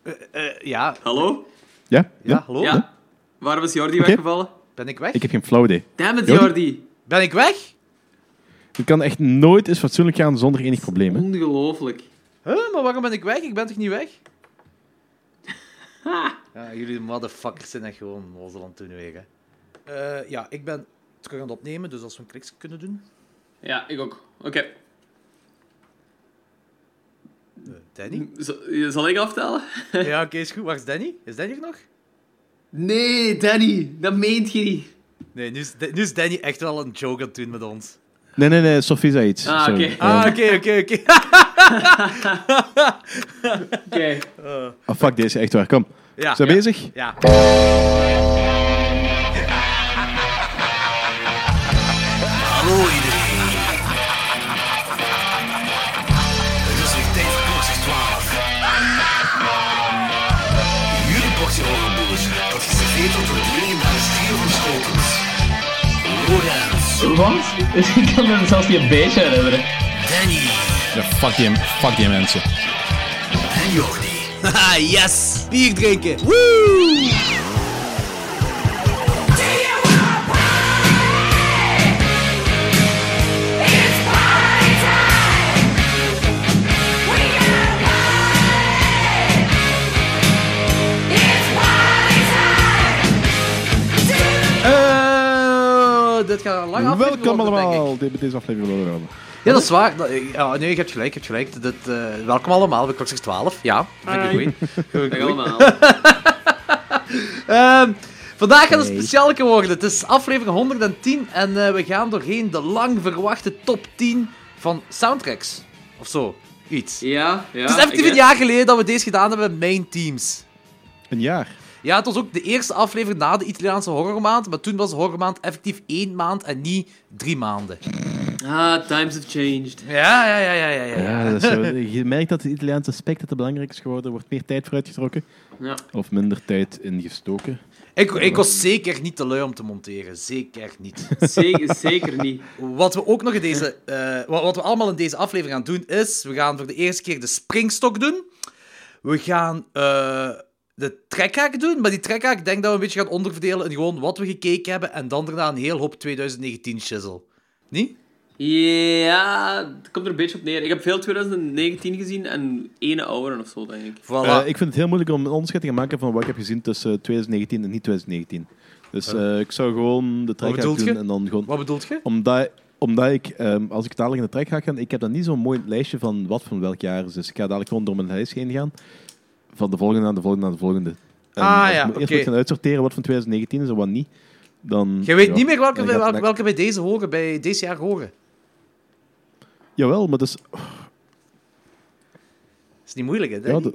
Ja. Hallo? Ja? Ja, hallo? Ja. Waarom is Jordi weggevallen? Ben ik weg? Ik heb geen flauw idee. Damn it, Jordi? Jordi. Ben ik weg? Het kan echt nooit eens fatsoenlijk gaan zonder enig probleem. Hè? Ongelooflijk. Maar waarom ben ik weg? Ik ben toch niet weg? Ja, jullie motherfuckers zijn echt gewoon nozel aan het doen weer, hè. Ja, ik ben terug aan het opnemen, dus als we een klikje kunnen doen. Ja, ik ook. Oké. Danny? Zal ik aftellen? Ja, oké, is goed. Waar is Danny? Is Danny er nog? Nee, Danny. Dat meent je niet. Nee, nu is Danny echt wel een joke aan het doen met ons. Nee, Sophie zei iets. Ah, Sorry. oké. Oké. Oké. Oh, fuck deze, echt waar. Kom. Ja. Zijn we bezig? Ja. Hallo iedereen. Het is weer tijd voor klokslag 12. Jullie portie horrorboers, dat geserveerd wordt door het legendarische trio van Schotens. Lorenz, Wat? Ik kan me zelfs niet een beetje herinneren. Danny Ja, fuck die mensen. en Jordi. Haha, yes! Bier drinken! Woo! Dit gaat lang af. Welkom allemaal bij deze aflevering. Ja, dat is waar. Ja, nee, je hebt gelijk. Welkom allemaal bij Klokslag 12. Ja, dat vind ik goed. Dag allemaal. Vandaag gaat het speciaal worden. Het is aflevering 110 en we gaan doorheen de lang verwachte top 10 van soundtracks. Of zo, iets. Ja. Het is effectief een jaar geleden dat we deze gedaan hebben met Main Teams. Een jaar. Ja, het was ook de eerste aflevering na de Italiaanse horrormaand, maar toen was de horrormaand effectief 1 maand en niet 3 maanden. Ah, times have changed. Ja. Ja, dat is zo. Je merkt dat het Italiaanse aspect dat belangrijk is geworden. Er wordt meer tijd voor uitgetrokken. Ja. Of minder tijd ingestoken. Ik was zeker niet te lui om te monteren. Zeker niet. Zeker niet. Wat we ook nog in deze... wat we allemaal in deze aflevering gaan doen is... We gaan voor de eerste keer de springstok doen. We gaan de trekhaak doen. Maar die trekhaak, ik denk dat we een beetje gaan onderverdelen in gewoon wat we gekeken hebben. En dan daarna een heel hoop 2019 shizzle. Niet? Ja, het komt er een beetje op neer. Ik heb veel 2019 gezien en ene ouder of zo, denk ik. Voilà. Ik vind het heel moeilijk om een onderscheid te gaan maken van wat ik heb gezien tussen 2019 en niet 2019. Dus ik zou gewoon de track bedoelt doen je? en dan gewoon... Wat bedoelt je? Omdat ik, als ik dadelijk in de track ga gaan, ik heb dan niet zo'n mooi lijstje van wat van welk jaar is. Dus ik ga dadelijk gewoon door mijn lijst heen gaan. Van de volgende naar de volgende naar de volgende. En als ik eerst moet gaan uitsorteren wat van 2019 is en wat niet, dan... Jij weet niet meer welke bij deze horen, bij deze jaar horen. Jawel, maar dus... Dat is niet moeilijk, hè? Ja,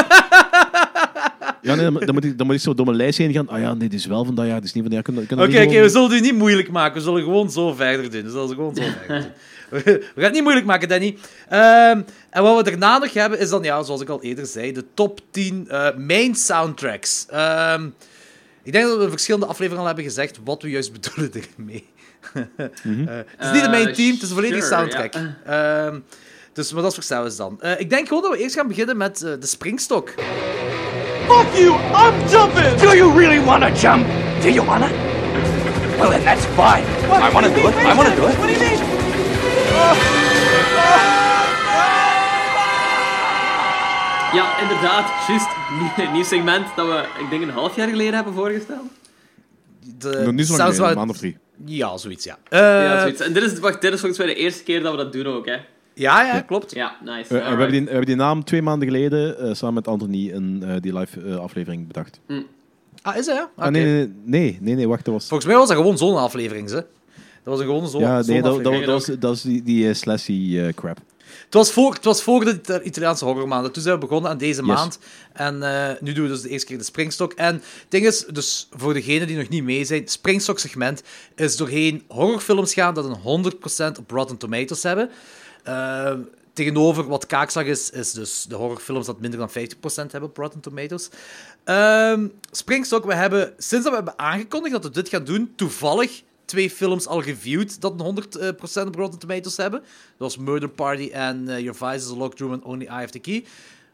ja, nee, dan moet ik zo door mijn lijst heen gaan. Ah ja, nee, dit is wel van dat jaar, dit is niet van dat jaar. Oké, we zullen het u niet moeilijk maken. We zullen gewoon zo verder doen. We gaan het niet moeilijk maken, Danny. En wat we daarna nog hebben, is dan, ja, zoals ik al eerder zei, de top 10 main soundtracks. Ik denk dat we in verschillende afleveringen al hebben gezegd wat we juist bedoelen ermee. Het is niet de main team, het is een volledige soundtrack. Ja. Dus maar dat verstaan we dan. Ik denk gewoon dat we eerst gaan beginnen met de springstok. Fuck you! I'm jumping! Do you really want to jump? Do you wanna? Well, then that's fine. I want to do it. I want to do it. What do you mean? Ja, inderdaad. Juist. Een nieuw segment dat we, ik denk, een half jaar geleden hebben voorgesteld. Nog niet zo lang geleden, een maand of 3. Ja, zoiets, ja. Ja, zoiets. En dit is volgens mij de eerste keer dat we dat doen ook, hè. Ja, klopt. Ja, nice. We hebben die naam 2 maanden geleden samen met Anthony in die live aflevering bedacht. Ah, is dat, ja? Ah, nee, wacht, dat was... Volgens mij was dat gewoon zo'n aflevering, hè. Dat was gewoon zo'n aflevering. Dat is die slashy crap. Het was voor de Italiaanse horrormaanden. Toen zijn we begonnen aan deze maand. En nu doen we dus de eerste keer de springstok. En het ding is, dus voor degenen die nog niet mee zijn, het springstok-segment is doorheen horrorfilms gaan dat een 100% op Rotten Tomatoes hebben. Tegenover wat kaakslag is dus de horrorfilms dat minder dan 50% hebben op Rotten Tomatoes. Springstok, sinds dat we hebben aangekondigd dat we dit gaan doen, toevallig 2 films al reviewed dat een 100% op Rotten Tomatoes hebben. Dat was Murder Party en Your Vice is a Locked Room and Only I Have the Key.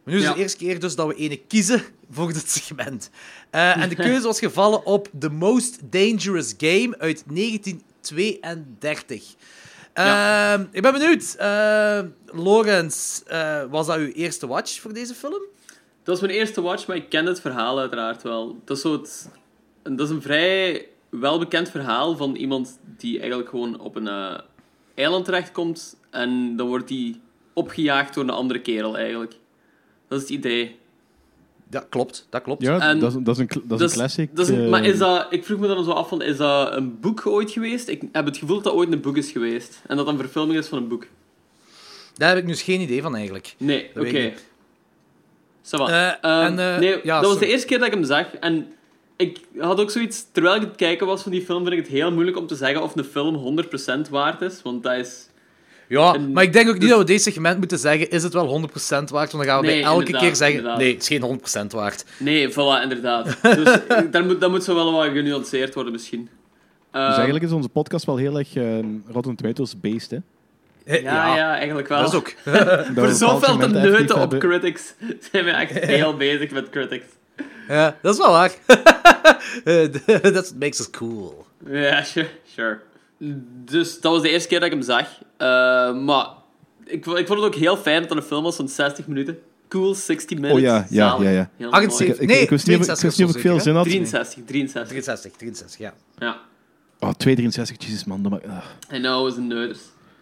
Maar nu is het de eerste keer dus dat we ene kiezen voor dit segment. En de keuze was gevallen op The Most Dangerous Game uit 1932. Ik ben benieuwd. Lorenz, was dat uw eerste watch voor deze film? Dat was mijn eerste watch, maar ik ken het verhaal uiteraard wel. Dat is een vrij welbekend verhaal van iemand die eigenlijk gewoon op een eiland terechtkomt en dan wordt hij opgejaagd door een andere kerel, eigenlijk. Dat is het idee. Ja, klopt. Dat klopt. Ja, dat is een classic. Maar ik vroeg me dan zo af, is dat een boek ooit geweest? Ik heb het gevoel dat dat ooit een boek is geweest. En dat dat een verfilming is van een boek. Daar heb ik dus geen idee van, eigenlijk. Nee, oké. Dat ja, was de eerste keer dat ik hem zag. En ik had ook zoiets... Terwijl ik het kijken was van die film, vind ik het heel moeilijk om te zeggen of een film 100% waard is. Want dat is... Ja, maar ik denk ook niet dat we deze segment moeten zeggen, is het wel 100% waard? Want dan gaan we bij elke keer zeggen, nee, het is geen 100% waard. Nee, voilà, inderdaad. Dus dat moet zo wel wat genuanceerd worden, misschien. Dus eigenlijk is onze podcast wel heel erg Rotten Tomatoes based, hè? Ja, eigenlijk wel. Dat is ook. Voor zoveel te neuten op critics zijn we echt heel bezig met critics. Ja, dat is wel waar. That makes us cool. Ja, sure. Dus dat was de eerste keer dat ik hem zag. Maar ik vond het ook heel fijn dat het een film was van 60 minuten. Cool, 60 minutes. Oh ja. 78, nee, ik wist niet of ik veel zin had. 63, ja. Oh, 2,63, jezus man. I know, we zijn neuters.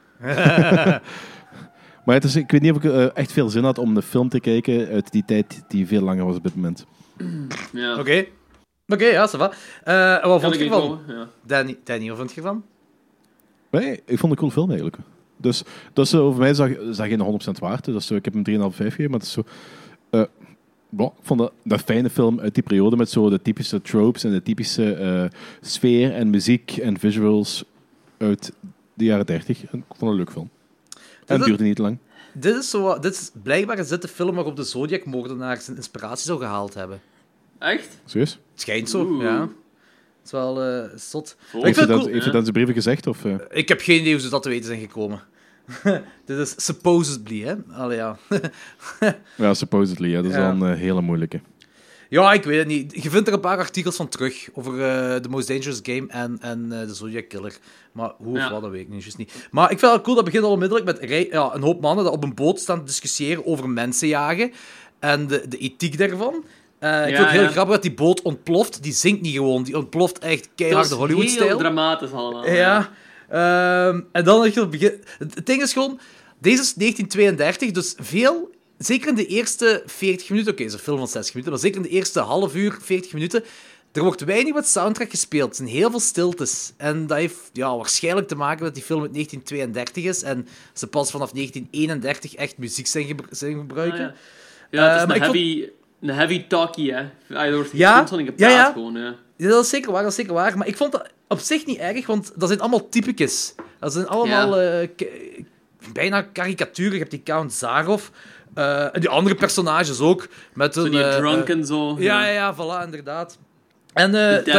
Maar ik weet niet of ik echt veel zin had om een film te kijken uit die tijd die veel langer was op dit moment. Ja. Oké, ja, ça va. Wat vond je ervan? Ja. Danny, wat vond je ervan? Nee, ik vond het een cool film eigenlijk. Dus voor mij is dat geen 100% waard. Dus ik heb hem 3,5, 5 gegeven, maar het is zo... ik vond dat een fijne film uit die periode met zo de typische tropes en de typische sfeer en muziek en visuals uit de jaren 30. En ik vond het een leuk film. En het duurde niet lang. Blijkbaar is dit de film waarop de Zodiac-moordenaar zijn inspiratie zou gehaald hebben. Echt? Serieus? Het schijnt zo, ja. Het is wel zot. Heeft hij dat in zijn brieven gezegd? Of? Ik heb geen idee hoe ze dat te weten zijn gekomen. Dit is supposedly, hè? Allee, ja. Ja, supposedly. Ja. Dat is wel een hele moeilijke. Ja, ik weet het niet. Je vindt er een paar artikels van terug over The Most Dangerous Game en de Zodiac Killer. Maar hoe of wat, dat weet ik nu juist niet. Maar ik vind het cool, dat begint al onmiddellijk met een hoop mannen die op een boot staan te discussiëren over mensen jagen en de ethiek daarvan. Ik vind het heel grappig dat die boot ontploft. Die zinkt niet gewoon, die ontploft echt keiharde Hollywood-stijl. Dat is heel dramatisch allemaal. Ja. En dan het ding is gewoon, deze is 1932, dus veel... Zeker in de eerste 40 minuten, oké, het is een film van 60 minuten, maar zeker in de eerste half uur, 40 minuten, er wordt weinig met soundtrack gespeeld. Er zijn heel veel stiltes. En dat heeft waarschijnlijk te maken met die film uit 1932 is en ze pas vanaf 1931 echt muziek zijn gebruiken. Ja, het is een heavy talkie, hè. Er wordt constant in gepraat gewoon, ja. Ja, dat is zeker waar. Maar ik vond dat op zich niet erg, want dat zijn allemaal typetjes. Dat zijn allemaal bijna karikaturen. Je hebt die Count Zarov... en die andere personages ook. Met zo die drunk en zo. Ja, voilà, inderdaad. En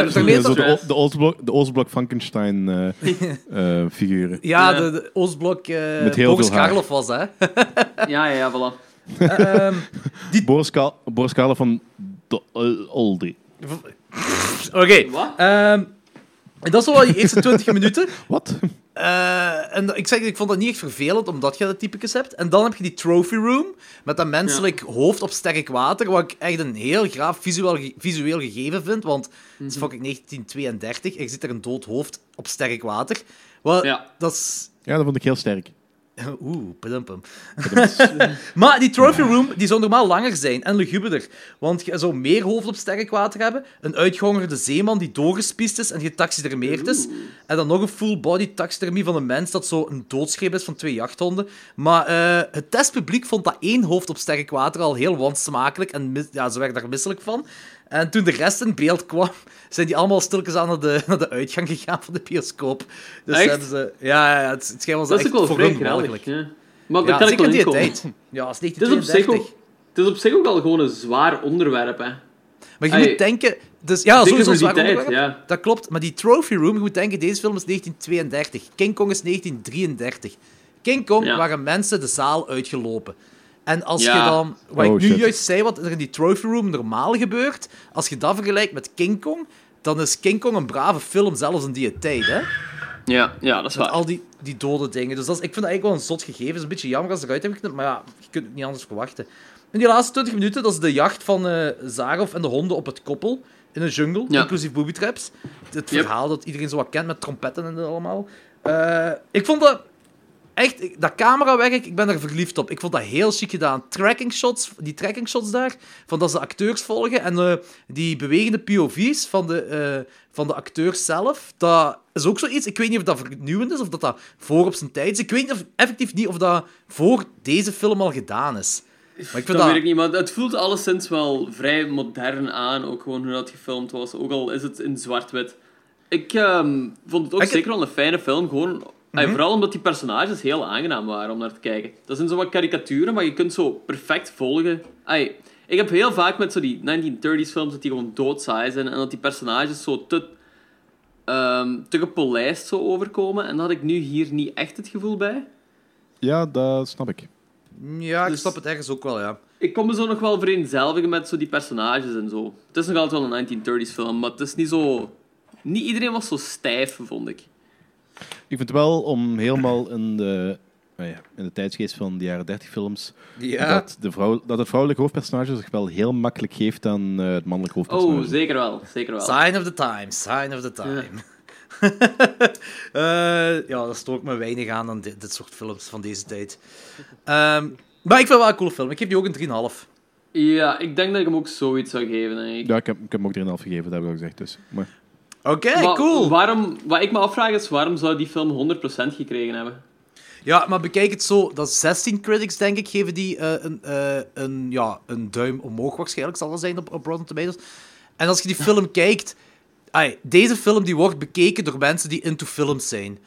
de Oostblok Frankenstein figuren. Ja, de Oostblok... met heel Boris veel haar. Karloff was, hè. Ja, voilà. Boris Karloff van de Oldie. Oké. Wat? En dat is wel die eerste 20 minuten. Wat? En ik vond dat niet echt vervelend, omdat je dat typetjes hebt. En dan heb je die trophy room, met dat menselijk hoofd op sterk water, wat ik echt een heel graaf visueel gegeven vind, want het is fucking 1932, en je ziet er een dood hoofd op sterk water. Dat is... Ja, dat vond ik heel sterk. Padumpum. Maar die trophy room die zou normaal langer zijn en luguberder. Want je zou meer hoofd op sterk water hebben, een uitgehongerde zeeman die doorgespiest is en getaxidermeerd is, en dan nog een full-body taxidermie van een mens dat zo een doodscheep is van 2 jachthonden. Maar het testpubliek vond dat 1 hoofd op sterk water al heel wansmakelijk en ze werden daar misselijk van. En toen de rest in beeld kwam, zijn die allemaal stilletjes aan naar de uitgang gegaan van de bioscoop. Dus hebben ze... Ja, het schijnt was dat echt is ook wel voor vrij hun belachelijk. ja. Maar dat kan zeker ik in wel die inkomen. tijd. Ja, het is 1932. Het is op zich ook al gewoon een zwaar onderwerp, hè. Maar je moet denken... Dus, ja, sowieso een zwaar tijd, onderwerp. ja. Dat klopt. Maar die trophy room, je moet denken, deze film is 1932. King Kong is 1933. King Kong waren mensen de zaal uitgelopen. En als je dan... Wat ik nu juist zei, wat er in die trophy room normaal gebeurt, als je dat vergelijkt met King Kong, dan is King Kong een brave film, zelfs in die tijd, hè? Ja, dat is waar. Met al die dode dingen. Dus ik vind dat eigenlijk wel een zot gegeven. Het is een beetje jammer als ze eruit hebben geknipt, maar ja, je kunt het niet anders verwachten. In die laatste 20 minuten, dat is de jacht van Zarov en de honden op het koppel in een jungle, inclusief booby traps. Het verhaal dat iedereen zo wat kent met trompetten en dat allemaal. Ik vond dat echt, dat camerawerk, ik ben er verliefd op. Ik vond dat heel chic gedaan. Die tracking shots daar, van dat ze acteurs volgen en die bewegende POV's van de acteurs zelf, dat is ook zoiets. Ik weet niet of dat vernieuwend is, of dat voor op zijn tijd is. Ik weet effectief niet of dat voor deze film al gedaan is. Maar dat weet ik niet, maar het voelt alleszins wel vrij modern aan, ook gewoon hoe dat gefilmd was. Ook al is het in zwart-wit. Ik vond het ook zeker wel een fijne film, gewoon... Vooral omdat die personages heel aangenaam waren om naar te kijken. Dat zijn zo wat karikaturen, maar je kunt zo perfect volgen. Ik heb heel vaak met zo die 1930s films dat die gewoon doodsaai zijn en dat die personages zo te gepolijst zo overkomen. En daar had ik nu hier niet echt het gevoel bij. Ja, dat snap ik. Ja, ik snap het ergens ook wel, ja. Ik kon me zo nog wel vereenzelvigen met zo die personages en zo. Het is nog altijd wel een 1930s film, maar het is niet zo... Niet iedereen was zo stijf, vond ik. Ik vind wel om helemaal in de tijdsgeest van de jaren 30 films dat het vrouwelijke hoofdpersonage zich wel heel makkelijk geeft aan het mannelijke hoofdpersonage. Oh, zeker wel. Sign of the time. Ja, dat stoort me weinig aan dan dit soort films van deze tijd. Maar ik vind het wel een coole film. Ik geef die ook een 3,5. Ja, ik denk dat ik hem ook zoiets zou geven. Ja, ik heb hem ook 3,5 gegeven, dat heb ik al gezegd. Dus. Maar... Oké, cool. Wat ik me afvraag is, waarom zou die film 100% gekregen hebben? Ja, maar bekijk het zo. Dat 16 critics, denk ik, geven die een duim omhoog waarschijnlijk zal dat zijn op Rotten Tomatoes. En als je die film kijkt... Deze film die wordt bekeken door mensen die into films zijn.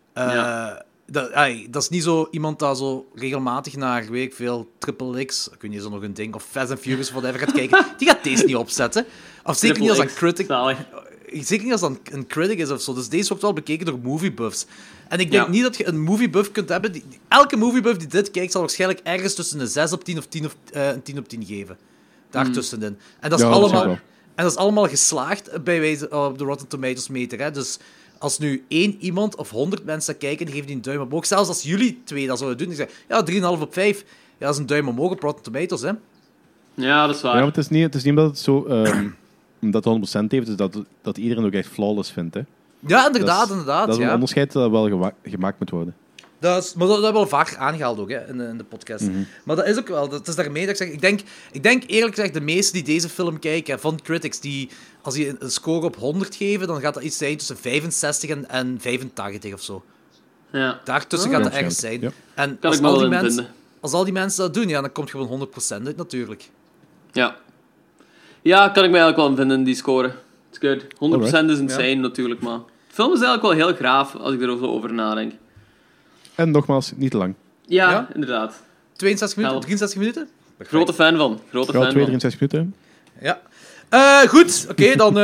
Dat is niet zo iemand dat zo regelmatig naar, weet ik veel, Triple X, ik weet niet, is er nog een ding, of Fast and Furious of whatever gaat kijken. Die gaat deze niet opzetten. Of zeker niet als een critic... Zeker niet als dat een critic is of zo. Dus deze wordt wel bekeken door moviebuffs. En ik denk niet dat je een moviebuff kunt hebben... Elke moviebuff die dit kijkt, zal waarschijnlijk ergens tussen een 6 op 10 of een 10 op 10 geven. Daartussenin. En dat is allemaal geslaagd bij wijze op de Rotten Tomatoes meter. Hè. Dus als nu 1 iemand of 100 mensen kijken, die geven die een duim omhoog. Zelfs als jullie 2 dat zouden doen, die zeggen, 3,5 op 5. Ja, dat is een duim omhoog op Rotten Tomatoes, hè. Ja, dat is waar. Ja, maar het is niet omdat het zo... omdat het 100% heeft, dus dat iedereen ook echt flawless vindt, hè. Ja, inderdaad. Dat is een onderscheid dat wel gemaakt moet worden. Maar dat hebben we wel vaak aangehaald ook, hè, in de podcast. Mm-hmm. Maar dat is ook wel... Dat is daarmee dat ik zeg... Ik denk eerlijk gezegd, de meesten die deze film kijken, van critics, die als die een score op 100 geven, dan gaat dat iets zijn tussen 65 en 85 of zo. Ja. Daartussen gaat dat ergens zijn. Ja. En als al die mensen dat doen, ja, dan komt gewoon 100% uit, natuurlijk. Ja. Ja, kan ik mij eigenlijk wel in vinden, die score. It's good. 100% is insane, natuurlijk, maar... De film is eigenlijk wel heel graaf, als ik er zo over nadenk. En nogmaals, niet te lang. Ja, inderdaad. 62 minuten, 63 minuten? Grote fan van. 63 minuten. Ja. Goed, oké, dan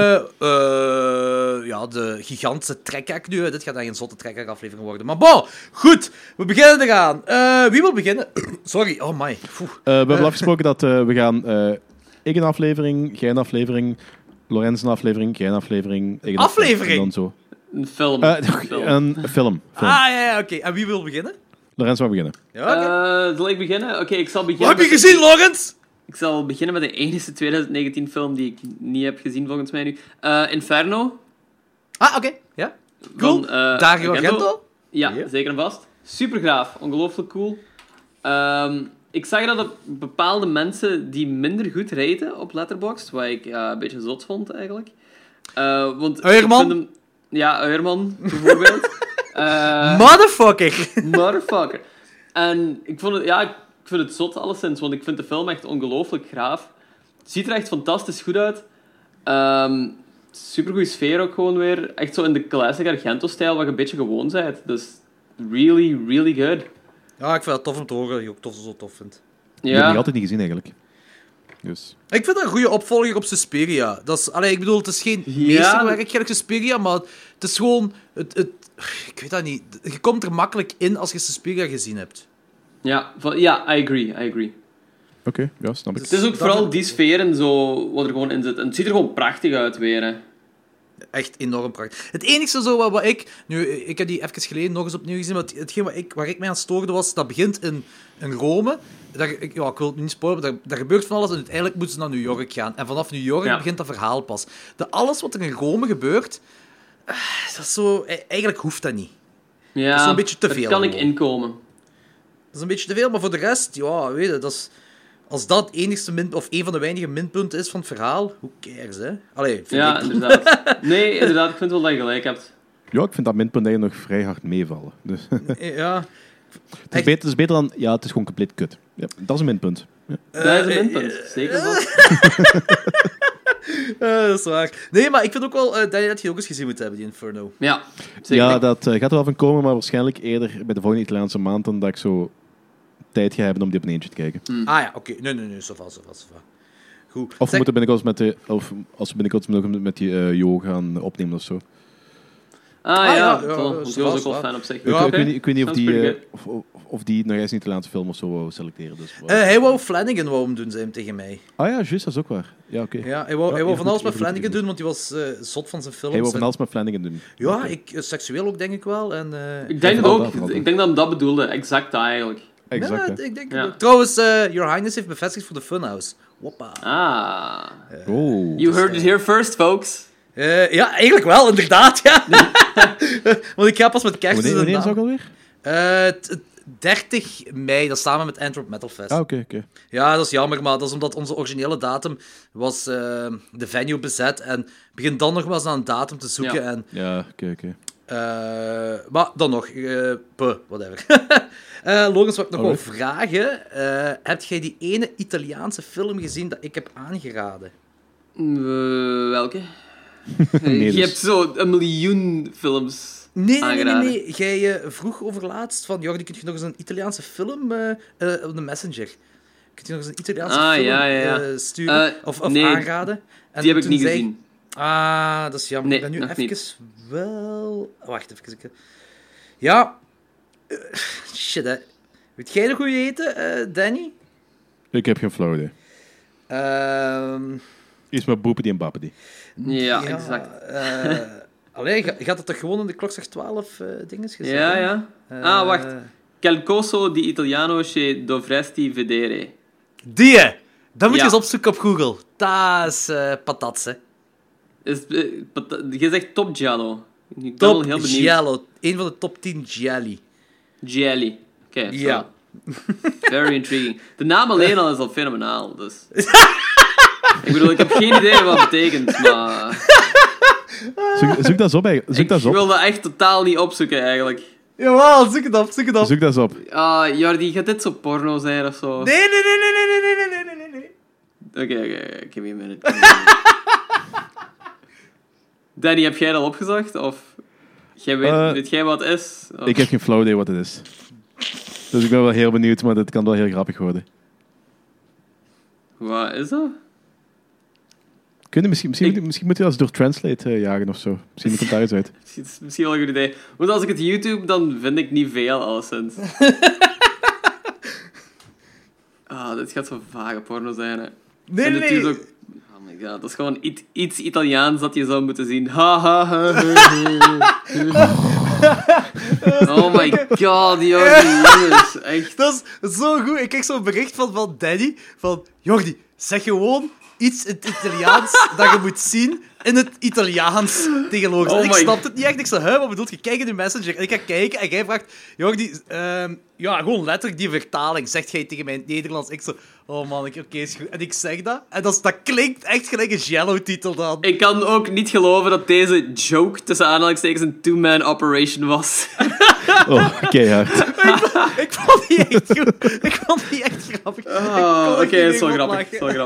de gigantische trekhak nu. Dit gaat eigenlijk een zotte trekhak aflevering worden. Maar bon, goed, we beginnen eraan. Wie wil beginnen? Sorry, oh my. We hebben afgesproken dat we gaan... ik een aflevering, jij een aflevering, Lorenz een aflevering, jij een aflevering... Aflevering? En dan zo. Een film. Een film. Ja, oké. En wie wil beginnen? Lorenz mag beginnen. Ja, okay. Zal ik beginnen? Oké, ik zal beginnen... Wat heb je gezien, Lorenz? Ik zal beginnen met de enige 2019 film die ik niet heb gezien, volgens mij nu. Inferno. Oké. Ja. Cool. Dario Argento? Ja, zeker en vast. Super gaaf. Ongelooflijk cool. Ik zag dat er bepaalde mensen die minder goed raten op Letterboxd, wat ik een beetje zot vond, eigenlijk. Want Uierman? Ja, Uierman, bijvoorbeeld. Motherfucker. En ik vind het zot, alleszins, want ik vind de film echt ongelooflijk gaaf. Het ziet er echt fantastisch goed uit. Supergoeie sfeer ook gewoon weer. Echt zo in de classic Argento-stijl, wat je een beetje gewoon bent. Dus really, really good. Ja, ik vind het tof om te horen dat je ook zo tof vindt. Ja. Ik heb het altijd niet gezien, eigenlijk. Dus. Ik vind dat een goede opvolger op Suspiria. Dat is, ik bedoel, het is geen meesterwerk, gelijk Suspiria, maar het is gewoon... ik weet dat niet. Je komt er makkelijk in als je Suspiria gezien hebt. Ja, I agree. Oké, ja, snap ik. Het is ook vooral die sfeer en zo wat er gewoon in zit. En het ziet er gewoon prachtig uit weer, hè. Echt enorm prachtig. Het enige zo wat ik... Nu, ik heb die even geleden nog eens opnieuw gezien, maar hetgeen waar ik mij aan stoorde was, dat begint in Rome. Ik wil het niet spoilen, maar daar gebeurt van alles en uiteindelijk moeten ze naar New York gaan. En vanaf New York begint dat verhaal pas. Alles wat er in Rome gebeurt, dat is zo... Eigenlijk hoeft dat niet. Ja, dat is een beetje te veel. Daar kan ik inkomen. Dat is een beetje te veel, maar voor de rest, ja, weet je, dat is... Als dat het enigste of een van de weinige minpunten is van het verhaal, who cares, hè? Allee, ja, inderdaad. Nee, inderdaad, ik vind wel dat je gelijk hebt. Ja, ik vind dat minpunt eigenlijk nog vrij hard meevallen. Dus. Ja. Het is beter dan... Ja, het is gewoon compleet kut. Ja, dat is een minpunt. Ja. Dat is een minpunt, zeker dat. Dat is waar. Nee, maar ik vind ook wel dat je ook eens gezien moet hebben, die Inferno. Ja, zeker. Ja, dat gaat er wel van komen, maar waarschijnlijk eerder bij de volgende Italiaanse maand dan dat ik zo tijd ga hebben om die op een eentje te kijken. Ah ja, oké. Nee, zo vast. Goed. Of we moeten binnenkort als we binnenkort nog met die Jo gaan opnemen of zo. Ja, dat is ook wel fijn op zich. Ja, ik weet niet of die nog eens een Italiaanse film of zo wou selecteren. Dus hij wou Flanagan hem doen, zei hem tegen mij. Ah ja, juist, dat is ook waar. Ja, oké. Ja, hij wou van alles met Flanagan doen, want hij was zot van zijn films. Hij wou van alles met Flanagan doen. Ja, okay. Seksueel ook, denk ik wel. En, ik denk ook. Ik denk dat hij dat bedoelde. Exact dat, eigenlijk. Exact, ja, ik denk ja. Trouwens, Your Highness heeft bevestigd voor de Funhouse. Woppa. You heard it here first, folks. Ja, eigenlijk wel, inderdaad. Ja. Want ik ga pas met kerst... Wanneer is het ook alweer? 30 mei, dat is samen met Antwerp Metal Fest. Ah, oké. Ja, dat is jammer, maar dat is omdat onze originele datum was de venue bezet en begin dan nog wel eens naar een datum te zoeken. Ja, oké. Maar dan nog, whatever. Logans, wat ik nog wil vragen, heb jij die ene Italiaanse film gezien dat ik heb aangeraden? Welke? Nee, je hebt zo 1 miljoen films aangeraden. Nee. Jij vroeg overlaatst van, Jordi, kun je nog eens een Italiaanse film op de Messenger? Kun je nog eens een Italiaanse film sturen? Of aanraden? En die heb ik niet gezien. Dat is jammer. Nee, ik ben nu nog even niet. wel... Wacht even. Ja. Shit, hè. Weet jij nog hoe je heette, Danny? Ik heb geen flauw idee. Iets met Boepedi en Bappedi. Ja, exact. Allee, gaat het toch gewoon in de klokslag 12 dinges gezet? Ja. Wacht. Qualcosa di Italiano che dovresti vedere. Die! Dat moet je eens opzoeken op Google. Dat is patats, hè. Je zegt Top Giallo. Ik ben top wel heel benieuwd. Giallo. Een van de top 10 Gialli. Gialli. Oké. Ja. Very intriguing. De naam alleen al is al fenomenaal, dus... ik bedoel, ik heb geen idee wat het betekent, maar... Zoek dat eens op, eigenlijk. Ik wil dat echt totaal niet opzoeken, eigenlijk. Jawel, zoek het op. Zoek dat eens op. Jordi, gaat dit zo porno zijn of zo? Nee. Oké, give me a minute. Danny, heb jij dat opgezocht? Of weet jij wat het is? Of? Ik heb geen flauw idee wat het is. Dus ik ben wel heel benieuwd, maar dit kan wel heel grappig worden. Wat is dat? Misschien moet je dat eens door Translate jagen of zo. Misschien komt daar eens uit. Misschien wel een goed idee. Want als ik het YouTube, dan vind ik niet veel, alleszins. Dit gaat zo vage porno zijn, hè. Nee. Ook... Oh my god, dat is gewoon iets Italiaans dat je zou moeten zien. Oh my god, jongens, echt. Dat is zo goed. Ik kreeg zo'n bericht van Danny, van... Jordi, zeg gewoon iets in het Italiaans dat je moet zien in het Italiaans tegen Logans. En ik snapte het niet echt. Ik zei, wat bedoelt je? Kijk in de Messenger. En ik ga kijken en jij vraagt... Jordi, gewoon letterlijk die vertaling. Zegt jij tegen mij in het Nederlands. Ik zo... Oh man, oké, is goed. En ik zeg dat. En dat klinkt echt gelijk een Jello-titel dan. Ik kan ook niet geloven dat deze joke tussen aanhalingstekens een two-man operation was. Keihard. Ik vond die echt goed. Ik vond die echt grappig. Oké, het is wel grappig.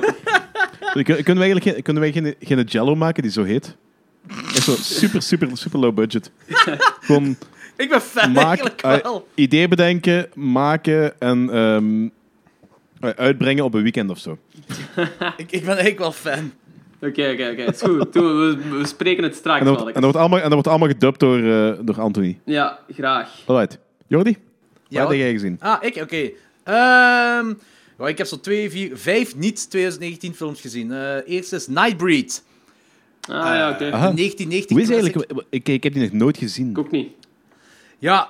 Kunnen wij geen Jello maken die zo heet? Echt zo super low budget. Gewoon... Ik ben fan eigenlijk wel. Idee bedenken, maken en uitbrengen op een weekend of zo. Ik ben eigenlijk wel fan. Oké, is goed. We spreken het straks wel. En dat wordt allemaal gedubt door Anthony. Ja, graag. Alright. Jordi, wat heb jij gezien? Ik? Oké. Ja, ik heb zo 5 niet 2019 films gezien. Eerst is Nightbreed. Ja, oké. 1990. Hoe is eigenlijk... Ik heb die nog nooit gezien. Ik ook niet. Ja,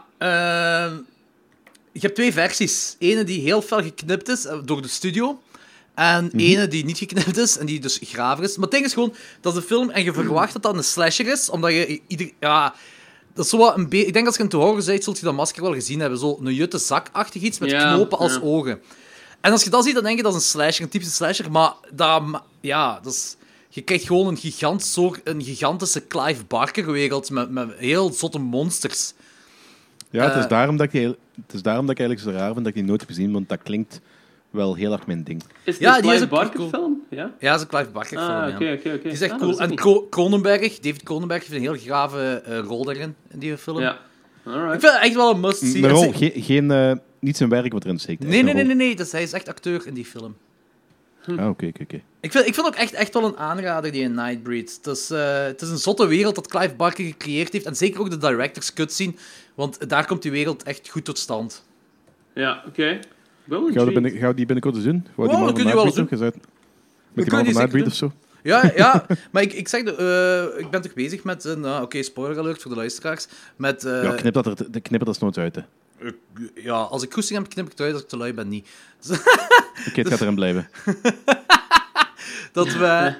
je hebt 2 versies. Ene die heel fel geknipt is door de studio. En ene die niet geknipt is en die dus graver is. Maar het ding is gewoon, dat is een film en je verwacht dat dat een slasher is, omdat je... dat is zo wat ik denk als je in te horen bent, zult je dat masker wel gezien hebben. Zo een jutte zakachtig iets met knopen als ogen. En als je dat ziet, dan denk je dat is een slasher, een typische slasher. Maar dat is... Je krijgt gewoon een gigantische Clive Barker-wereld met heel zotte monsters. Ja, het is daarom dat ik eigenlijk zo raar vind dat ik die nooit heb gezien, want dat klinkt wel heel erg mijn ding. Is het een Clive Barker-film? Ja, dat is een Clive Barker-film, oké. Die is echt cool. En Cronenberg, David Cronenberg, heeft een heel grave rol daarin, in die film. Ja. Alright. Ik vind het echt wel een must-see. Maar niet zijn werk wat erin steekt. Nee. Hij is echt acteur in die film. Oké. Ik vind ook echt wel een aanrader, die in Nightbreed. Het is een zotte wereld dat Clive Barker gecreëerd heeft. En zeker ook de director's cut zien. Want daar komt die wereld echt goed tot stand. Ja, oké. Gaan we die binnenkort eens doen? Dat kun je wel eens doen. Met die man van Nightbreed of zo? Ja. Maar ik zeg... ik ben toch bezig met een... spoiler alert voor de luisteraars. Met... knip dat nooit uit, hè. Ja, als ik goesting heb, knip ik het uit. Als ik te lui ben, niet. Oké, het gaat erin blijven. Dat we...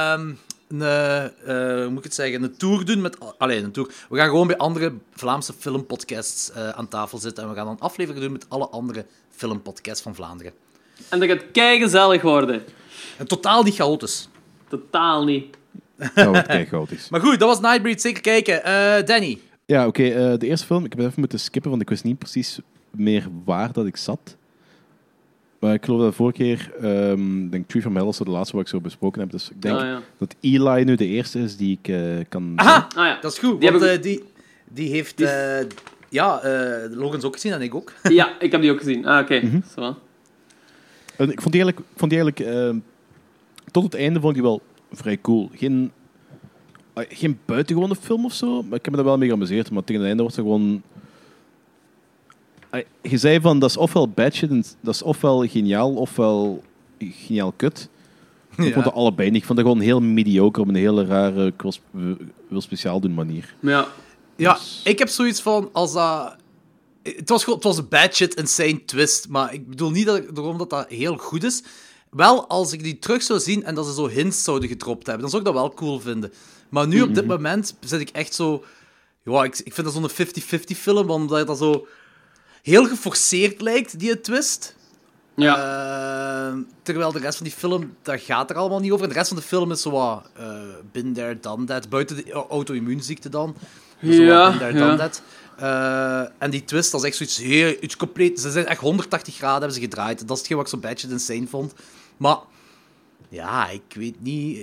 hoe moet ik het zeggen? Een tour doen met... een tour. We gaan gewoon bij andere Vlaamse filmpodcasts aan tafel zitten. En we gaan een aflevering doen met alle andere filmpodcasts van Vlaanderen. En dat gaat keigezellig worden. En totaal niet chaotisch. Totaal niet. Dat wordt keichaotisch. Maar goed, dat was Nightbreed. Zeker kijken. Danny? Ja, oké. De eerste film, ik heb even moeten skippen, want ik wist niet precies meer waar dat ik zat. Maar ik geloof dat de vorige keer, denk Tree from Hell is de laatste wat ik zo besproken heb. Dus ik denk dat Eli nu de eerste is die ik kan... Aha, dat is goed. Die heeft Logan's ook gezien en ik ook. Ja, ik heb die ook gezien. Oké. Ik vond die eigenlijk tot het einde vond ik die wel vrij cool. Geen buitengewone film of zo, maar ik heb me daar wel mee geamuseerd. Maar tegen het einde wordt het gewoon... Je zei van, dat is ofwel bad shit, en dat is ofwel geniaal, ofwel geniaal kut. Ik vond het allebei niet. Ik vond het gewoon heel mediocre op een hele rare, wil speciaal doen manier. Ja, dus... ik heb zoiets van, als dat... Het was een bad shit, insane twist, maar ik bedoel niet dat dat heel goed is. Wel, als ik die terug zou zien en dat ze zo hints zouden gedropt hebben, dan zou ik dat wel cool vinden. Maar nu, op dit moment, zit ik echt zo... Ja, ik vind dat zo'n 50-50 film, omdat dat zo heel geforceerd lijkt, die twist. Ja. Terwijl de rest van die film, dat gaat er allemaal niet over. En de rest van de film is zo wat... been there, done that. Buiten de auto-immuunziekte dan. Been there, done that. En die twist, dat is echt zoiets iets compleet... Ze zijn echt 180 graden hebben ze gedraaid. Dat is hetgeen wat ik zo badje insane vond. Maar... Ja, ik weet niet...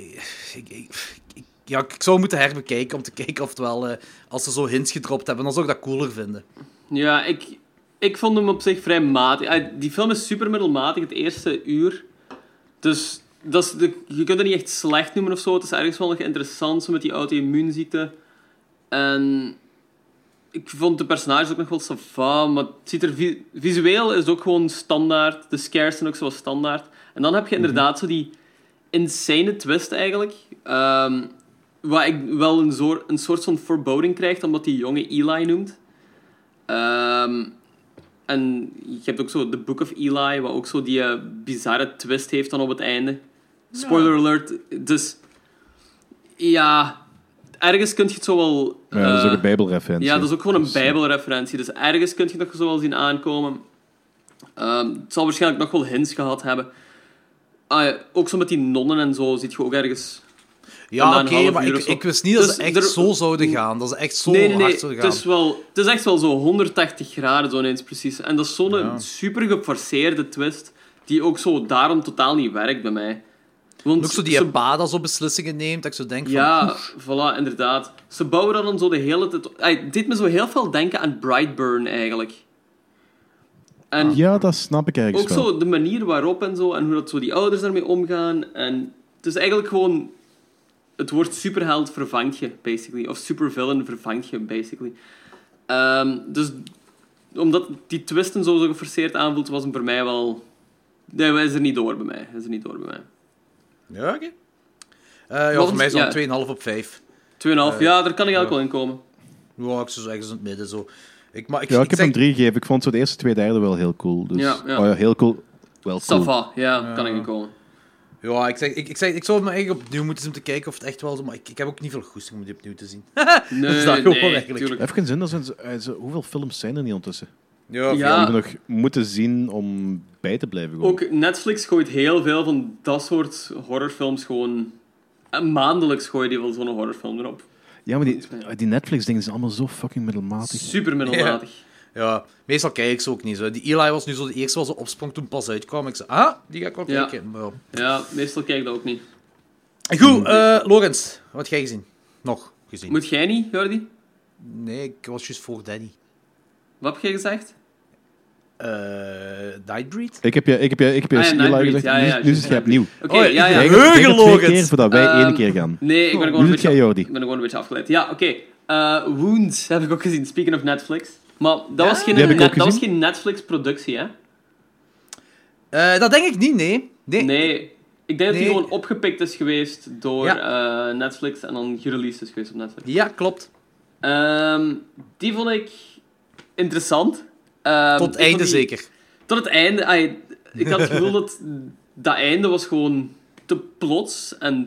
Ik zou moeten herbekijken om te kijken of het wel... als ze zo hints gedropt hebben, dan zou ik dat cooler vinden. Ja, ik vond hem op zich vrij matig. Die film is super middelmatig, het eerste uur. Dus je kunt het niet echt slecht noemen of zo. Het is ergens wel nog interessant, zo met die auto-immuunziekte. En ik vond de personages ook nog wel sava, maar het ziet er visueel is het ook gewoon standaard. De scares zijn ook zo standaard. En dan heb je inderdaad zo die insane twist eigenlijk. Waar ik wel een soort van foreboding krijg, omdat die jonge Eli noemt. En je hebt ook zo The Book of Eli, wat ook zo die bizarre twist heeft dan op het einde. Spoiler alert. Dus ja, ergens kun je het zo wel... dat is ook een bijbelreferentie. Ja, dat is ook gewoon een bijbelreferentie. Dus ergens kun je het nog zo wel zien aankomen. Het zal waarschijnlijk nog wel hints gehad hebben. Ook zo met die nonnen en zo zit je ook ergens... Ja, oké, maar ik wist niet dat ze echt zo zouden gaan. Dat ze echt zo hard zouden gaan. Het is echt wel zo 180 graden, zo ineens precies. En dat is zo'n super geforceerde twist, die ook zo daarom totaal niet werkt bij mij. Want ook zo die pa dat zo beslissingen neemt, dat ik zo denk van... Ja, voilà, inderdaad. Ze bouwen dat dan zo de hele tijd... Het deed me zo heel veel denken aan Brightburn, eigenlijk. En ja, dat snap ik eigenlijk ook zo de manier waarop en zo, en hoe dat zo die ouders daarmee omgaan. En het is eigenlijk gewoon... Het woord superheld vervangt je, basically. Of supervillain vervangt je, basically. Dus omdat die twisten zo geforceerd aanvoelt, was hem voor mij wel Nee, maar is er niet door bij mij. Ja, oké. Voor mij is het 2,5 op 5. 2,5, ja, daar kan ik eigenlijk wel in komen. Ja, ik zou zeggen, zo in het midden zo. Ik heb hem 3 gegeven. Ik vond zo de eerste 2 derde wel heel cool. Dus... Ja. Oh ja, heel cool. Wel cool. Safa, kan ik in komen. Ja, ik zou me eigenlijk opnieuw moeten zien om te kijken of het echt wel zo... Maar ik heb ook niet veel goesting om die opnieuw te zien. Nee, tuurlijk. Heeft geen zin. Hoeveel films zijn er niet ondertussen? Ja. Die we nog moeten zien om bij te blijven. Gewoon. Ook Netflix gooit heel veel van dat soort horrorfilms gewoon... maandelijks gooien die wel zo'n horrorfilm erop. Ja, maar die Netflix-dingen zijn allemaal zo fucking middelmatig. Super middelmatig. Ja, meestal kijk ik ze ook niet zo. Die Eli was nu zo de eerste wat ze opsprong toen pas uitkwam. Ik zei, die ga ik wel kijken. Maar ja, meestal kijk ik dat ook niet. En goed, Lorenz, wat heb jij gezien? Nog gezien? Moet jij niet, Jordi? Nee, ik was juist voor Danny. Wat heb jij gezegd? Nightbreed? Ik heb je Eli gezegd. Ja, nu zit jij opnieuw. Oké, ja. Heugen, Lorenz! 2 keer voordat wij 1 keer gaan. Nee, ik ben nu zit jij, Jordi. Ik ben gewoon een beetje afgeleid. Ja, oké. Wounds heb ik ook gezien, speaking of Netflix. Maar dat was geen Netflix-productie, hè? Dat denk ik niet, nee. Nee. Ik denk dat die gewoon opgepikt is geweest door Netflix en dan gereleased is geweest op Netflix. Ja, klopt. Die vond ik interessant. Tot het einde zeker. Tot het einde. Ik had het gevoel dat einde was gewoon te plots en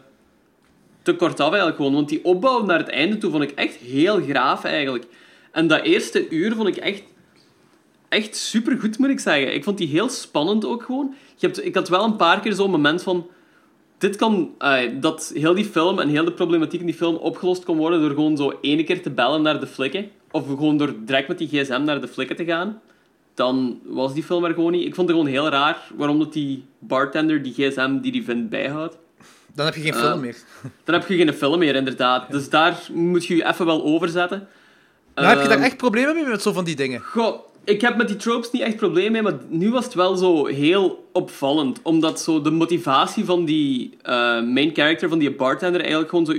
te kortaf eigenlijk gewoon. Want die opbouw naar het einde toe vond ik echt heel graaf eigenlijk. En dat eerste uur vond ik echt supergoed, moet ik zeggen. Ik vond die heel spannend ook gewoon. Ik had wel een paar keer zo'n moment van... Dit kan... dat heel die film en heel de problematiek in die film opgelost kon worden door gewoon zo 1 keer te bellen naar de flikken. Of gewoon door direct met die gsm naar de flikken te gaan. Dan was die film er gewoon niet. Ik vond het gewoon heel raar waarom dat die bartender die gsm die vindt bijhoudt. Dan heb je geen film meer. Dan heb je geen film meer, inderdaad. Ja. Dus daar moet je even wel overzetten. Maar heb je daar echt problemen mee met zo van die dingen? Goh, ik heb met die tropes niet echt problemen mee, maar nu was het wel zo heel opvallend. Omdat zo de motivatie van die main character, van die bartender, eigenlijk gewoon zo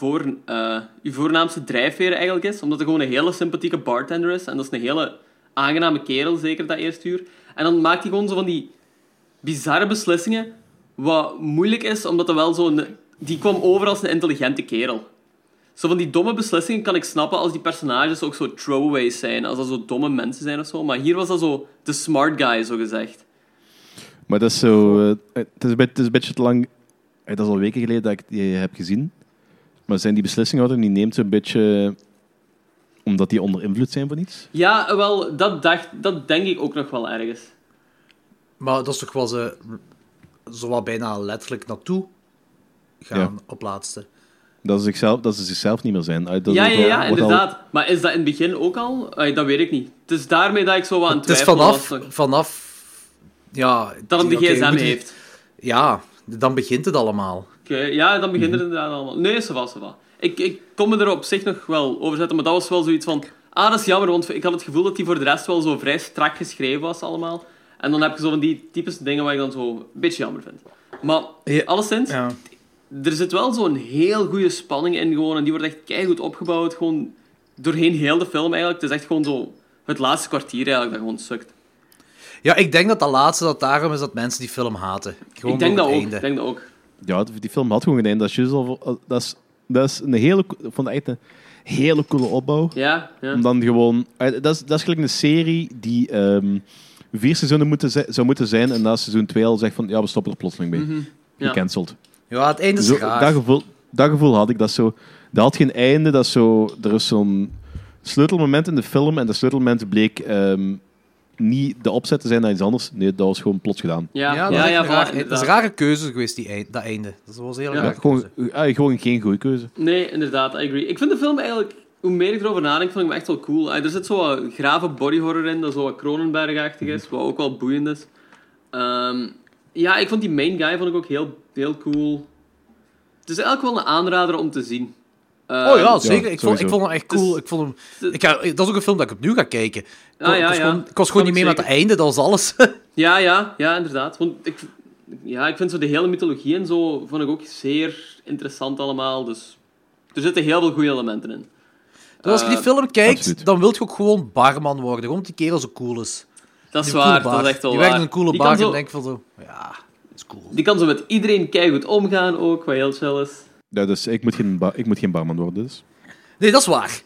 uw voornaamste drijfveer eigenlijk is. Omdat hij gewoon een hele sympathieke bartender is. En dat is een hele aangename kerel, zeker dat eerste uur. En dan maakt hij gewoon zo van die bizarre beslissingen, wat moeilijk is, omdat hij wel zo... Die kwam over als een intelligente kerel. Zo van die domme beslissingen kan ik snappen als die personages ook zo throwaways zijn, als dat zo domme mensen zijn of zo. Maar hier was dat zo de smart guy, zo gezegd. Maar dat is zo... het is een beetje te lang... Dat is al weken geleden dat ik die heb gezien. Maar zijn die beslissingen die neemt ze een beetje... Omdat die onder invloed zijn van iets? Ja, wel, dat denk ik ook nog wel ergens. Maar dat is toch wel zo wat bijna letterlijk naartoe gaan op laatste. Dat ze zichzelf niet meer zijn. Ja, inderdaad. Maar is dat in het begin ook al? Dat weet ik niet. Het is daarmee dat ik zo aan het twijfelen was. Het is vanaf... Ja... Dat hem de gsm heeft. Ja, dan begint het allemaal. Oké, ja, dan begint het inderdaad allemaal. Nee, ça va. Ik kon me er op zich nog wel over zetten, maar dat was wel zoiets van... dat is jammer, want ik had het gevoel dat die voor de rest wel zo vrij strak geschreven was allemaal. En dan heb je zo van die typische dingen waar ik dan zo een beetje jammer vind. Maar, alleszins... Ja. Er zit wel zo'n heel goede spanning in gewoon, en die wordt echt keigoed opgebouwd, gewoon doorheen heel de film eigenlijk. Het is echt gewoon zo het laatste kwartier eigenlijk dat gewoon sukt. Ja, ik denk dat laatste dat daarom is dat mensen die film haten. Gewoon ik denk dat ook. Ja, die film had gewoon geen einde. Dat is een hele... Ik vond het echt een hele coole opbouw. Ja. Om dan gewoon... Dat is gelijk een serie die 4 seizoenen zou moeten zijn, en na seizoen 2 al zegt van, ja, we stoppen er plotseling bij. Gecanceld. Ja, het einde is zo, raar. Dat gevoel had ik. Dat had geen einde. Er is zo'n sleutelmoment in de film, en dat sleutelmoment bleek niet de opzet te zijn naar iets anders. Nee, dat was gewoon plots gedaan. Dat is een rare keuze geweest, dat einde. Dat was een hele rare keuze. Gewoon geen goede keuze. Nee, inderdaad, I agree. Ik vind de film eigenlijk, hoe meer ik erover nadenk, vind ik me echt wel cool. Er zit zo wat grave bodyhorror in, dat zo wat Cronenberg-achtig is, wat ook wel boeiend is. Ik vond die main guy ook heel, heel cool. Het is eigenlijk wel een aanrader om te zien. Zeker. Ik vond hem echt cool. Dat is ook een film dat ik opnieuw ga kijken. Ik was gewoon niet mee met het einde, dat was alles. Ja, inderdaad. Want ik vind zo de hele mythologie en zo vond ik ook zeer interessant allemaal. Dus er zitten heel veel goede elementen in. Dus als je die film kijkt, dan wil je ook gewoon barman worden. Gewoon die kerel zo cool is. Dat is waar, dat is echt wel die waar. werkt in een coole Die bar kan en denk van zo... Ja, dat is cool. Die kan zo met iedereen keigoed omgaan ook, wat heel chill is. Ja, dus ik moet geen barman worden, dus. Nee, dat is waar.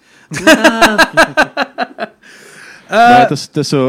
Maar het is zo...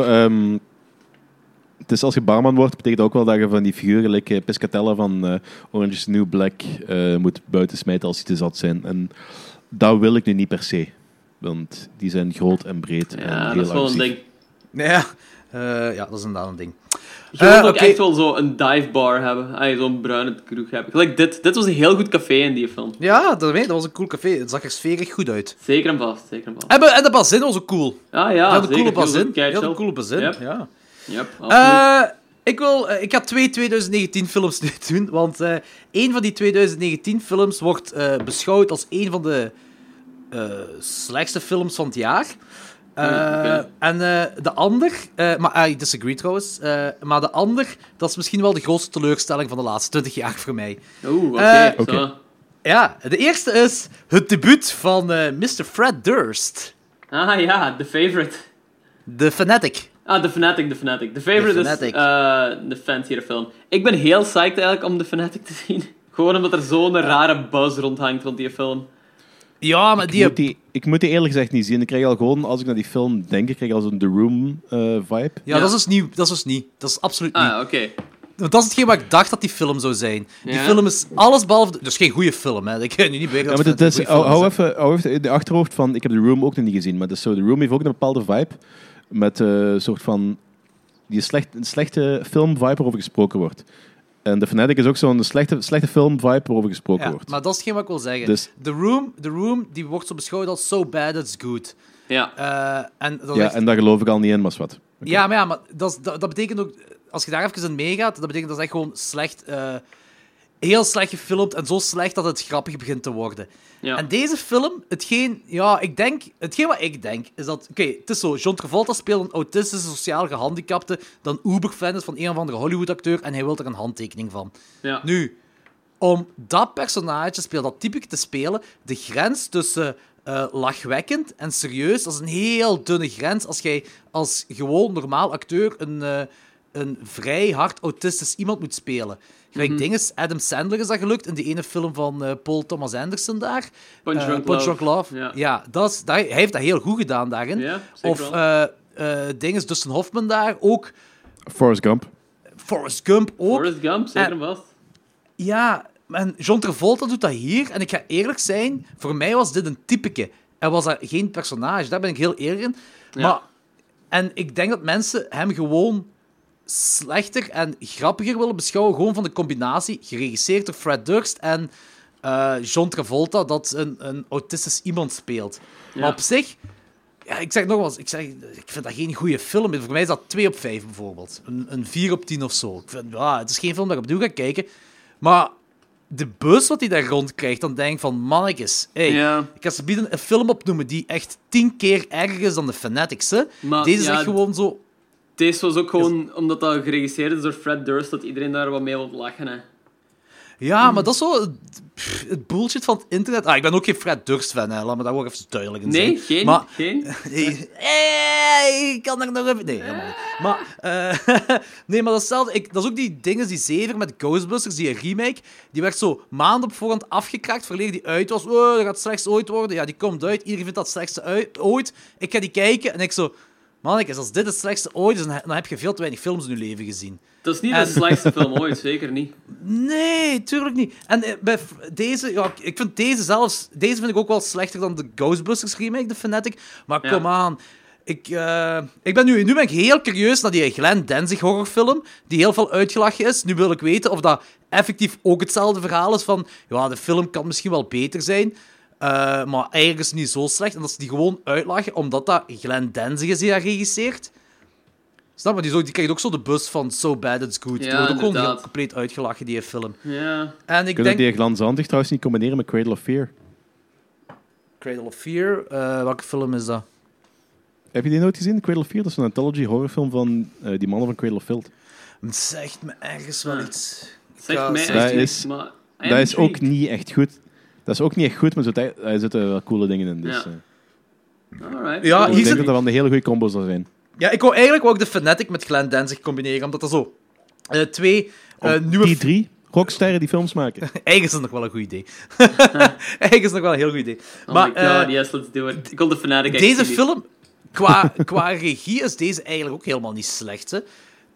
het is als je barman wordt, betekent ook wel dat je van die figuren, like Pescatella van Orange is the New Black, moet buitensmijten als die te zat zijn. En dat wil ik nu niet per se. Want die zijn groot en breed en heel dat is wel een ding. Ja, dat is inderdaad een ding. Je wilt ook echt wel zo een dive bar hebben. Zo'n bruine kroeg hebben. Gelijk dit. Dit was een heel goed café in die film. Ja, dat was een cool café. Het zag er sfeerig goed uit. Zeker en vast. En de bazin was ook cool. Ja, Die had een zeker. coole bazin. Yep. Ja. Yep, absoluut. Ik ga 2 2019 films nu doen, want één van die 2019 films wordt beschouwd als één van de slechtste films van het jaar. En de ander, maar I disagree trouwens, maar de ander, dat is misschien wel de grootste teleurstelling van de laatste 20 jaar voor mij. Oké. Ja, de eerste is het debuut van Mr. Fred Durst. Ah ja, The Favorite. The Fanatic. The Fanatic. The Favorite is de fanciere film. Ik ben heel psyched eigenlijk om The Fanatic te zien. Gewoon omdat er zo'n rare buzz rondhangt rond die film. Ja, maar ik moet die eerlijk gezegd niet zien. Ik krijg al gewoon, als ik naar die film denk, ik krijg al zo'n The Room vibe. Ja, dat is dus nieuw. Dat is dus niet. Dat is absoluut niet. Oké. Want dat is hetgeen wat ik dacht dat die film zou zijn. Die film is alles behalve... Dus geen goede film, hè. Ik kan nu niet bij dat het is, hou even in de achterhoofd van... Ik heb The Room ook nog niet gezien, maar dus zo, The Room heeft ook een bepaalde vibe. Met een soort van... een slechte film-vibe waarover gesproken wordt. En The Fanatic is ook zo'n slechte film-vibe waarover gesproken wordt. Maar dat is hetgeen wat ik wil zeggen. Dus, The Room die wordt zo beschouwd als so bad it's good. Ja. En daar geloof ik al niet in, maar wat. Okay. Ja, maar dat betekent ook... Als je daar even in meegaat, dat betekent dat het echt gewoon slecht... heel slecht gefilmd en zo slecht dat het grappig begint te worden. Ja. En deze film, hetgeen wat ik denk, is dat... Oké, het is zo, John Travolta speelt een autistische, sociaal gehandicapte, dan uber-fan is van een of andere Hollywood-acteur en hij wil er een handtekening van. Ja. Nu, om dat personage, dat typisch te spelen, de grens tussen lachwekkend en serieus, dat is een heel dunne grens als jij als gewoon normaal acteur een vrij hard autistisch iemand moet spelen. Gelijk dinges, Adam Sandler is dat gelukt in die ene film van Paul Thomas Anderson daar. Punch Drunk Love. Ja, hij heeft dat heel goed gedaan daarin. Ja, of dinges, Dustin Hoffman daar ook. Forrest Gump ook. Forrest Gump, zeker vast. Ja, en John Travolta doet dat hier. En ik ga eerlijk zijn, voor mij was dit een typeke. En was dat geen personage. Daar ben ik heel eerlijk in. Ja. Maar, en ik denk dat mensen hem gewoon slechter en grappiger willen beschouwen, gewoon van de combinatie, geregisseerd door Fred Durst en John Travolta, dat een autistisch iemand speelt. Ja. Maar op zich, ik zeg nogmaals, ik vind dat geen goede film. Voor mij is dat 2 op 5 bijvoorbeeld. Een 4 op 10 of zo. Ik vind, het is geen film dat ik opnieuw ga kijken. Maar de buzz wat hij daar rondkrijgt, dan denk ik van, mannetjes, ik ga ze bieden een film opnoemen die echt 10 keer erger is dan de Fanatics. Hè? Maar, deze is echt gewoon zo... Deze was ook gewoon, omdat dat geregisseerd is door Fred Durst, dat iedereen daar wat mee wil lachen. Hè. Ja, maar dat is zo het bullshit van het internet. Ik ben ook geen Fred Durst-fan, hè. Laat me daar ook even duidelijk in zijn. Nee, geen? Ik kan er nog even... Nee, helemaal niet. Maar, nee, maar dat is hetzelfde. Dat is ook die dingen, die zever met Ghostbusters, die remake, die werd zo maanden op voorhand afgekraakt, voordat die uit was. Dat gaat het slechtste ooit worden. Ja, die komt uit. Iedereen vindt dat het slechtste ooit. Ik ga die kijken en ik zo... Mannetjes, als dit het slechtste ooit is, dan heb je veel te weinig films in je leven gezien. Dat is niet de slechtste film ooit, zeker niet. Nee, tuurlijk niet. En bij deze, ik vind deze zelfs... Deze vind ik ook wel slechter dan de Ghostbusters remake, de Fanatic. Maar kom aan. Nu ben ik heel curieus naar die Glenn Danzig horrorfilm, die heel veel uitgelachen is. Nu wil ik weten of dat effectief ook hetzelfde verhaal is van... Ja, de film kan misschien wel beter zijn... maar eigenlijk is het niet zo slecht. En dat ze die gewoon uitlachen, omdat dat Glenn Danzig is die dat regisseert. Snap je? Die krijgt ook zo de bus van So Bad It's Good. Die wordt ook gewoon heel compleet uitgelachen, die film. Ja. En ik denk... die Glenn Danzig trouwens niet combineren met Cradle of Fear? Cradle of Fear? Welke film is dat? Heb je die nooit gezien? Cradle of Fear? Dat is een anthology horrorfilm van die mannen van Cradle of Filth. Het zegt me ergens wel iets. Zegt mij echt iets, maar... Dat is ook niet echt goed. Dat is ook niet echt goed, maar er zitten wel coole dingen in. Dus, Alright. Ja, ik denk dat dat wel een hele goede combo zou zijn. Ja, ik wou de Fanatic met Glenn Danzig combineren, omdat er zo 2 nieuwe... Die 3 rocksterren die films maken. Eigenlijk is dat nog wel een goed idee. Eigenlijk is dat nog wel een heel goed idee. Maar, my god, yes, let's do it. Ik wil de Fanatic echt deze zien. film, qua regie, is deze eigenlijk ook helemaal niet slecht. Hè.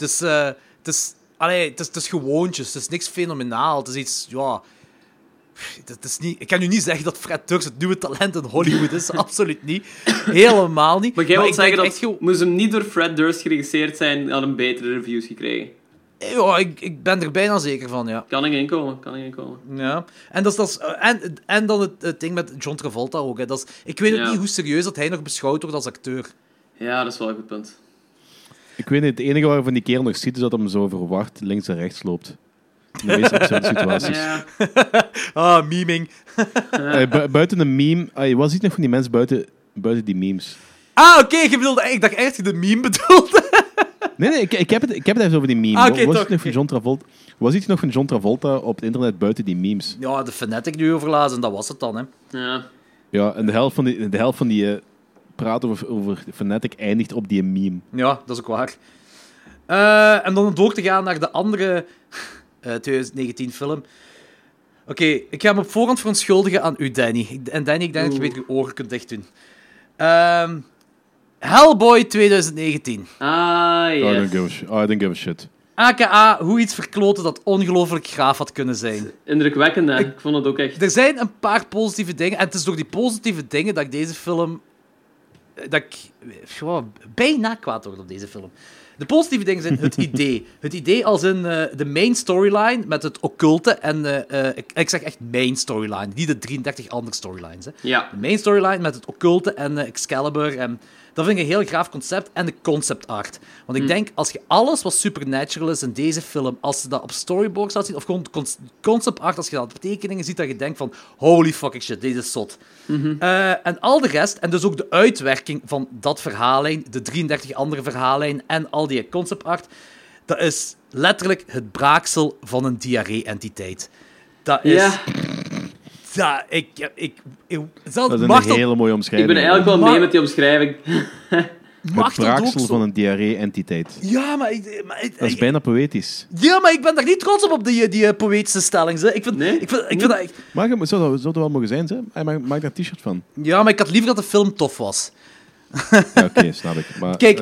Het is gewoontjes, het is niks fenomenaal. Het is iets, ja... Het is niet, ik kan nu niet zeggen dat Fred Durst het nieuwe talent in Hollywood is. Absoluut niet. Helemaal niet. Maar jij wilt zeggen dat echt moest hem niet door Fred Durst geregisseerd zijn, had hem betere reviews gekregen. Ja, ik ben er bijna zeker van, ja. Kan ik inkomen. Ja. En dan het ding met John Travolta ook. Hè. Ik weet ook niet hoe serieus dat hij nog beschouwd wordt als acteur. Ja, dat is wel een goed punt. Ik weet niet, het enige waarvan die kerel nog ziet is dat hem zo verward links en rechts loopt. In de meest absurde situaties. Ja. Meming. Buiten een meme... wat ziet nog van die mensen buiten die memes? Oké, ik dacht echt dat je de meme bedoelde. Nee, ik heb het even over die meme. Wat ziet je nog van John Travolta op het internet buiten die memes? Ja, de Fanatic nu overlazen, en dat was het dan, hè. Ja, en de helft van die praat over Fanatic eindigt op die meme. Ja, dat is ook waar. En dan door te gaan naar de andere 2019 film. Oké, ik ga me op voorhand verontschuldigen aan u, Danny. En Danny, ik denk dat je beter je ogen kunt dicht doen. Hellboy 2019. Yes. I don't give a shit. AKA, hoe iets verkloten dat ongelooflijk gaaf had kunnen zijn. Indrukwekkend, hè? Ik vond het ook echt... Er zijn een paar positieve dingen. En het is door die positieve dingen dat ik deze film... Dat ik bijna kwaad word op deze film. De positieve dingen zijn het idee. Het idee als in de main storyline met het occulte. En ik zeg echt main storyline, niet de 33 andere storylines. Hè. Ja. De main storyline met het occulte en Excalibur. En dat vind ik een heel gaaf concept. En de concept art. Want ik denk, als je alles wat supernatural is in deze film, als je dat op storyboards laat zien, of gewoon concept art, als je dat op tekeningen ziet, dat je denkt van, holy fucking shit, deze is zot. En al de rest, en dus ook de uitwerking van dat verhaallijn, de 33 andere verhaallijn en al die concept art, dat is letterlijk het braaksel van een diarree-entiteit. Dat is... Ja. Ja, dat is een hele mooie omschrijving. Ik ben eigenlijk wel mee met die omschrijving. Het braaksel van een diarree-entiteit. Ja, maar... Dat is bijna poëtisch. Ja, maar ik ben daar niet trots op die poëtische stelling. Hè. Ik vind dat echt... Zou dat wel mogen zijn, hè? Maak daar een t-shirt van. Ja, maar ik had liever dat de film tof was. Ja, oké, snap ik. Maar, kijk,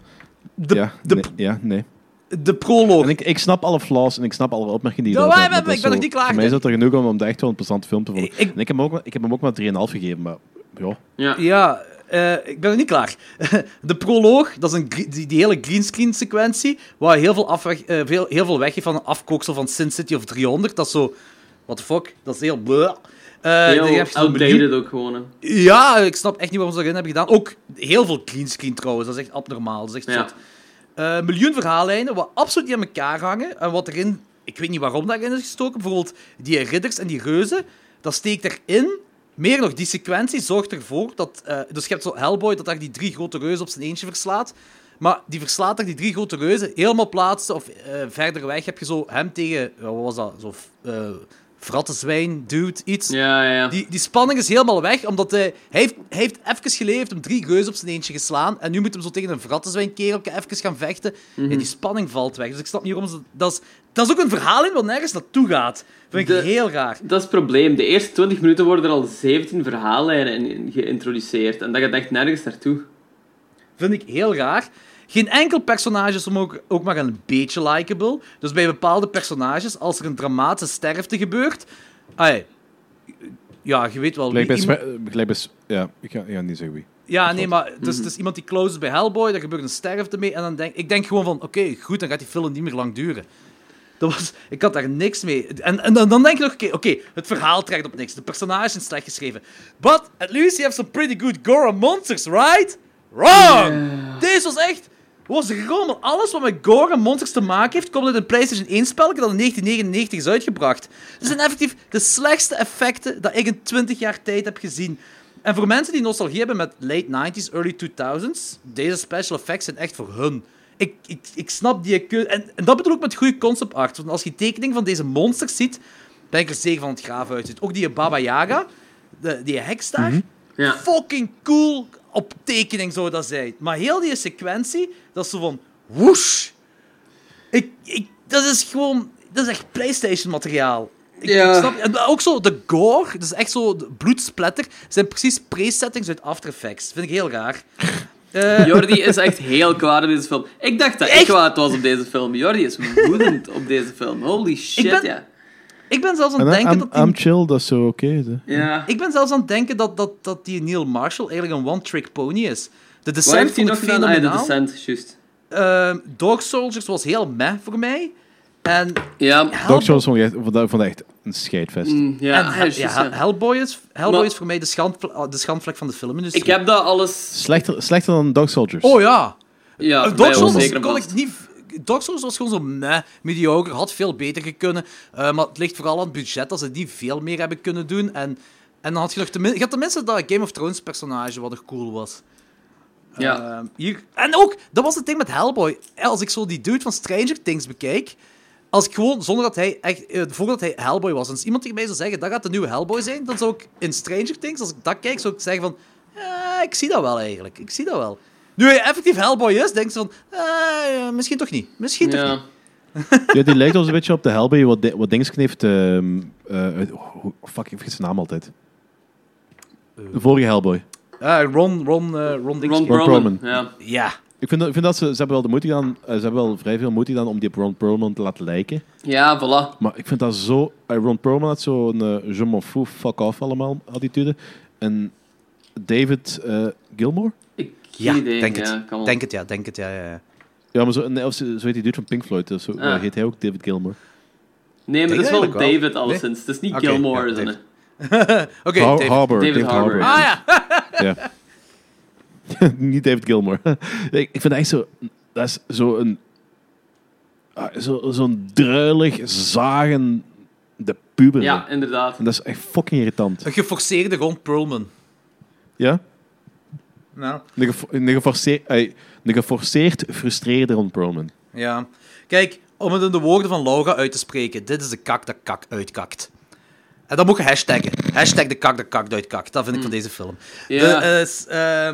nee. De proloog. En ik snap alle flaws en ik snap alle opmerkingen die je ik hebt. ben nog niet klaar. Voor mij is het er genoeg om echt wel een plezante film te vonden. En ik heb hem ook maar 3,5 gegeven, maar ja. Ik ben nog niet klaar. De proloog, dat is die hele greenscreen sequentie, waar heel veel weggeeft van een afkooksel van Sin City of 300. Dat is zo... What the fuck? Dat is heel bleh. Heel outdated ook gewoon. Hè. Ja, ik snap echt niet waarom ze dat erin hebben gedaan. Ook heel veel greenscreen trouwens, dat is echt abnormaal. Dat is echt zot. Miljoen verhaallijnen, wat absoluut niet aan elkaar hangen. En wat erin... Ik weet niet waarom daarin is gestoken. Bijvoorbeeld die ridders en die reuzen, dat steekt erin. Meer nog, die sequentie zorgt ervoor dat... dus je hebt zo Hellboy, dat daar die 3 grote reuzen op zijn eentje verslaat. Maar die verslaat daar die 3 grote reuzen. Helemaal plaatsen, of verder weg heb je zo hem tegen... Wat was dat? Zo... Vrattenzwijn, dude, iets. Ja. Die spanning is helemaal weg, omdat hij heeft even geleefd om 3 reuzen op zijn eentje geslaan. En nu moet hem zo tegen een vrattenzwijnkerel even gaan vechten. En die spanning valt weg. Dus ik snap niet waarom ze... Dat is ook een verhaal in wat nergens naartoe gaat. Vind ik heel raar. Dat is het probleem. De eerste 20 minuten worden er al 17 verhaallijnen geïntroduceerd. En dat gaat echt nergens naartoe. Vind ik heel raar. Geen enkel personage is ook maar een beetje likable. Dus bij bepaalde personages, als er een dramatische sterfte gebeurt... ja, je weet wel... Ik ga niet zeggen wie. Ja, nee, maar het is iemand die close is bij Hellboy, daar gebeurt een sterfte mee, en dan ik denk gewoon van, oké, goed, dan gaat die film niet meer lang duren. Ik had daar niks mee. En dan denk je nog, oké, het verhaal trekt op niks. De personages zijn slecht geschreven. But, at least you have some pretty good gore and monsters, right? Wrong! Yeah. Deze was echt... was gewoon alles wat met gore en monsters te maken heeft, komt uit een PlayStation 1-spelletje dat in 1999 is uitgebracht. Dat zijn effectief de slechtste effecten dat ik in 20 jaar tijd heb gezien. En voor mensen die nostalgie hebben met late 90s, early 2000s, deze special effects zijn echt voor hun. Ik snap die keuze. En dat bedoel ik met goede concept art. Want als je tekening van deze monsters ziet, ben ik er zeker van het graaf uitziet. Ook die Baba Yaga, die heks daar. Ja. Fucking cool. op tekening zou dat zijn. Maar heel die sequentie, dat is zo van... Woesh! Dat is gewoon... Dat is echt PlayStation-materiaal. Ik snap, en ook zo, de gore, dat is echt zo, de bloedsplatter, zijn precies presettings uit After Effects. Dat vind ik heel raar. Jordi is echt heel kwaad op deze film. Ik dacht dat ik kwaad was op deze film. Jordi is woedend op deze film. Holy shit, ja. Ik ben zelfs aan het denken dat... I'm chill, dat is zo oké. Ja. Ik ben zelfs aan het denken dat die Neil Marshall eigenlijk een one-trick pony is. De Wat Descent heeft hij vond ik nog gedaan? fenomenaal. De Descent, juist. Dog Soldiers was heel meh voor mij. En Ja. Dog Soldiers vond ik echt een scheidfest. Hellboy is voor mij de schandvlek van de filmindustrie. Ik heb dat alles... Slechter dan Dog Soldiers. Oh ja. Ja, Dog Soldiers zeker kon ik niet... Dog Soldiers was gewoon zo mediocre, had veel beter gekund. Maar het ligt vooral aan het budget, dat ze niet veel meer hebben kunnen doen. En dan had je nog je had tenminste dat Game of Thrones personage wat er cool was. Ja. En ook, dat was het ding met Hellboy. Als ik zo die dude van Stranger Things bekijk, als ik gewoon, zonder dat hij echt, voordat hij Hellboy was, en als iemand tegen mij zou zeggen, dat gaat de nieuwe Hellboy zijn, dan zou ik in Stranger Things, als ik dat kijk, zou ik zeggen van, ik zie dat wel eigenlijk. Ik zie dat wel. Nu hij effectief Hellboy is, denk je van, misschien toch niet. Misschien toch niet. Ja, die lijkt ons een beetje op de Hellboy, wat Dings heeft... fuck, ik vergeet zijn naam altijd. De vorige Hellboy. Ron Perlman. Ja. Ik vind dat ze hebben wel de moeite gedaan, ze hebben wel vrij veel moeite gedaan om die op Ron Perlman te laten lijken. Ja, voilà. Maar ik vind dat zo... Ron Perlman had zo'n je m'en fous, fuck off allemaal attitude. En David Gilmour? Denk het, ja. Ja, maar zo heet die dude van Pink Floyd, dus heet hij ook David Gilmour. Nee, maar het is wel David Nee? alleszins. Het is niet Gilmour. Oké, David Harbour. Ah ja. Ja. Niet David Gilmour. Ik vind dat echt zo... Dat is zo'n druilig, zagende puber. Ja, inderdaad. En dat is echt fucking irritant. Een geforceerde Ron Perlman. Ja? Nou. Een geforceerd frustreerde Ron Perlman. Ja. Kijk, om het in de woorden van Laura uit te spreken, dit is de kak dat kak uitkakt. En dat moet je hashtaggen. Hashtag de kak dat kak uitkakt. Dat vind ik van deze film. Ja.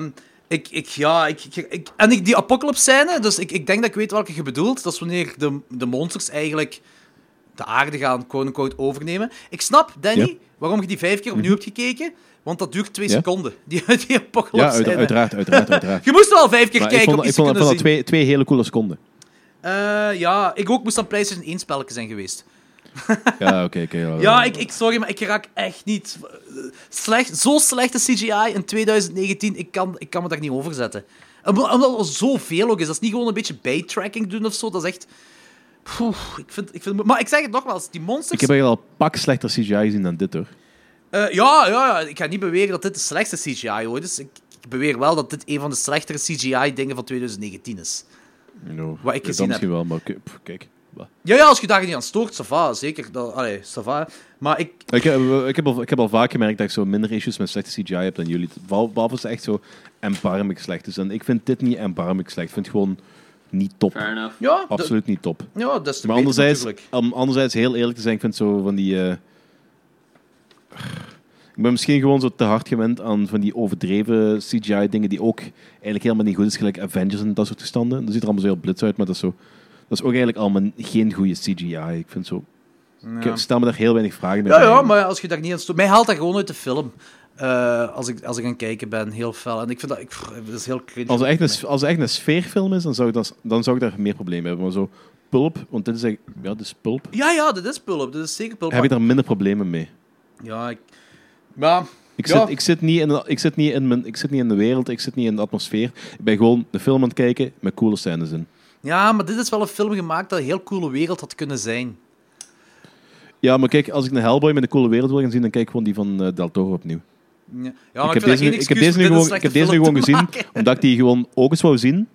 En die apocalypse-scène, dus ik denk dat ik weet welke je bedoelt. Dat is wanneer de monsters eigenlijk de aarde gaan, quote-unquote, overnemen. Ik snap, Danny, waarom je die 5 keer opnieuw hebt gekeken. Want dat duurt 2 seconden. Die apocalypse-scène. Ja, uiteraard. Je moest wel 5 keer kijken om iets te kunnen zien. Ik vond dat twee hele coole seconden. Ik ook moest dan PlayStation 1 spelletje zijn geweest. Ja, oké. Sorry, maar ik raak echt niet... Zo slechte CGI in 2019, ik kan me daar niet over zetten. Omdat er zoveel ook is. Dat is niet gewoon een beetje baytracking doen of zo. Dat is echt... Maar ik zeg het nogmaals, die monsters... Ik heb eigenlijk al pak slechter CGI gezien dan dit, hoor. Ja, ik ga niet beweren dat dit de slechtste CGI ooit is. Ik beweer wel dat dit een van de slechtere CGI-dingen van 2019 is. Wat ik gezien heb. Misschien wel, maar kijk. Ja, als je daar niet aan stoort, ça va, zeker. Ça va. Maar ik heb al vaak gemerkt dat ik zo minder issues met slechte CGI heb dan jullie. Behalve als het echt zo erbarmelijk slecht is. En ik vind dit niet erbarmelijk slecht. Ik vind het gewoon niet top. Fair enough. Ja, absoluut niet top. Ja, dat is te maar anderzijds, heel eerlijk te zijn, ik vind zo van die... Ik ben misschien gewoon zo te hard gewend aan van die overdreven CGI-dingen die ook eigenlijk helemaal niet goed is, gelijk Avengers en dat soort toestanden. Dat ziet er allemaal zo heel blits uit, maar dat is ook eigenlijk allemaal geen goede CGI. Ik vind zo... Ja. Ik stel me daar heel weinig vragen bij. Ja, maar als je daar niet aan stoort... Mij haalt dat gewoon uit de film. Als ik aan het kijken ben, heel fel. En ik vind dat is heel cringe. Als het echt een sfeerfilm is, dan zou ik daar meer problemen hebben. Maar zo pulp, want dit is pulp. Ja, dit is pulp. Dit is zeker pulp. Heb je daar minder problemen mee? Ja, ik zit niet in de wereld, ik zit niet in de atmosfeer. Ik ben gewoon de film aan het kijken met coole scènes in. Ja, maar dit is wel een film gemaakt dat een heel coole wereld had kunnen zijn. Ja, maar kijk, als ik een Hellboy met een coole wereld wil gaan zien, dan kijk ik gewoon die van Del Toro opnieuw. Ja, maar ik heb deze nu gewoon gezien, omdat ik die gewoon ook eens wou zien.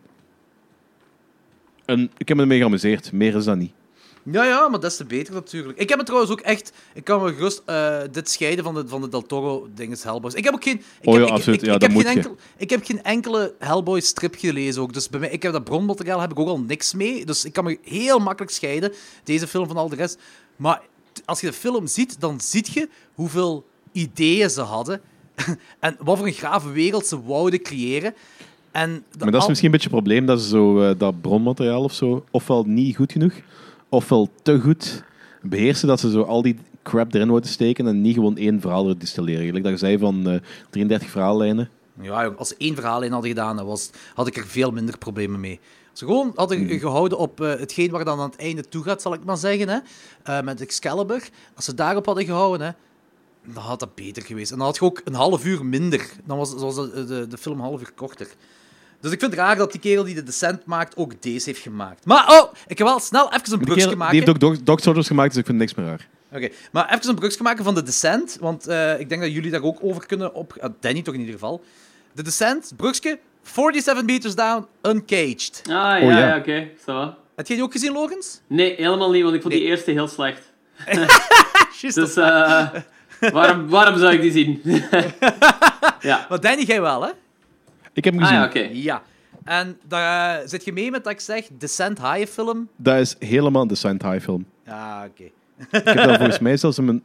En ik heb me ermee geamuseerd. Meer is dat niet. Ja, maar des te beter natuurlijk. Ik heb het trouwens ook echt... Ik kan me gerust dit scheiden van de Del Toro-dinges Hellboys. Ik heb ook geen... Ik heb geen enkele Hellboy-strip gelezen ook. Dus bij mij, ik heb dat bronmateriaal heb ik ook al niks mee. Dus ik kan me heel makkelijk scheiden, deze film van al de rest. Maar als je de film ziet, dan zie je hoeveel ideeën ze hadden. en wat voor een grave wereld ze wouden creëren. Maar dat is misschien een beetje het probleem, dat ze zo, dat bronmateriaal of zo, ofwel niet goed genoeg, ofwel te goed beheersen, dat ze zo al die crap erin wilden steken en niet gewoon één verhaal willen distilleren. Gelijk dat je zei van 33 verhaallijnen. Ja, als ze 1 verhaallijn hadden gedaan, had ik er veel minder problemen mee. Als ze gewoon hadden gehouden op hetgeen waar dan aan het einde toe gaat, zal ik maar zeggen, hè, met Excalibur. Als ze daarop hadden gehouden, hè, dan had dat beter geweest. En dan had je ook een half uur minder. Dan was de film een half uur korter. Dus ik vind het raar dat die kerel die de Descent maakt ook deze heeft gemaakt. Maar, ik heb wel snel even een brugje maken. Die heeft ook Dog Soldiers gemaakt, dus ik vind niks meer raar. Oké, maar even een brugje maken van de Descent, want ik denk dat jullie daar ook over kunnen Danny toch in ieder geval. De Descent, brugje, 47 meters down, uncaged. Ja, oké. Zo. Heb jij die ook gezien, Logans? Nee, helemaal niet, want ik vond die eerste heel slecht. Dus waarom zou ik die zien? Ja. Maar Danny, jij wel, hè? Ik heb hem gezien. Oké. Ja. En daar zit je mee met dat ik zeg, Descent High film? Dat is helemaal een Descent High film. Ja, oké. Ik heb daar volgens mij zelfs in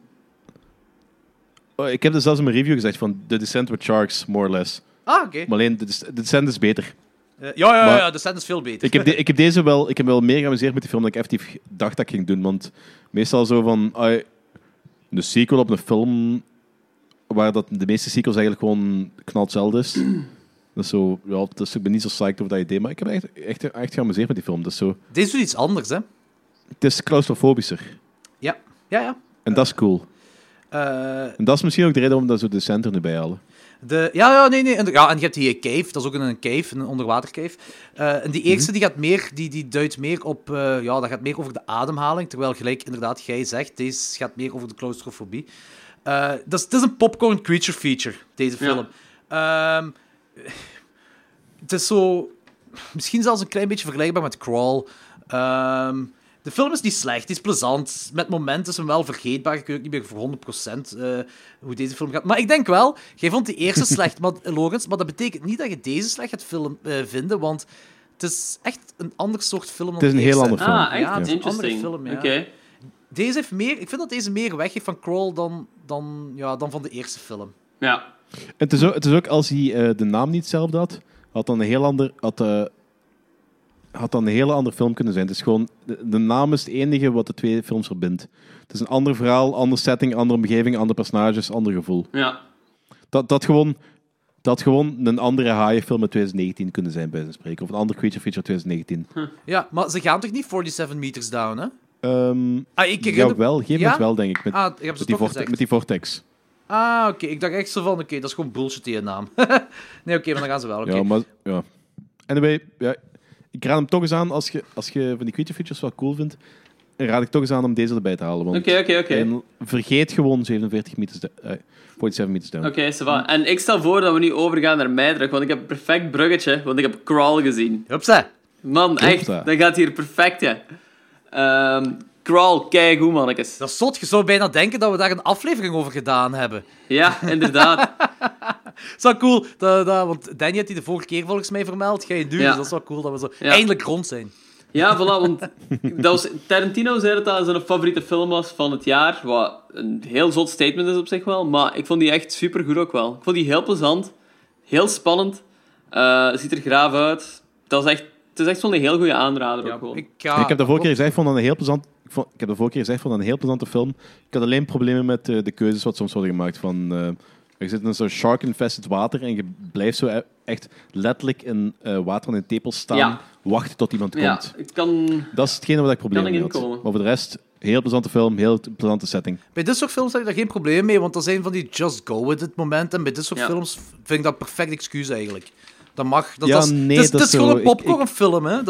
mijn review gezegd van The Descent with Sharks, more or less. Oké. Maar alleen, de Descent is beter. Ja, Descent is veel beter. Ik heb wel meer geamuseerd met die film dan ik effectief dacht dat ik ging doen. Want meestal zo van... een sequel op een film waar dat de meeste sequels eigenlijk gewoon knalt hetzelfde is. Dus zo, ja, dus ik ben niet zo psyched over dat idee, maar ik heb echt geamuseerd met die film. Dus zo, Deze doet iets anders, hè? het is claustrofobischer. Ja. En dat is cool. En dat is misschien ook de reden om dat zo de center nu bij halen. Nee. En je hebt die cave, dat is ook een cave, een onderwatercave. En die eerste die duidt meer op... dat gaat meer over de ademhaling, terwijl gelijk inderdaad jij zegt, deze gaat meer over de claustrofobie. Het is een popcorn creature feature, deze film. Ja. Het is zo... Misschien zelfs een klein beetje vergelijkbaar met Crawl. De film is niet slecht, die is plezant. Met momenten is hem wel vergeetbaar. Ik weet ook niet meer voor 100% hoe deze film gaat. Maar ik denk wel, jij vond die eerste slecht, Logans, maar dat betekent niet dat je deze slecht gaat vinden, want het is echt een ander soort film dan het is een heel ander film. Echt? Ja, het is een andere film, ja. Oké. Deze heeft meer... Ik vind dat deze meer weg heeft van Crawl dan van de eerste film. Ja. Het is ook als hij de naam niet hetzelfde had dan een heel ander... Had dan een hele andere film kunnen zijn. Het is gewoon... De naam is het enige wat de twee films verbindt. Het is een ander verhaal, andere setting, andere omgeving, andere personages, ander gevoel. Ja. Dat gewoon een andere haaienfilm uit 2019 kunnen zijn, bij wijze van spreken. Of een andere creature feature uit 2019. Ja, maar ze gaan toch niet 47 meters down, hè? Jawel, geef het wel, denk ik. Met die vortex. Oké. Ik dacht echt zo van, dat is gewoon bullshit, die naam. Nee, oké, maar dan gaan ze wel. Okay. Ja, maar... Ja. Anyway, ja... Ik raad hem toch eens aan, als je van die creature features wel cool vindt, raad ik toch eens aan om deze erbij te halen. Oké. Vergeet gewoon 47 meters 47 meters down. Oké, ça va. En ik stel voor dat we nu overgaan naar mij terug, want ik heb een perfect bruggetje, want ik heb Crawl gezien. Hupsa. Man, echt, dat gaat hier perfect, ja. Crawl, keigoed, mannetjes. Dat is zot, je zou bijna denken dat we daar een aflevering over gedaan hebben. Ja, inderdaad. Dat is wel cool, want Danny had die de vorige keer volgens mij vermeld. Jij nu, dus dat is wel cool dat we zo eindelijk rond zijn. Ja, voilà, want Tarantino zei dat zijn favoriete film was van het jaar, wat een heel zot statement is op zich wel, maar ik vond die echt supergoed ook wel. Ik vond die heel plezant, heel spannend, ziet er graaf uit. Het is echt zo'n heel goede aanrader ook gewoon. Ik heb de vorige keer gezegd, vond dat een heel plezante film. Ik had alleen problemen met de keuzes wat soms worden gemaakt van... je zit in zo'n shark-infested water en je blijft zo echt letterlijk in water aan een tepel staan, wachten tot iemand komt. Dat is hetgene wat ik probleem mee had. Maar voor de rest, heel plezante film, heel plezante setting. Bij dit soort films heb ik daar geen probleem mee, want dat zijn van die just go with it momenten. En bij dit soort films vind ik dat perfect excuus eigenlijk. Dat mag. Het is gewoon een popcornfilm, hè.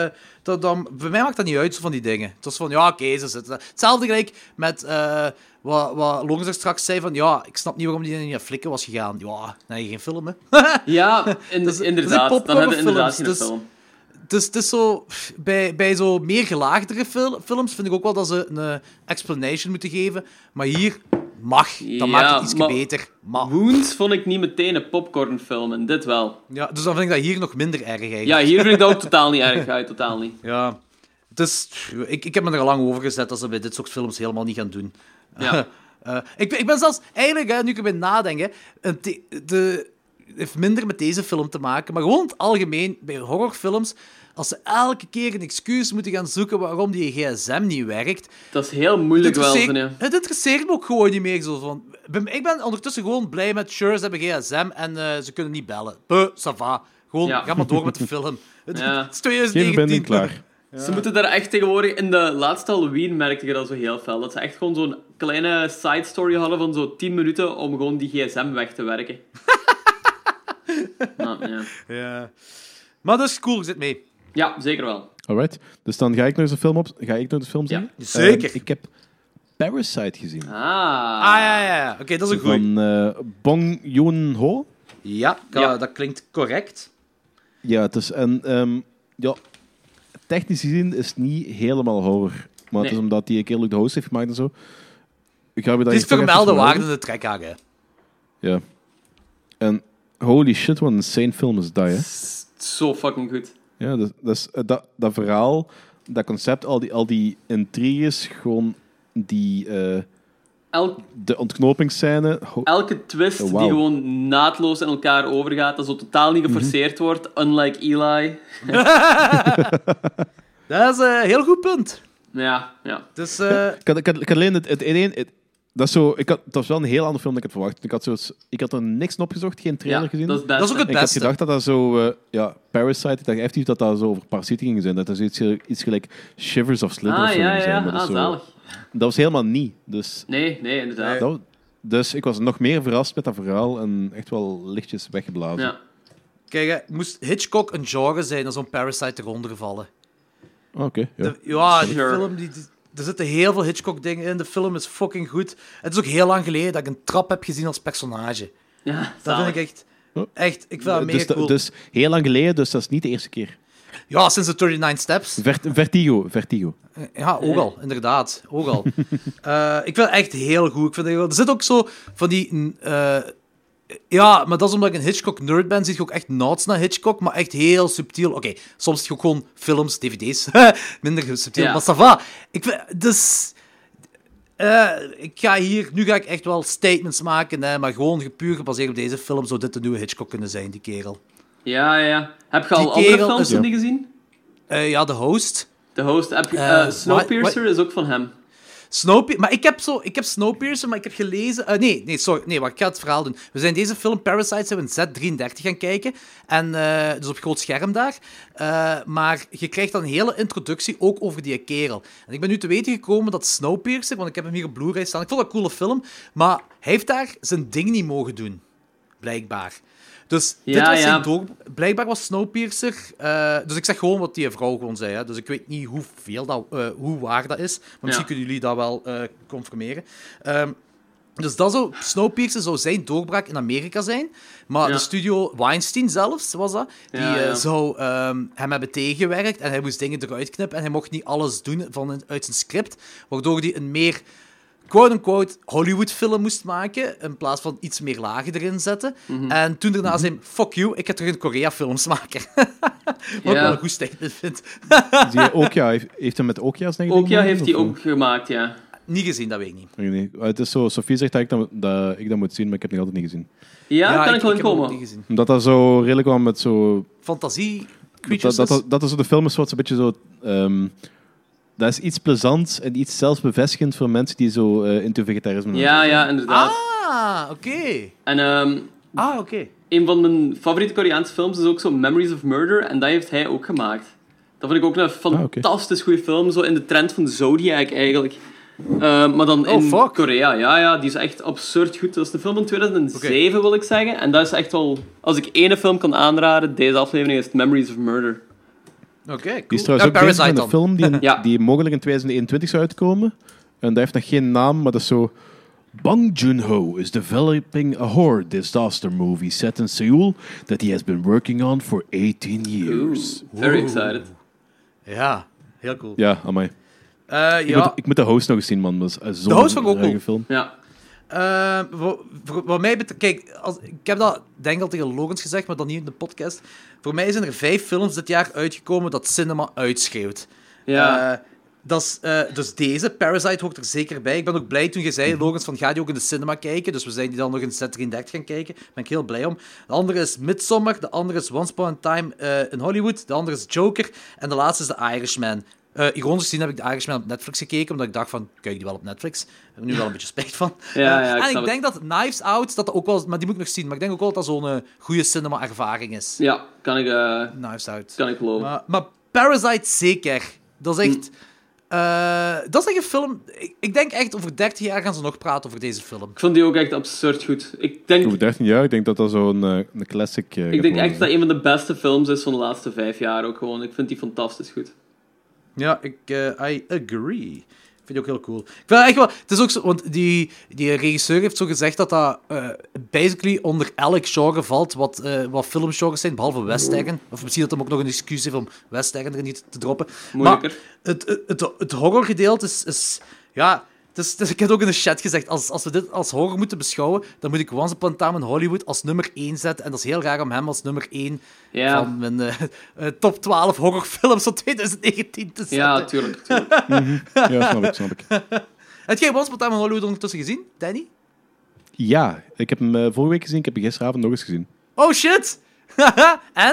Bij mij maakt dat niet uit, zo van die dingen. Het was van, oké, ze zitten. Hetzelfde gelijk met wat Logans er straks zei van, ik snap niet waarom die in je flikken was gegaan. Ja, nee, geen film, hè. Ja, inderdaad. Dan hebben we inderdaad geen film. Het is zo... Bij zo meer gelaagdere films vind ik ook wel dat ze een explanation moeten geven. Maar hier dat maakt het iets beter. Wounds vond ik niet meteen een popcornfilm, en dit wel. Ja, dus dan vind ik dat hier nog minder erg eigenlijk. Ja, hier vind ik dat ook totaal niet erg. Totaal niet. Ja. Dus, ik heb me er al lang over gezet dat ze bij dit soort films helemaal niet gaan doen. Ja. Ik ben zelfs... Eigenlijk, nu ik erbij nadenken... heeft minder met deze film te maken, maar gewoon in het algemeen, bij horrorfilms, als ze elke keer een excuus moeten gaan zoeken waarom die gsm niet werkt... Dat is heel moeilijk wel. Het interesseert me ook gewoon niet meer. Zo van. Ik ben ondertussen gewoon blij met... Sure, ze hebben gsm en ze kunnen niet bellen. Ça va. Gewoon, ga maar door met de film. Het is 2019. Klaar. Ja. Ze moeten daar echt tegenwoordig... In de laatste Halloween merkte je dat zo heel fel. Dat ze echt gewoon zo'n kleine side story hadden van zo 10 minuten om gewoon die gsm weg te werken. Ja. Maar dat is cool, ik zit mee. Ja, zeker wel. Alright. Dus dan ga ik nog eens de film zien. Ja, zeker. Ik heb Parasite gezien. Ja. Oké, dat is een goeie. Van Bong Joon-ho. Ja, dat klinkt correct. Ja, het is technisch gezien is het niet helemaal horror. Maar het is omdat hij een keer ook de host heeft gemaakt en zo. Het is vermelde waarde de trekhagen. Ja. En holy shit, wat een insane film is dat, hè? Zo fucking goed. Ja, dat verhaal, dat concept, al die intriges, gewoon die... de ontknopingsscène... Elke twist die gewoon naadloos in elkaar overgaat, dat zo totaal niet geforceerd wordt, unlike Eli. Dat is een heel goed punt. Ja. Dus, ik had alleen het was wel een heel andere film dan ik had verwacht. Ik had er niks op gezocht, geen trailer gezien. Dat is ook het beste. Ik had gedacht dat zo... Parasite, ik dacht effectief dat zo over parasieten ging zijn. Dat is iets gelijk Shivers of Slither of zo ging zijn. Dat zalig. Dat was helemaal niet. Dus, nee, inderdaad. Dus ik was nog meer verrast met dat verhaal en echt wel lichtjes weggeblazen. Ja. Kijk, moest Hitchcock een genre zijn, dan zo'n Parasite eronder vallen. Oké. Die film... Er zitten heel veel Hitchcock-dingen in. De film is fucking goed. Het is ook heel lang geleden dat ik een trap heb gezien als personage. Ja, dat vind ik echt... Ik vind dat mega cool. Dus heel lang geleden, dus dat is niet de eerste keer. Ja, sinds de 39 Steps. Vertigo. Ja, ook al. Inderdaad. Ook al. Ik vind het echt heel goed. Er zit ook zo van die... ja, maar dat is omdat ik een Hitchcock-nerd ben. Zie je ook echt nods naar Hitchcock, maar echt heel subtiel. Oké, soms zie je ook gewoon films, dvd's. Minder subtiel, maar ça va. Nu ga ik echt wel statements maken, maar gewoon puur gebaseerd op deze film zou dit de nieuwe Hitchcock kunnen zijn, die kerel. Ja. Heb je al andere films van die gezien? Ja, The Host. The Host. Snowpiercer is ook van hem. Maar ik heb Snowpiercer, maar ik heb gelezen... Nee, wacht, ik ga het verhaal doen. We zijn deze film Parasite zijn we in Z33 gaan kijken. En, dus op groot scherm daar. Maar je krijgt dan een hele introductie ook over die kerel. En ik ben nu te weten gekomen dat Snowpiercer, want ik heb hem hier op Blu-ray staan. Ik vond dat een coole film, maar hij heeft daar zijn ding niet mogen doen. Blijkbaar. Dus dit was zijn blijkbaar was Snowpiercer... dus ik zeg gewoon wat die vrouw gewoon zei. Hè. Dus ik weet niet hoe waar dat is. Maar misschien kunnen jullie dat wel confirmeren. Dus Snowpiercer zou zijn doorbraak in Amerika zijn. Maar de studio Weinstein zelfs, was dat, die zou hem hebben tegengewerkt. En hij moest dingen eruit knippen. En hij mocht niet alles doen uit zijn script. Waardoor hij een meer... quote-unquote Hollywood-film moest maken, in plaats van iets meer lagen erin zetten. Mm-hmm. En toen daarna zei hij, fuck you, ik ga terug een Korea-films maken. Wat ik wel een goed statement vind. Heeft hij met Okja's denk ik? Okja heeft hij ook gemaakt, ja. Niet gezien, dat weet ik niet. Nee. Het is zo, Sophie zegt dat ik dat moet zien, maar ik heb het nog altijd niet gezien. Ja, kan ik wel inkomen. Omdat dat zo redelijk kwam met zo... Fantasie, creatures. Dat is zo de film is wat een beetje zo... dat is iets plezants en iets zelfbevestigend voor mensen die zo into vegetarisme zijn. Ja, inderdaad. Oké. En oké. Een van mijn favoriete Koreaanse films is ook zo Memories of Murder. En dat heeft hij ook gemaakt. Dat vind ik ook een fantastisch goede film. Zo in de trend van Zodiac eigenlijk. Maar dan in Korea. Ja, die is echt absurd goed. Dat is een film van 2007, wil ik zeggen. En dat is echt wel... Als ik één film kan aanraden, deze aflevering is het Memories of Murder. Oké, cool. Die is trouwens ook bezig met een film die mogelijk in 2021 zou uitkomen. En dat heeft nog geen naam, maar dat is zo... Bong Joon-ho is developing a horror disaster movie set in Seoul that he has been working on for 18 years. Very excited. Ja, heel cool. Ja, amai. Ik moet de host nog eens zien, man. Dat is de host vond ik ook cool. Film. Ja. Wat mij betreft... Kijk, ik heb dat denk ik al tegen Logans gezegd, maar dan niet in de podcast. Voor mij zijn er 5 films dit jaar uitgekomen dat cinema uitschreeuwt. Ja. Dat is, dus deze, Parasite, hoort er zeker bij. Ik ben ook blij toen je zei, Logans, van ga die ook in de cinema kijken. Dus we zijn die dan nog in Z33 gaan kijken. Daar ben ik heel blij om. De andere is Midsommar. De andere is Once Upon a Time in Hollywood. De andere is Joker. En de laatste is The Irishman. Ironisch gezien heb ik The Irishman op Netflix gekeken, omdat ik dacht van, kijk die wel op Netflix. Daar heb ik nu wel een beetje spijt van. En ik denk dat Knives Out, dat ook wel, maar die moet ik nog zien, maar ik denk ook wel dat dat zo'n goede cinema-ervaring is. Ja, kan ik... Knives Out. Kan ik geloven. Maar Parasite zeker. Dat is echt... dat is echt een film... Ik denk echt, over 30 jaar gaan ze nog praten over deze film. Ik vond die ook echt absurd goed. Ik denk... Over 13 jaar, ik denk dat dat zo'n een classic... ik denk echt dat dat een van de beste films is van de laatste 5 jaar ook gewoon. Ik vind die fantastisch goed. Ja, I agree. Ik vind die ook heel cool. Ik vind echt wel... Het is ook zo... Want die regisseur heeft zo gezegd dat dat basically onder elk genre valt wat filmgenres zijn, behalve western. Of misschien dat hem ook nog een excuus heeft om western er niet te droppen. Moeilijker. Maar het horrorgedeelte is ja... Dus ik heb het ook in de chat gezegd, als we dit als horror moeten beschouwen, dan moet ik Once Upon a Time in Hollywood als nummer 1 zetten. En dat is heel raar om hem als nummer 1 van mijn top 12 horrorfilms van 2019 te zetten. Ja, tuurlijk. Ja, snap ik. Heb jij Once Upon a Time in Hollywood ondertussen gezien, Danny? Ja, ik heb hem vorige week gezien, ik heb hem gisteravond nog eens gezien. Oh shit! En?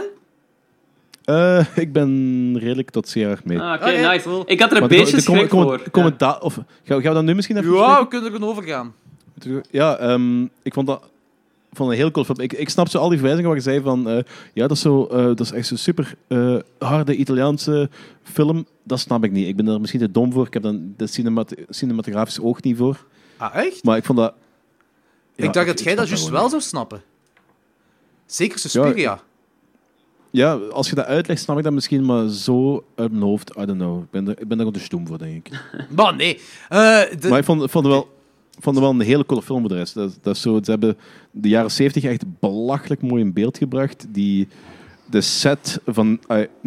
Ik ben redelijk tot zeer erg mee. Oké, nice. Ik had er een beetje schrik voor. Gaan we dan nu misschien even... Ja, we kunnen er gewoon over gaan. Ja, ik vond dat een heel cool film. Ik snap zo al die verwijzingen waar je zei van... ja, dat is echt zo'n super harde Italiaanse film. Dat snap ik niet. Ik ben er misschien te dom voor. Ik heb dan de cinematografische oog niet voor. Ah, echt? Maar ik vond dat... Ja, ik dacht dat jij dat juist wel zou snappen. Zeker Suspiria. Ja, als je dat uitlegt, snap ik dat misschien, maar zo uit mijn hoofd, I don't know. Ik ben daar gewoon te stoem voor, denk ik. Maar nee. Maar ik vond het wel een hele coole film voor de rest. Dat is zo, ze hebben de jaren 70 echt belachelijk mooi in beeld gebracht. De set van...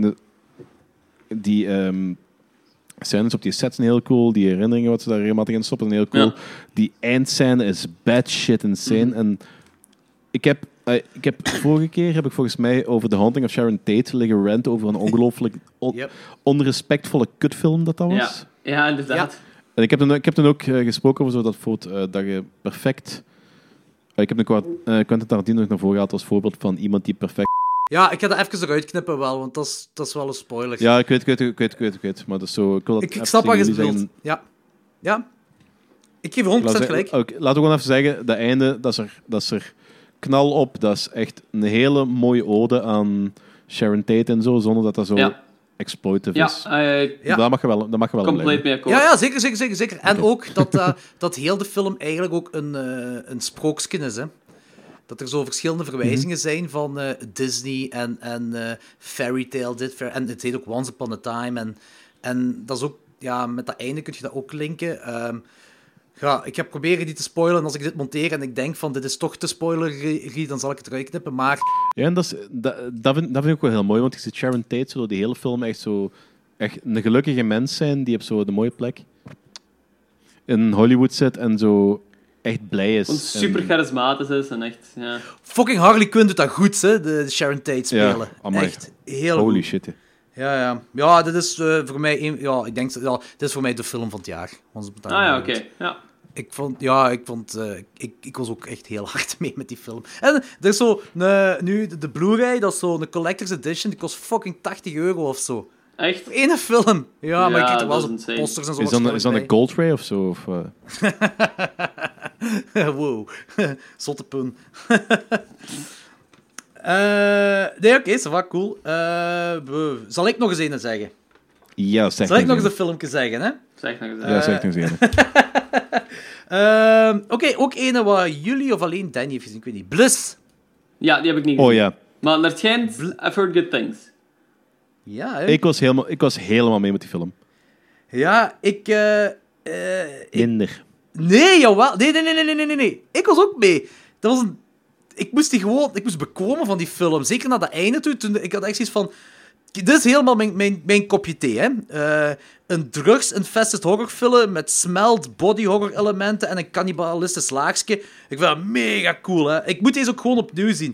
scènes op die set zijn heel cool. Die herinneringen wat ze daar regelmatig in stoppen zijn heel cool. Ja. Die eindscène is bad shit insane. En ik heb vorige keer heb ik volgens mij over The Haunting of Sharon Tate liggen rant over een ongelooflijk onrespectvolle kutfilm dat was. Ja, inderdaad. Ja. En ik heb toen ook gesproken over zo dat je perfect... ik heb Quentin Tarantino nog naar voren gehaald als voorbeeld van iemand die perfect... Ja, ik ga dat even eruit knippen wel, want dat is wel een spoiler. Ja, ik weet. Maar dat is zo... Ik snap wat je bedoelt. Ja. Ik geef 100% gelijk. Laten we gewoon even zeggen, dat einde, dat is er knal op. Dat is echt een hele mooie ode aan Sharon Tate en zo, zonder dat dat zo exploitive is. Dat mag je wel compleet mee akkoord. Ja, zeker. En ook dat heel de film eigenlijk ook een sprookje is, hè. Dat er zo verschillende verwijzingen zijn van Disney en fairy tale, en het heet ook Once Upon a Time. En dat is ook, ja, met dat einde kun je dat ook linken. Ik heb proberen die te spoilen als ik dit monteer en ik denk van dit is toch te spoilery, dan zal ik het eruit knippen, maar... Ja, en dat vind ik ook wel heel mooi, want je ziet Sharon Tate zo die hele film echt een gelukkige mens zijn, die op zo de mooie plek in Hollywood zit en zo echt blij is. Want super charismatisch is en echt, ja. Fucking Harley Quinn doet dat goed, hè, de Sharon Tate spelen. Ja, echt heel holy goed. Shit. Ja, dit is voor mij dit is voor mij de film van het jaar. Oké. Ja. Ik was ook echt heel hard mee met die film. En er is zo nu de Blu-ray, dat is zo een collector's edition, die kost fucking €80 of zo. Echt? Voor één film. Ja, maar ik krijg er wel zo'n posters en zo. Is dat een gold ray of zo? Of, wow. Zotte pun. Nee, oké, ça va, cool. Zal ik nog eens een zeggen? Ja, zeg. Zal ik nog eens een filmpje zeggen, hè? Zeg nog eens. Ja, zeg nog eens een. Oké, ook ene wat jullie of alleen Danny heeft gezien, ik weet niet. Bliss. Ja, die heb ik niet gezien. Oh ja. Maar naar het schijnt, I've heard good things. Ja, hè? Ik was helemaal mee met die film. Ja, Minder. Nee, jawel. Nee. Ik was ook mee. Dat was ik moest bekomen van die film. Zeker naar dat einde toe. Ik had echt zoiets van... Dit is helemaal mijn kopje thee, hè. Een drugs-infested horrorfilm met smelt body horror elementen en een cannibalistisch laagje. Ik vind dat mega cool, hè. Ik moet deze ook gewoon opnieuw zien.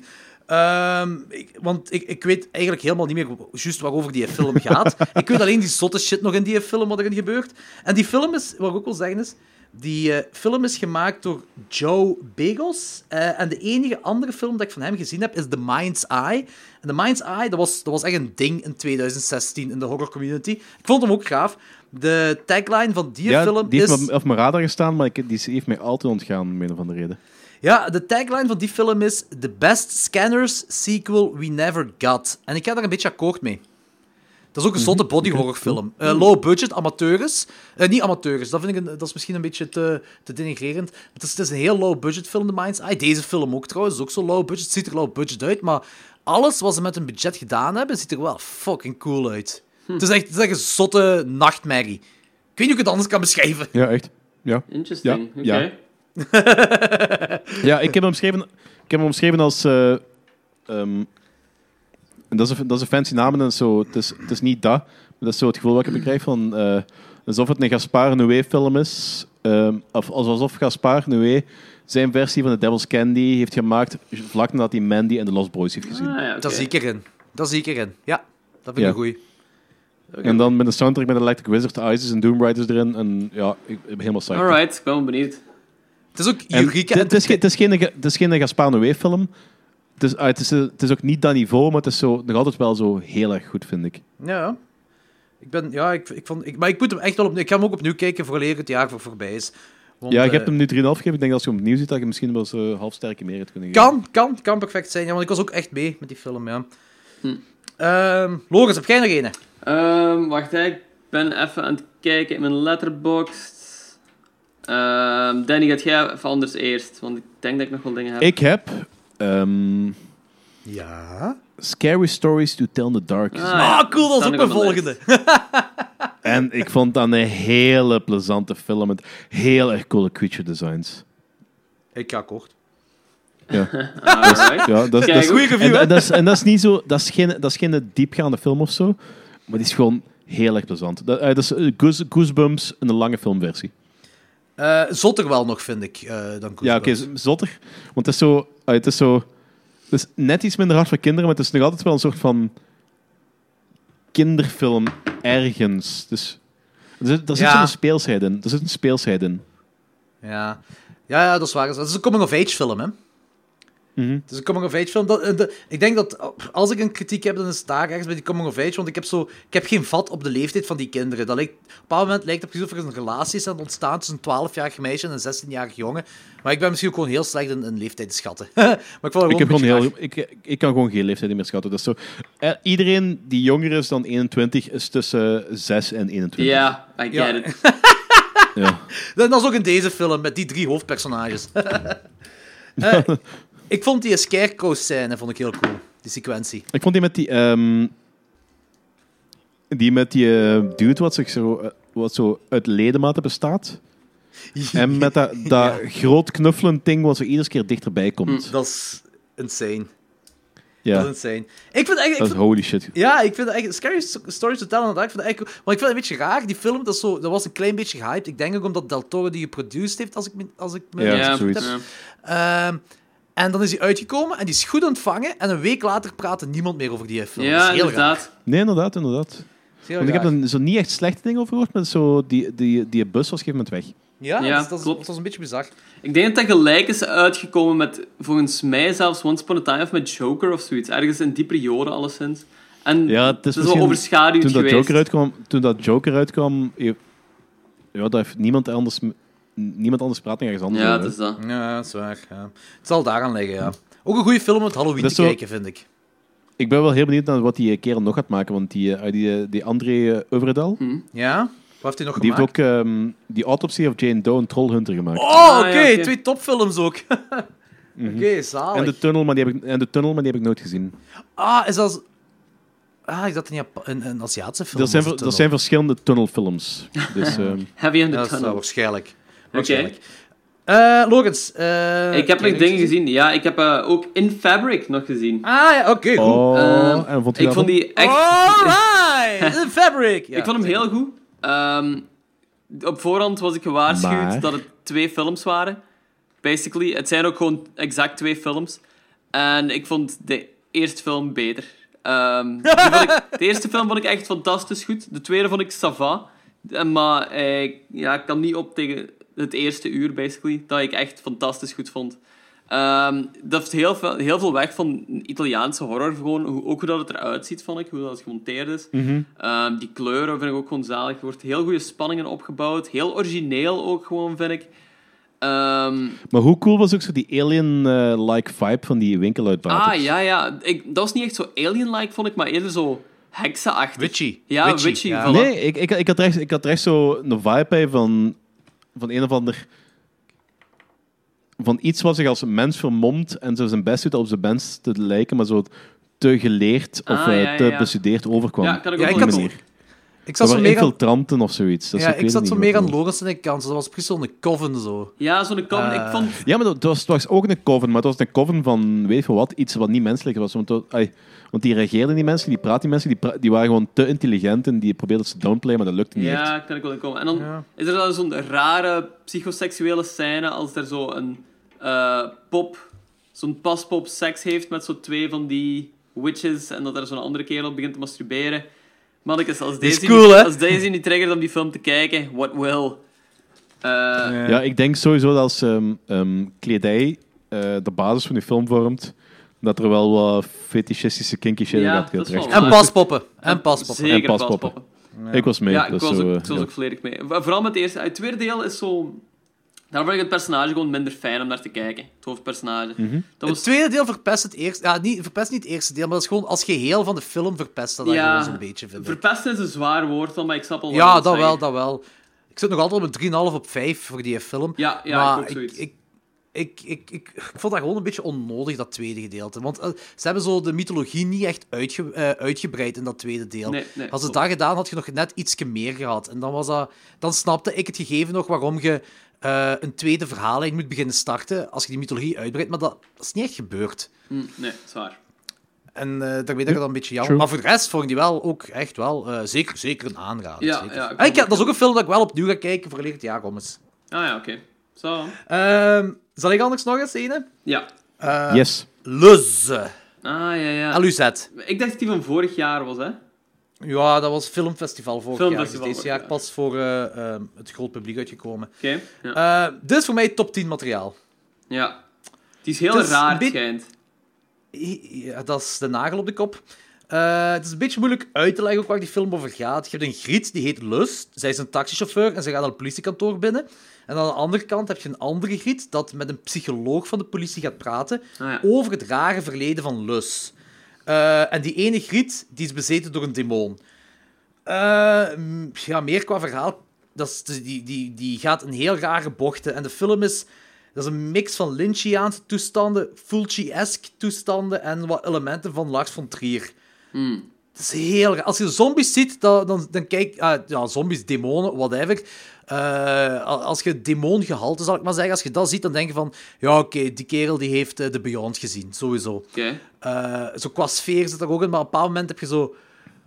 Want ik weet eigenlijk helemaal niet meer juist waarover die film gaat. Ik weet alleen die zotte shit nog in die film, wat erin gebeurt. En die film is, wat ik ook wil zeggen is, die film is gemaakt door Joe Begos. En de enige andere film dat ik van hem gezien heb, is The Mind's Eye. En The Mind's Eye, dat was echt een ding in 2016 in de horror community. Ik vond hem ook gaaf. De tagline van die film die is... heeft op mijn radar gestaan, maar die heeft mij altijd ontgaan, om een of andere reden. Ja, de tagline van die film is The Best Scanners Sequel We Never Got. En ik ga daar een beetje akkoord mee. Dat is ook een zotte bodyhorrorfilm. Low budget, amateurs. Niet amateurs, dat vind ik dat is misschien een beetje te denigrerend. Het is een heel low budget film, The Mind's Eye. Deze film ook trouwens, is ook zo low budget. Het ziet er low budget uit, maar alles wat ze met hun budget gedaan hebben, ziet er wel fucking cool uit. Het is echt een zotte nachtmerrie. Ik weet niet hoe ik het anders kan beschrijven. Ja, echt. Ja. Interesting, oké. Ja. Ja, ik heb hem omschreven als... en dat is een fancy naam en zo. Het is niet dat. Maar dat is zo het gevoel wat ik bekrijg van... alsof het een Gaspar Noé film is. Of alsof Gaspar Noé zijn versie van The Devil's Candy heeft gemaakt vlak nadat hij Mandy en The Lost Boys heeft gezien. Ah, ja, okay. Dat zie ik erin. Ja, dat vind ik een goeie. En dan met de soundtrack met Electric Wizard, Isis en Doom Riders erin. En ja, ik ben helemaal psyched. Alright, ik ben wel benieuwd. Het is ook Eureka. Het is geen Gaspar Noé film. Het is ook niet dat niveau, maar het is zo, nog altijd wel zo heel erg goed, vind ik. Ja. Maar ik moet hem echt wel ik ga hem ook opnieuw kijken vooraleer het jaar voorbij is. Want, ja, je hebt hem nu 3,5 gegeven. Ik denk dat als je hem opnieuw ziet, dat je misschien wel eens half sterke meer hebt kunnen geven. Kan perfect zijn. Ja, want ik was ook echt mee met die film, ja. Loris, heb jij nog een? Wacht, ik ben even aan het kijken in mijn Letterboxd. Danny, gaat jij even anders eerst? Want ik denk dat ik nog wel dingen heb. Ik heb... Ja? Scary Stories to Tell in the Dark. Cool, dat is ook mijn volgende. En ik vond dat een hele plezante film met heel erg coole creature designs. Ik ga kort. Ja. Dat is goede review, en dat is niet zo... Dat is geen diepgaande film of zo, maar die is gewoon heel erg plezant. Dat is Goosebumps in een lange filmversie. Zotter wel nog, vind ik, dan Goosebumps. Ja, oké, zotter. Want het is zo... Het is net iets minder hard voor kinderen, maar het is nog altijd wel een soort van kinderfilm ergens. Dus er zit zo'n speelsheid in. Er zit een speelsheid in. Ja, dat is waar. Het is een coming-of-age film, hè? Mm-hmm. Het is een coming-of-age film. Ik denk dat als ik een kritiek heb, dan is het daar ergens bij die coming-of-age. Want ik heb geen vat op de leeftijd van die kinderen. Op een bepaald moment lijkt het precies of er een relatie is aan het ontstaan tussen een 12-jarig meisje en een 16-jarig jongen. Maar ik ben misschien ook gewoon heel slecht in leeftijd te schatten. Maar ik kan gewoon geen leeftijd meer schatten. Dat is zo, iedereen die jonger is dan 21 is tussen 6 en 21. Ja, I get it. Ja. Dat is ook in deze film, met die 3 hoofdpersonages. Ik vond die scarecrow-scène heel cool, die sequentie. Ik vond die met die dude wat zo uit ledematen bestaat. En met dat groot knuffelend ding wat zo iedere keer dichterbij komt. Dat is insane. Ja. Dat is insane. Ik vind holy shit. Ja, ik vind het echt... Scary Stories to Tell in the Dark, maar ik vind het een beetje raar. Die film, dat was een klein beetje gehyped. Ik denk ook omdat Del Toro die geproduceerd heeft, als ik me goed heb. En dan is hij uitgekomen en die is goed ontvangen. En een week later praatte niemand meer over die film. Ja, inderdaad. Raar. Nee, inderdaad. Want ik heb er zo niet echt slechte dingen over gehoord, maar zo die bus was op een gegeven moment weg. Ja, dat was een beetje bizar. Ik denk dat gelijk is uitgekomen met, volgens mij zelfs Once Upon a Time of met Joker of zoiets. Ergens in die periode alleszins. En het is wel overschaduwd toen geweest. Toen dat Joker uitkwam, dat heeft niemand anders praat dan ergens anders. Ja, dat is dat. Ja, dat is waar. Ja. Het zal daaraan liggen, ja. Ook een goede film om het Halloween te kijken, vind ik. Ik ben wel heel benieuwd naar wat die kerel nog gaat maken, want die André Øvredal... Ja? Wat heeft hij nog die gemaakt? heeft ook die Autopsy of Jane Doe en Trollhunter gemaakt. Oh, oké. 2 topfilms ook. Oké, zalig. En de Tunnel, maar die heb ik nooit gezien. Is dat... ik dacht een Aziatische film. Er zijn verschillende tunnelfilms. Dus, Heavy in the Tunnel. Tunnel. Waarschijnlijk. Oké. Lorenz. Ik heb nog dingen gezien. Ja, ik heb ook In Fabric nog gezien. Ja, oké. En vond je ik vond die echt... Alright! In Fabric! Ja, ik vond hem heel goed. Op voorhand was ik gewaarschuwd dat het 2 films waren. Basically. Het zijn ook gewoon exact 2 films. En ik vond de eerste film beter. De eerste film vond ik echt fantastisch goed. De tweede vond ik ça va. Maar ik kan niet op tegen het eerste uur, basically. Dat ik echt fantastisch goed vond. Dat heeft heel veel weg van Italiaanse horror. Gewoon, ook hoe dat het eruit ziet, vond ik. Hoe dat gemonteerd is. Die kleuren vind ik ook gewoon zalig. Er wordt heel goede spanningen opgebouwd. Heel origineel ook gewoon, vind ik. Maar hoe cool was ook zo die alien-like vibe van die winkel uit water? Ja. Dat was niet echt zo alien-like, vond ik, maar eerder zo heksenachtig. Witchy. Ja, witchy. Ja. Voilà. Nee, ik had er echt zo een vibe bij van een of ander... Van iets wat zich als mens vermomt en zo zijn best doet op zijn mens te lijken, maar zo te geleerd of te bestudeerd overkwam. Ja, kan ik Ja, ook ik wel had- doen. Ik zat Dat zo waren meer aan... infiltranten of zoiets. Ja, ik zat zo meer aan Logans en kant. Dat was precies zo'n coven zo. Ja, zo'n coven. Ik vond... Ja, maar het was ook een coven, maar het was een coven van weet je wat, iets wat niet menselijk was. Want die reageerden die mensen, die praten die mensen, die waren gewoon te intelligent en die probeerden te downplayen, maar dat lukte niet echt. Ja, kan ik wel in komen. En dan is er dan zo'n rare psychoseksuele scène als er zo een zo'n paspop seks heeft met zo 2 van die witches en dat er zo'n andere kerel begint te masturberen. Mannekes, als deze niet triggert om die film te kijken, what will? Ja, ik denk sowieso dat als kledij de basis van die film vormt, dat er wel wat fetishistische kinky shit gaat dat is wel terecht. En paspoppen. En paspoppen. Zeker En paspoppen. Ik was mee. Ja, ik dat was is ook volledig mee. Vooral met het eerste. Het tweede deel is zo... Daar vond ik het personage gewoon minder fijn om naar te kijken. Het hoofdpersonage. Dat was... Het tweede deel verpest het eerste... Ja, verpest niet het eerste deel, maar dat is gewoon als geheel van de film verpest dat gewoon zo'n beetje, vind ik. Verpesten is een zwaar woord, maar ik snap al wat Ja, je dat zeggen. wel. Ik zit nog altijd op een 3,5 op 5 voor die film. Ja, maar ik ook zoiets. Ik vond dat gewoon een beetje onnodig, dat tweede gedeelte. Want ze hebben zo de mythologie niet echt uitgebreid in dat tweede deel. Nee, Als ze dat gedaan, had je nog net ietsje meer gehad. En dan snapte ik het gegeven nog waarom je een tweede verhaallijn moet beginnen starten als je die mythologie uitbreidt. Maar dat is niet echt gebeurd. Nee, zwaar. En daarmee dat ik dat een beetje jammer. True. Maar voor de rest vond ik die wel ook echt wel zeker een aanrader. Ja, zeker. ja, En dat is ook een film dat ik wel opnieuw ga kijken voor het jaar om eens. Oké. Zo. Zal ik anders nog eens een? Ja. Yes. Luz. Ja. LUZ. Ik dacht dat die van vorig jaar was, hè? Ja, dat was filmfestival vorig Filmfestival jaar. Dus deze vorig jaar pas voor het groot publiek uitgekomen. Oké. Ja. Dit is voor mij top 10 materiaal. Ja. Die is heel Het is raar, een het schijnt. Ja, dat is de nagel op de kop. Het is een beetje moeilijk uit te leggen ook waar die film over gaat. Je hebt een griet, die heet Luz. Zij is een taxichauffeur en ze gaat naar het politiekantoor binnen. En aan de andere kant heb je een andere griet dat met een psycholoog van de politie gaat praten over het rare verleden van Luz. En die ene griet, die is bezeten door een demon. Meer qua verhaal. Die gaat een heel rare bochten. En de film is... Dat is een mix van Lynchiaanse toestanden, Fulci-esque toestanden en wat elementen van Lars von Trier. Het is heel raar. Als je zombies ziet, dan kijk... zombies, demonen, whatever. Als je demongehalte, zal ik maar zeggen, als je dat ziet, dan denk je van... Ja, oké, die kerel die heeft The Beyond gezien, sowieso. Oké. Zo qua sfeer zit er ook in, maar op een bepaald moment heb je zo...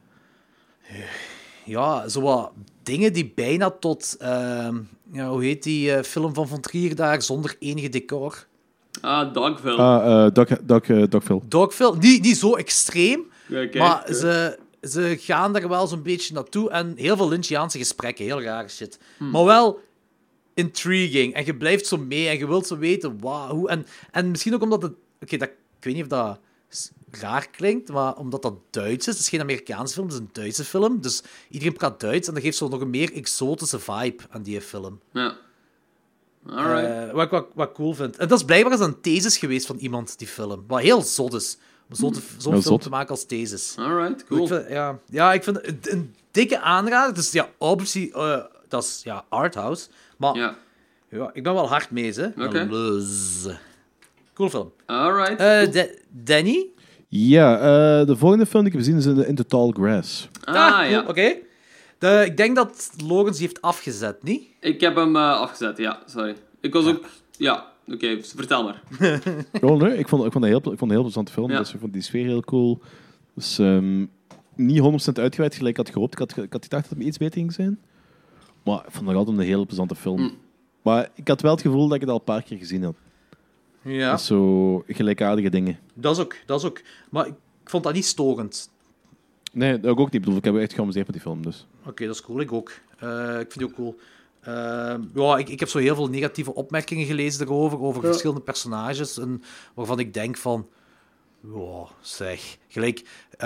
zo wat dingen die bijna tot... hoe heet die film van Von Trier daar, zonder enige decor? Dogville. Dogville. Dogville. Niet zo extreem, Okay, maar ze gaan daar wel zo'n beetje naartoe. En heel veel Lynchiaanse gesprekken, heel rare shit. Maar wel intriguing. En je blijft zo mee en je wilt zo weten hoe... En misschien ook omdat het... ik weet niet of dat raar klinkt, maar omdat dat Duits is. Het is geen Amerikaanse film, het is een Duitse film. Dus iedereen praat Duits en dat geeft zo nog een meer exotische vibe aan die film. Ja. Alright. Wat ik cool vind. En dat is blijkbaar een thesis geweest van iemand, die film. Wat heel zot is. Om zo'n film te maken als thesis. Alright, cool. Ik vind het een dikke aanrader. Dus ja, obviously, dat is arthouse. Maar ik ben wel hard mee, hè. Oké. Cool film. Alright. Cool. Danny? Ja, de volgende film die ik heb gezien is In the Tall Grass. Cool, oké. Ik denk dat Logans die heeft afgezet, niet? Ik heb hem afgezet, ja, sorry. Ik was ook... Ja, oké, vertel maar. Nee, ik vond het een heel plezante film. Ja. Dus ik vond die sfeer heel cool. Dus niet 100% uitgeweid gelijk ik had gehoopt. Ik had gedacht dat het iets beter ging zijn. Maar ik vond het nog altijd een hele plezante film. Maar ik had wel het gevoel dat ik het al een paar keer gezien had. Ja. Dat is zo gelijkaardige dingen. Dat is ook. Maar ik vond dat niet storend. Nee, dat ook niet. Ik bedoel, ik heb echt geamuseerd met die film. Dus. Oké, dat is cool. Ik ook. Ik vind die ook cool. Ja, ik heb zo heel veel negatieve opmerkingen gelezen erover, over verschillende personages, en waarvan ik denk van... Wow, zeg. Gelijk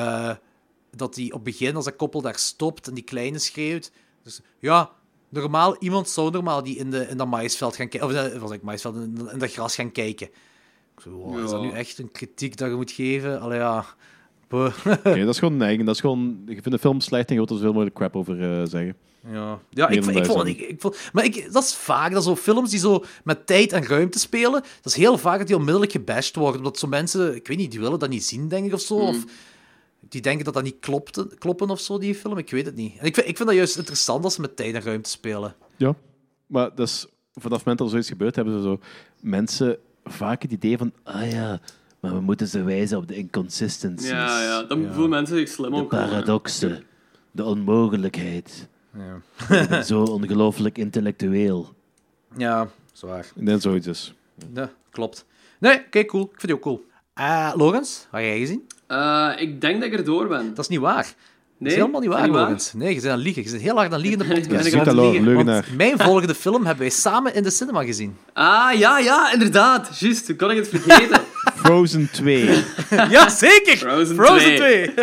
dat die op het begin, als dat koppel daar stopt en die kleine schreeuwt... Dus, ja, iemand zou normaal die in dat maïsveld gaan kijken... Of was ik maïsveld, in dat gras gaan kijken. Ik zo, wow, is dat nu echt een kritiek dat je moet geven? Allee, ja... Okay, dat is gewoon eigen. Dat is gewoon... Ik vind de film slecht en je wilt er zoveel mogelijk crap over zeggen. Ja, ik vond... Maar dat is vaak, dat zo films die zo met tijd en ruimte spelen, dat is heel vaak dat die onmiddellijk gebashed worden. Omdat zo mensen, ik weet niet, die willen dat niet zien, denk ik, of zo. Of die denken dat dat niet kloppen of zo, die film. Ik weet het niet. En ik vind dat juist interessant als ze met tijd en ruimte spelen. Ja, maar dat is, vanaf het moment dat er zoiets gebeurt, hebben ze zo mensen vaak het idee van, maar we moeten ze wijzen op de inconsistencies. Ja, dan voelen mensen zich slim ook. De paradoxen, de onmogelijkheid. Ja. Zo ongelooflijk intellectueel. Ja, zwaar. Ik denk zoiets is. Ja, klopt. Nee, kijk, cool. Ik vind die ook cool. Logans, wat heb jij gezien? Ik denk dat ik er door ben. Dat is niet waar. Nee, dat is helemaal niet waar, Logans. Nee, je bent aan het liegen. Je bent heel hard aan het liegen in de podcast. Je ziet al leugenaar. Mijn volgende film hebben wij samen in de cinema gezien. Ah, ja, inderdaad. Juist, hoe kon ik het vergeten? Frozen 2. Ja, zeker! Frozen 2.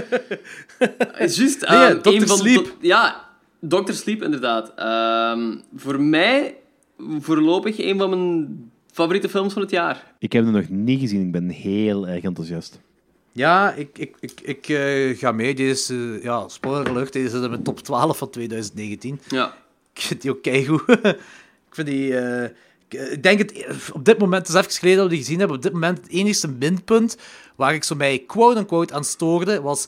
Juist. Dr. Sleep. Dr. Sleep, inderdaad. Voor mij voorlopig een van mijn favoriete films van het jaar. Ik heb hem nog niet gezien. Ik ben heel erg enthousiast. Ja, ik ga mee. Deze, spoiler alert, deze zit in mijn top 12 van 2019. Ja. Ik vind die ook keigoed. Ik vind die... ik denk het op dit moment, het is even geleden dat we die gezien hebben, op dit moment het enigste minpunt waar ik zo mij quote-unquote aan stoorde, was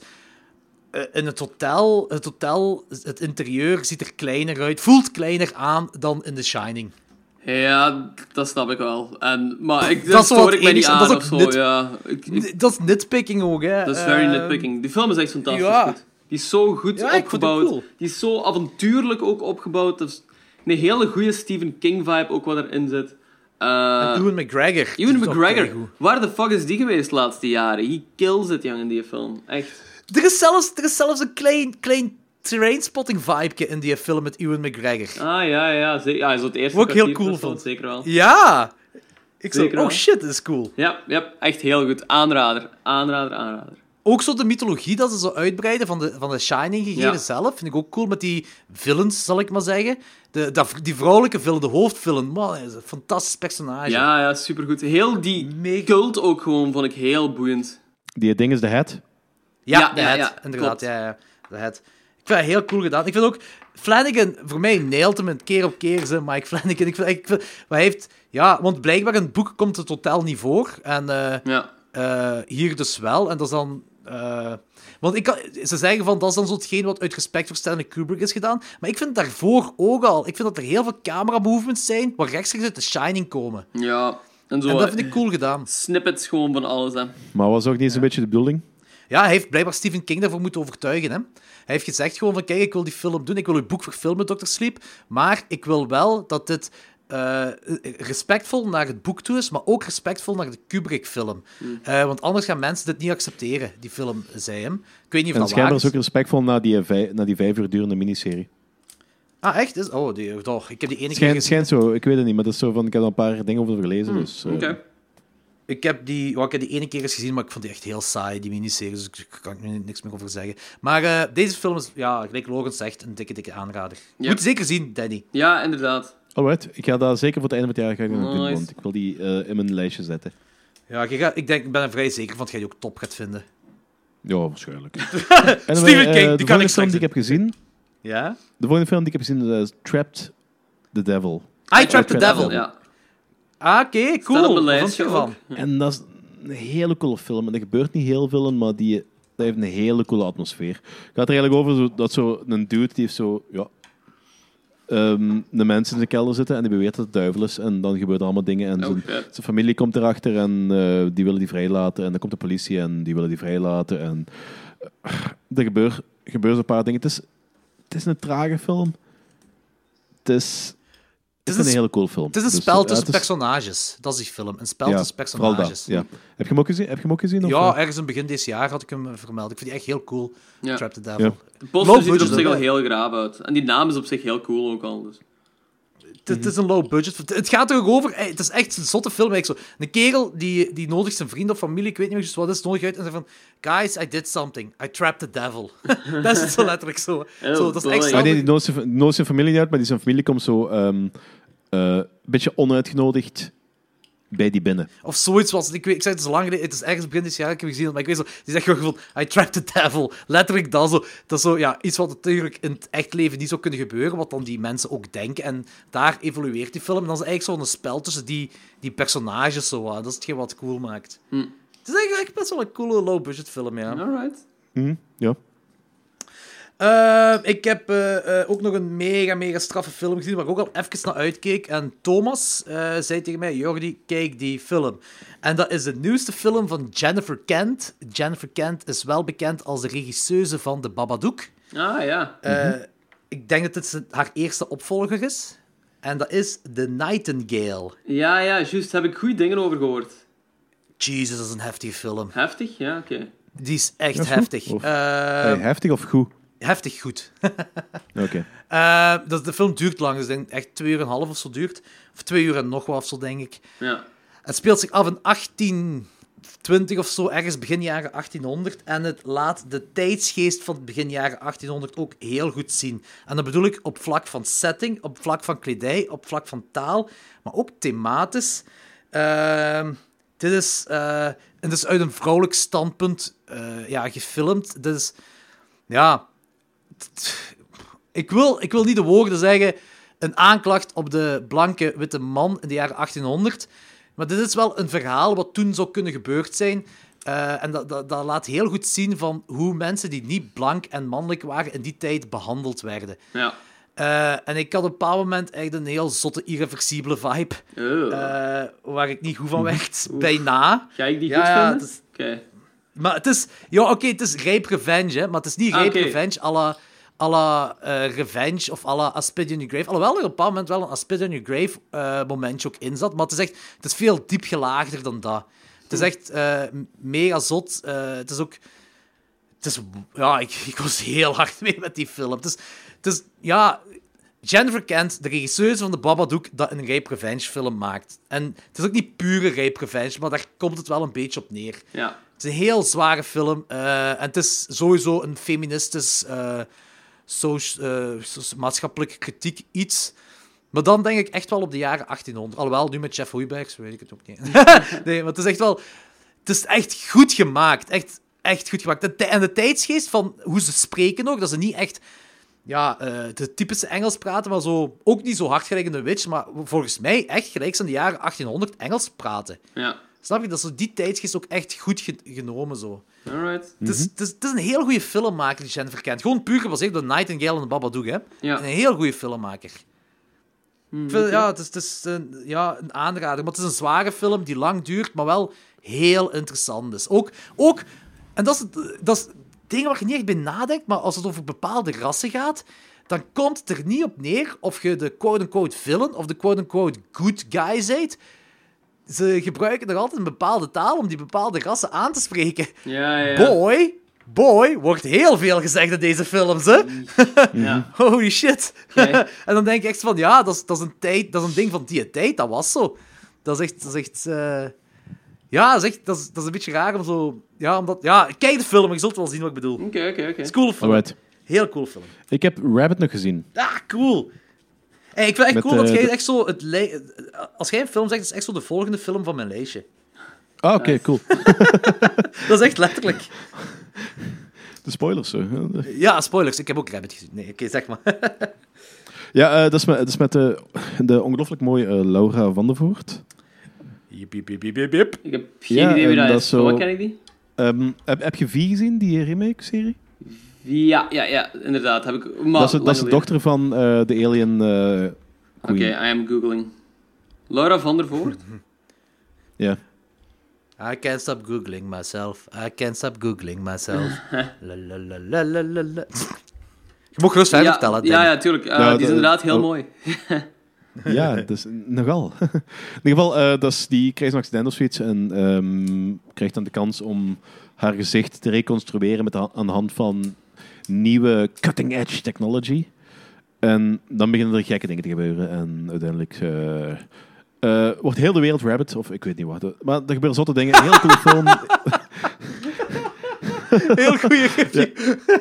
in het hotel. Het interieur ziet er kleiner uit, voelt kleiner aan dan in The Shining. Ja, dat snap ik wel. Maar dat stoor ik mij niet aan of zo. Dat is nitpicking ook, hè. Dat is very nitpicking. Die film is echt fantastisch goed. Die is zo goed opgebouwd. Cool. Die is zo avontuurlijk ook opgebouwd. Dat is een hele goede Stephen King-vibe ook wat erin zit. En Ewan McGregor. Waar de fuck is die geweest de laatste jaren? He kills it, jong, in die film. Echt. Er is zelfs een klein Trainspotting-vibe in die film met Ewan McGregor. Ah, ja. Hij is het eerste wat ik heel cool vond. Zeker wel. Ja! Ik zo, shit, dat is cool. Ja, echt heel goed. Aanrader. Ook zo de mythologie dat ze zo uitbreiden van de Shining gegeven zelf, vind ik ook cool, met die villains, zal ik maar zeggen. Die vrouwelijke villain, de hoofdvillain, man, is een fantastisch personage. Ja, supergoed. Heel die cult ook gewoon, vond ik heel boeiend. Die ding is The Hat? Ja, The Hat, inderdaad. Ja, The Hat. Ik vind het heel cool gedaan. Ik vind ook, Flanagan, voor mij nailt hem keer op keer, Mike Flanagan. Ik vind, wat hij heeft... Ja, want blijkbaar in het boek komt het totaal niet voor. En hier dus wel. En dat is dan... want ze zeggen van, dat is dan zo hetgeen wat uit respect voor Stanley Kubrick is gedaan. Maar ik vind daarvoor ook al... Ik vind dat er heel veel camera-movements zijn waar rechtstreeks uit The Shining komen. Ja. En dat vind ik cool gedaan. Snippets gewoon van alles, hè. Maar was ook niet eens een beetje de bedoeling? Ja, hij heeft blijkbaar Stephen King daarvoor moeten overtuigen. Hè. Hij heeft gezegd gewoon van, kijk, ik wil die film doen, ik wil uw boek verfilmen, Dr. Sleep, maar ik wil wel dat dit respectvol naar het boek toe is, maar ook respectvol naar de Kubrick-film. Want anders gaan mensen dit niet accepteren, die film, zei hem. Ik weet niet of dat waar is. En schijnbaar is ook respectvol naar die 5 uur durende miniserie. Ah, echt? Ik heb die ene keer gezien. Schijnt zo, ik weet het niet, maar dat is zo van, ik heb er een paar dingen over gelezen. Dus, Oké. Ik heb die ene keer eens gezien, maar ik vond die echt heel saai, die miniserie, dus ik kan er niks meer over zeggen. Maar deze film is, gelijk Logan zegt, een dikke aanrader. Moet je zeker zien, Danny. Ja, inderdaad. Alright, ik ga dat zeker voor het einde van het jaar doen, want ik wil die in mijn lijstje zetten. Ja, ik ben er vrij zeker van dat jij die ook top gaat vinden. Ja, waarschijnlijk. Stephen King, die kan ik film die ik heb gezien... Ja? De volgende film die ik heb gezien is Trapped the Devil. Trapped the Devil, ja. Ah, oké, cool. Wat vond je ervan? En dat is een hele coole film. En er gebeurt niet heel veel in, maar dat heeft een hele coole atmosfeer. Het gaat er eigenlijk over dat zo een dude die heeft zo... Ja, de mensen in de kelder zitten en die beweert dat het duivel is. En dan gebeuren allemaal dingen. En zijn familie komt erachter en die willen die vrijlaten. En dan komt de politie en die willen die vrijlaten. En er gebeuren een paar dingen. Het is een trage film. Het echt een hele cool film. Het is een spel tussen personages. Dat is die film. Een spel tussen personages. Ja. Heb je hem ook gezien? Ja, ergens in begin dit jaar had ik hem vermeld. Ik vind die echt heel cool. Ja. Trap the Devil. Ja. De poster ziet er op zich al heel graaf uit. En die naam is op zich heel cool ook al. Dus. Het is een low budget. Het gaat er ook over... Het is echt een zotte film. Zo. Een kerel die nodigt zijn vriend of familie, ik weet niet meer wat is, nodig uit en zegt van... Guys, I did something. I trapped the devil. Dat is zo letterlijk zo. Dat is echt nee, die nodigt zijn familie niet uit, maar die zijn familie komt zo een beetje onuitgenodigd bij die binnen. Of zoiets was. Ik zeg het is lang geleden. Het is ergens begin dit jaar. Ik heb gezien, maar ik weet zo. Die zegt gewoon I trapped the devil. Letterlijk dat zo. Dat is zo, ja, iets wat natuurlijk in het echt leven niet zou kunnen gebeuren, wat dan die mensen ook denken. En daar evolueert die film. En dan is het eigenlijk zo'n spel tussen die personages. Zo, dat is hetgeen wat het cool maakt. Het is eigenlijk best wel een coole low-budget film, ja. Alright. Ja. Ik heb ook nog een mega straffe film gezien waar ik ook al even naar uitkeek. En Thomas zei tegen mij, Jordi, kijk die film. En dat is de nieuwste film van Jennifer Kent. Jennifer Kent is wel bekend als de regisseuse van The Babadook. Ah, ja. Ik denk dat het haar eerste opvolger is. En dat is The Nightingale. Ja, juist. Daar heb ik goede dingen over gehoord. Jesus, dat is een heftige film. Heftig? Ja, oké. Die is echt heftig. Heftig of goed? Heftig goed. Oké. De film duurt lang, dus ik denk echt 2,5 uur of zo duurt. Of 2 uur en nog wat of zo, denk ik. Ja. Het speelt zich af in 1820 of zo, ergens begin jaren 1800. En het laat de tijdsgeest van begin jaren 1800 ook heel goed zien. En dat bedoel ik op vlak van setting, op vlak van kledij, op vlak van taal, maar ook thematisch. Dit is uit een vrouwelijk standpunt gefilmd. Dit is... Ja... Ik wil niet de woorden zeggen, een aanklacht op de blanke witte man in de jaren 1800, maar dit is wel een verhaal wat toen zou kunnen gebeurd zijn. En dat laat heel goed zien van hoe mensen die niet blank en mannelijk waren in die tijd behandeld werden. Ja. En ik had op een bepaald moment echt een heel zotte, irreversibele vibe, waar ik niet goed van werd, bijna. Ga ik die goed vinden? Oké. Maar het is... Ja, oké, het is rape revenge, hè, maar het is niet rape revenge à la Revenge of à la A Spit in Your Grave. Alhoewel er op een bepaald moment wel een A Spit in Your Grave momentje ook in zat, maar het is veel diep gelaagder dan dat. Het is echt mega zot. Het is ook... Ik was heel hard mee met die film. Het is Jennifer Kent, de regisseuse van The Babadook, dat een rape revenge film maakt. En het is ook niet pure rape revenge, maar daar komt het wel een beetje op neer. Ja. Het is een heel zware film. En het is sowieso een feministisch, maatschappelijk kritiek iets. Maar dan denk ik echt wel op de jaren 1800. Alhoewel, nu met Jeff Hoijbergs, weet ik het ook niet. Nee, maar het is echt wel... Het is echt goed gemaakt. Echt goed gemaakt. En de tijdsgeest van hoe ze spreken ook, dat ze niet echt... Ja, de typische Engels praten, maar zo, ook niet zo hard gelijk in The Witch, maar volgens mij echt gelijk in de jaren 1800 Engels praten. Ja. Snap je? Dat is die tijdsgeest ook echt goed genomen. Zo. Alright. Het is een heel goede filmmaker, die Jennifer Kent. Gewoon puur gebaseerd op Nightingale en The Babadook. Hè? Ja. Een heel goede filmmaker. Het is een aanrader. Maar het is een zware film die lang duurt, maar wel heel interessant is. Ook en dat is dingen waar je niet echt bij nadenkt, maar als het over bepaalde rassen gaat, dan komt het er niet op neer of je de quote-unquote villain of de quote-unquote good guy bent. Ze gebruiken er altijd een bepaalde taal om die bepaalde rassen aan te spreken. Ja. Boy, wordt heel veel gezegd in deze films, hè? Ja. Holy shit. Okay. En dan denk ik echt van, ja, dat is een ding van die tijd, dat was zo. Dat is echt een beetje raar om zo... Ja, omdat... Ja, kijk de film, je zult wel zien wat ik bedoel. Oké. Het is een coole film. Alright. Heel cool film. Ik heb Rabbit nog gezien. Ah, cool. Hey, ik vind het echt cool dat jij echt zo... Als jij een film zegt, is het echt zo de volgende film van mijn lijstje. Ah, oké, cool. Dat is echt letterlijk. De spoilers, zo. Ja, spoilers. Ik heb ook Rabbit gezien. Nee, oké, zeg maar. Ja, dat is met de ongelooflijk mooie Laura van der Voort. Jip. Ik heb geen idee wie dat is. Zo... Wat ken ik die? Heb je V gezien, die remake-serie? Ja, inderdaad. Heb ik, maar dat is de dochter van de Alien Queen. Oké, I am googling. Laura van der Voort? Ja. I can't stop googling myself. Je mag gerust verder vertellen. Ja, tuurlijk. Die is inderdaad heel mooi. Ja, dus nogal. In ieder geval, die krijgt een accident of zoiets en krijgt dan de kans om haar gezicht te reconstrueren aan de hand van nieuwe cutting-edge technology. En dan beginnen er gekke dingen te gebeuren. En uiteindelijk wordt heel de wereld Rabbit, of ik weet niet wat. Maar er gebeuren zotte dingen. Een heel coole film. Heel goeie gifje.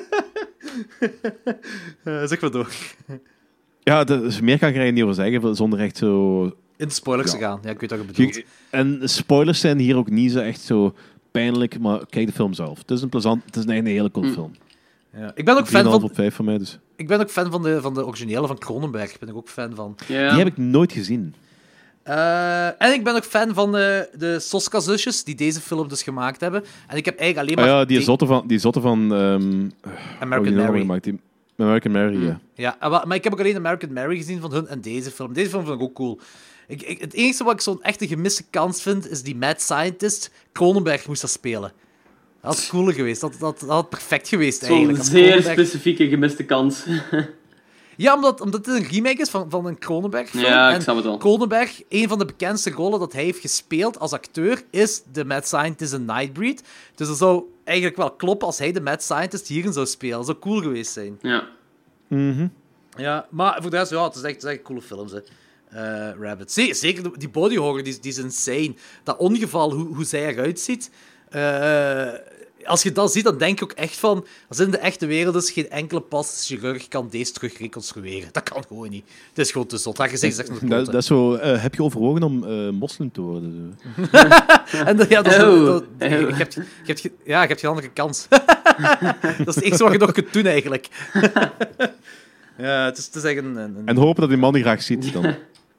Zeg maar door. Ja, dus meer kan ik er niet over zeggen, zonder echt zo... In de spoilers te gaan. Ja, ik weet wat je bedoelt. En spoilers zijn hier ook niet zo echt zo pijnlijk, maar kijk de film zelf. Het is echt een hele coole film. Ja. Ik ben ook fan van... 5 van mij, dus. Ik ben ook fan van de originele van Cronenberg. Ben ik ook fan van. Ja. Die heb ik nooit gezien. En ik ben ook fan van de Soska-zusjes, die deze film dus gemaakt hebben. En ik heb eigenlijk alleen maar... ja, die zotte van American Mary. American Mary, ja. Ja, maar ik heb ook alleen American Mary gezien van hun en deze film. Deze film vind ik ook cool. Het enige wat ik zo'n echte gemiste kans vind, is die mad scientist. Cronenberg moest dat spelen. Dat was cooler geweest. Dat had perfect geweest, eigenlijk. Zo'n zeer specifieke gemiste kans. Ja, omdat het een remake is van een Cronenberg-film. Ja, ik snap het wel. Cronenberg, een van de bekendste rollen dat hij heeft gespeeld als acteur, is de Mad Scientist in Nightbreed. Dus dat zou eigenlijk wel kloppen als hij de Mad Scientist hierin zou spelen. Dat zou cool geweest zijn. Ja. Mm-hmm. Ja, maar voor de rest, ja, het is echt coole films, hè. Rabbit. Zeker die body horror, die is insane. Dat ongeval, hoe zij eruit ziet... als je dat ziet, dan denk je ook echt van... Als in de echte wereld is, geen enkele plastisch chirurg kan deze terug reconstrueren. Dat kan gewoon niet. Het is gewoon te zot. Dat gezicht is echt dat is zo... heb je overwogen om moslim te worden? En ja, je hebt geen andere kans. Dat is het enige wat je nog kunt doen, eigenlijk. Ja, het is echt een... En hopen dat die man die graag ziet, dan.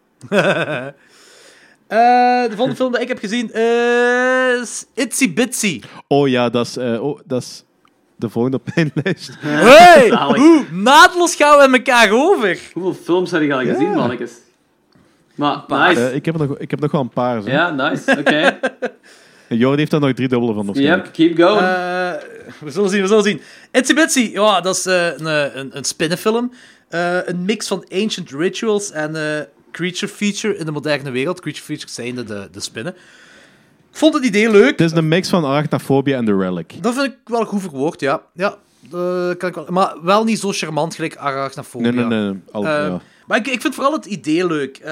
De volgende film dat ik heb gezien is Itsy Bitsy. Oh ja, dat is de volgende op mijn lijst. Hey! Naadloos gaan we met elkaar over. Hoeveel films heb je al gezien, mannetjes? Maar, nice. Ik heb nog wel een paar. Zo. Ja, nice. Oké. Jordi heeft daar nog 3 dubbele van. Yep, keep going. We zullen zien. Itsy Bitsy, ja, dat is een spinnenfilm. Een mix van ancient rituals en... creature feature in de moderne wereld. Creature features zijn de spinnen. Ik vond het idee leuk. Het is een mix van Arachnophobia en The Relic. Dat vind ik wel goed verwoord, ja. Ja, kan ik wel. Maar wel niet zo charmant gelijk Arachnophobia. Nee. Ja. Maar ik vind vooral het idee leuk.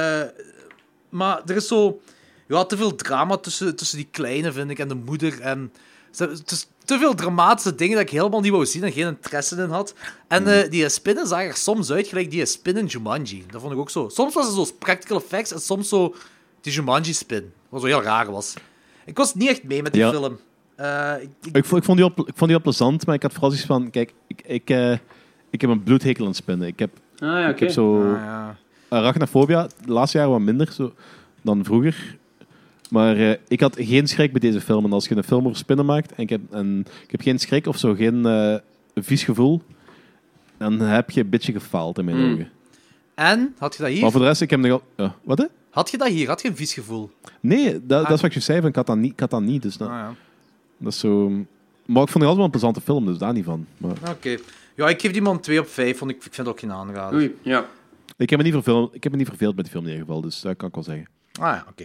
Maar er is zo... Ja, te veel drama tussen die kleine, vind ik, en de moeder. En het is te veel dramatische dingen dat ik helemaal niet wou zien en geen interesse in had. En die spinnen zagen er soms uit gelijk die spin in Jumanji. Dat vond ik ook zo. Soms was het zo practical effects en soms zo die Jumanji-spin. Wat zo heel raar was. Ik was niet echt mee met die film. Ik vond die wel plezant, maar ik had vooral zoiets van... Kijk, ik heb een bloedhekel aan spinnen. Ik heb zo... Arachnophobia, de laatste jaren wat minder dan vroeger... Maar ik had geen schrik bij deze film. En als je een film over spinnen maakt en ik heb geen schrik of zo, geen vies gevoel, dan heb je een beetje gefaald in mijn ogen. En? Had je dat hier? Maar voor de rest, ik heb nog... wat hè? Had je dat hier? Had je een vies gevoel? Nee, dat is wat je zei. Van, ik had dat niet. Dus dat is zo... Maar ik vond het altijd wel een plezante film, dus daar niet van. Oké. Ja, ik geef die man 2 op 5, want ik vind het ook geen aanrader. Oei, ja. Ik heb me niet verveeld met die film in ieder geval, dus dat kan ik wel zeggen. Oké.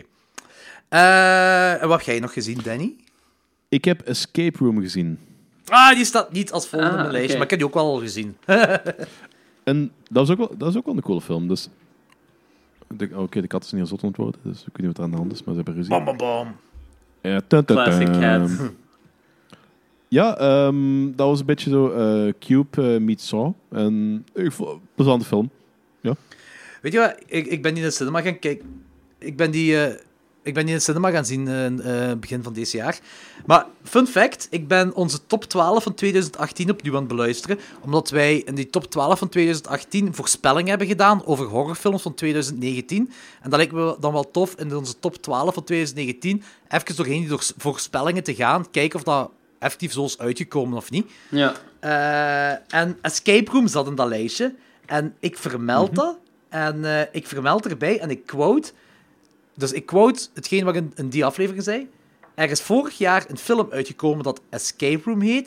En wat heb jij nog gezien, Danny? Ik heb Escape Room gezien. Die staat niet als volgende op mijn lijstje, maar ik heb die ook wel al gezien. En dat is ook wel een coole film. Dus... Oké, de kat is niet al zot aan het worden, dus ik weet niet wat er aan de hand is, maar ze hebben gezien. Bam, bam, bam. Ja, Classic cat. Ja, dat was een beetje zo Cube meets Saw. En plezante film. Ja. Weet je wat? Ik ben niet in de cinema gaan kijken. Ik ben niet in de cinema gaan zien begin van deze jaar. Maar, fun fact, ik ben onze top 12 van 2018 opnieuw aan het beluisteren, omdat wij in die top 12 van 2018 voorspelling hebben gedaan over horrorfilms van 2019. En dat lijkt me dan wel tof in onze top 12 van 2019 even doorheen die voorspellingen te gaan, kijken of dat effectief zo is uitgekomen of niet. Ja. En Escape Room zat in dat lijstje. En ik vermeld dat. En ik vermeld erbij en ik quote... Dus ik quote hetgeen wat ik in die aflevering zei. Er is vorig jaar een film uitgekomen dat Escape Room heet.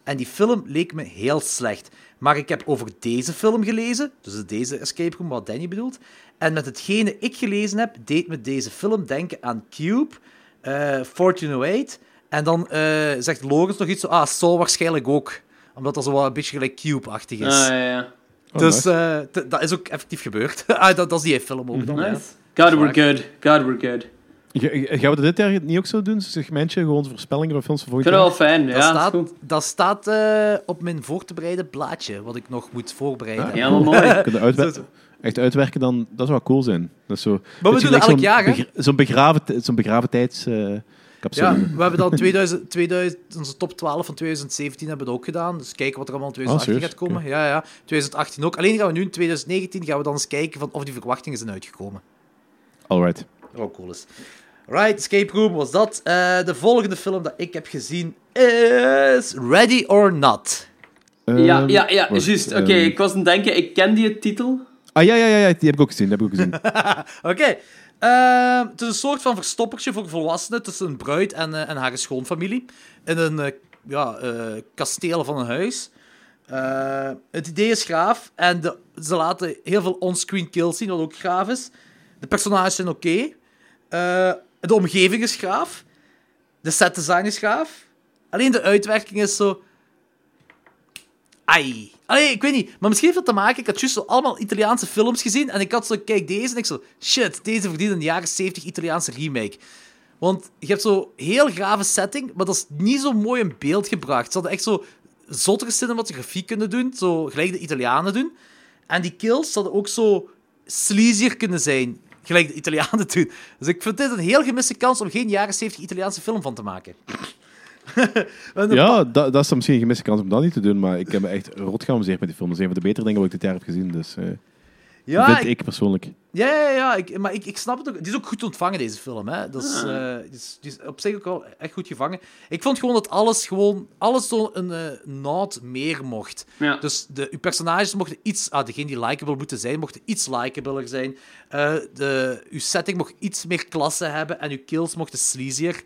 En die film leek me heel slecht. Maar ik heb over deze film gelezen, dus deze escape room, wat Danny bedoelt. En met hetgene ik gelezen heb, deed me deze film denken aan Cube, 1408. En dan zegt Logans nog iets zo, Saw waarschijnlijk ook. Omdat dat zo wel een beetje gelijk Cube-achtig is. Ja. Dus dat is ook effectief gebeurd. Dat is die film ook dan. Nice. God, we're good. Gaan we dit jaar niet ook zo doen? Een segmentje, gewoon voorspellingen van films van Ik volgend vind jaar? het wel fijn, Dat staat op mijn voor te bereiden blaadje, wat ik nog moet voorbereiden. Ja, maar mooi. Kunnen echt uitwerken, dan, dat zou cool zijn. Dat is zo, maar we doen dat elk jaar, hè? Zo'n begraventijdscapsule. We hebben dan onze top 12 van 2017 hebben we dat ook gedaan. Dus kijken wat er allemaal in 2018 gaat komen. Okay. Ja, 2018 ook. Alleen gaan we nu in 2019 gaan we dan eens kijken van of die verwachtingen zijn uitgekomen. Alright. Oh, cool is. Right, Escape Room was dat. De volgende film dat ik heb gezien is Ready or Not. Ja, juist. Oké, ik was aan het denken, ik ken die titel. Ja, die heb ik ook gezien. Oké. Het is een soort van verstoppertje voor volwassenen tussen een bruid en haar schoonfamilie. In een kasteel van een huis. Het idee is gaaf. En ze laten heel veel onscreen kills zien, wat ook gaaf is. De personages zijn oké. De omgeving is gaaf. De setdesign is gaaf. Alleen de uitwerking is zo... Ai. Allee, ik weet niet. Maar misschien heeft dat te maken... Ik had juist zo allemaal Italiaanse films gezien. En ik had zo... Kijk, deze. En ik zo... Shit, deze verdient een jaren 70 Italiaanse remake. Want je hebt zo heel gave setting. Maar dat is niet zo mooi in beeld gebracht. Ze hadden echt zo zottere cinematografie kunnen doen. Zo gelijk de Italianen doen. En die kills hadden ook zo sleazier kunnen zijn. Gelijk de Italianen doen. Dus ik vind dit een heel gemiste kans om geen jaren 70 Italiaanse film van te maken. Ja, dat is dan misschien een gemiste kans om dat niet te doen, maar ik heb me echt rot geamuseerd met die film. Dat is een van de betere dingen wat ik dit jaar heb gezien, dus vind ik persoonlijk. Ja, maar ik snap het ook. Die is ook goed ontvangen, deze film. Hè. Dat is, die is op zich ook wel echt goed gevangen. Ik vond gewoon dat alles zo een noot meer mocht. Ja. Dus uw personages mochten iets... degene die likable moeten zijn, mochten iets likeabler zijn. Uw setting mocht iets meer klasse hebben en uw kills mochten sleazier.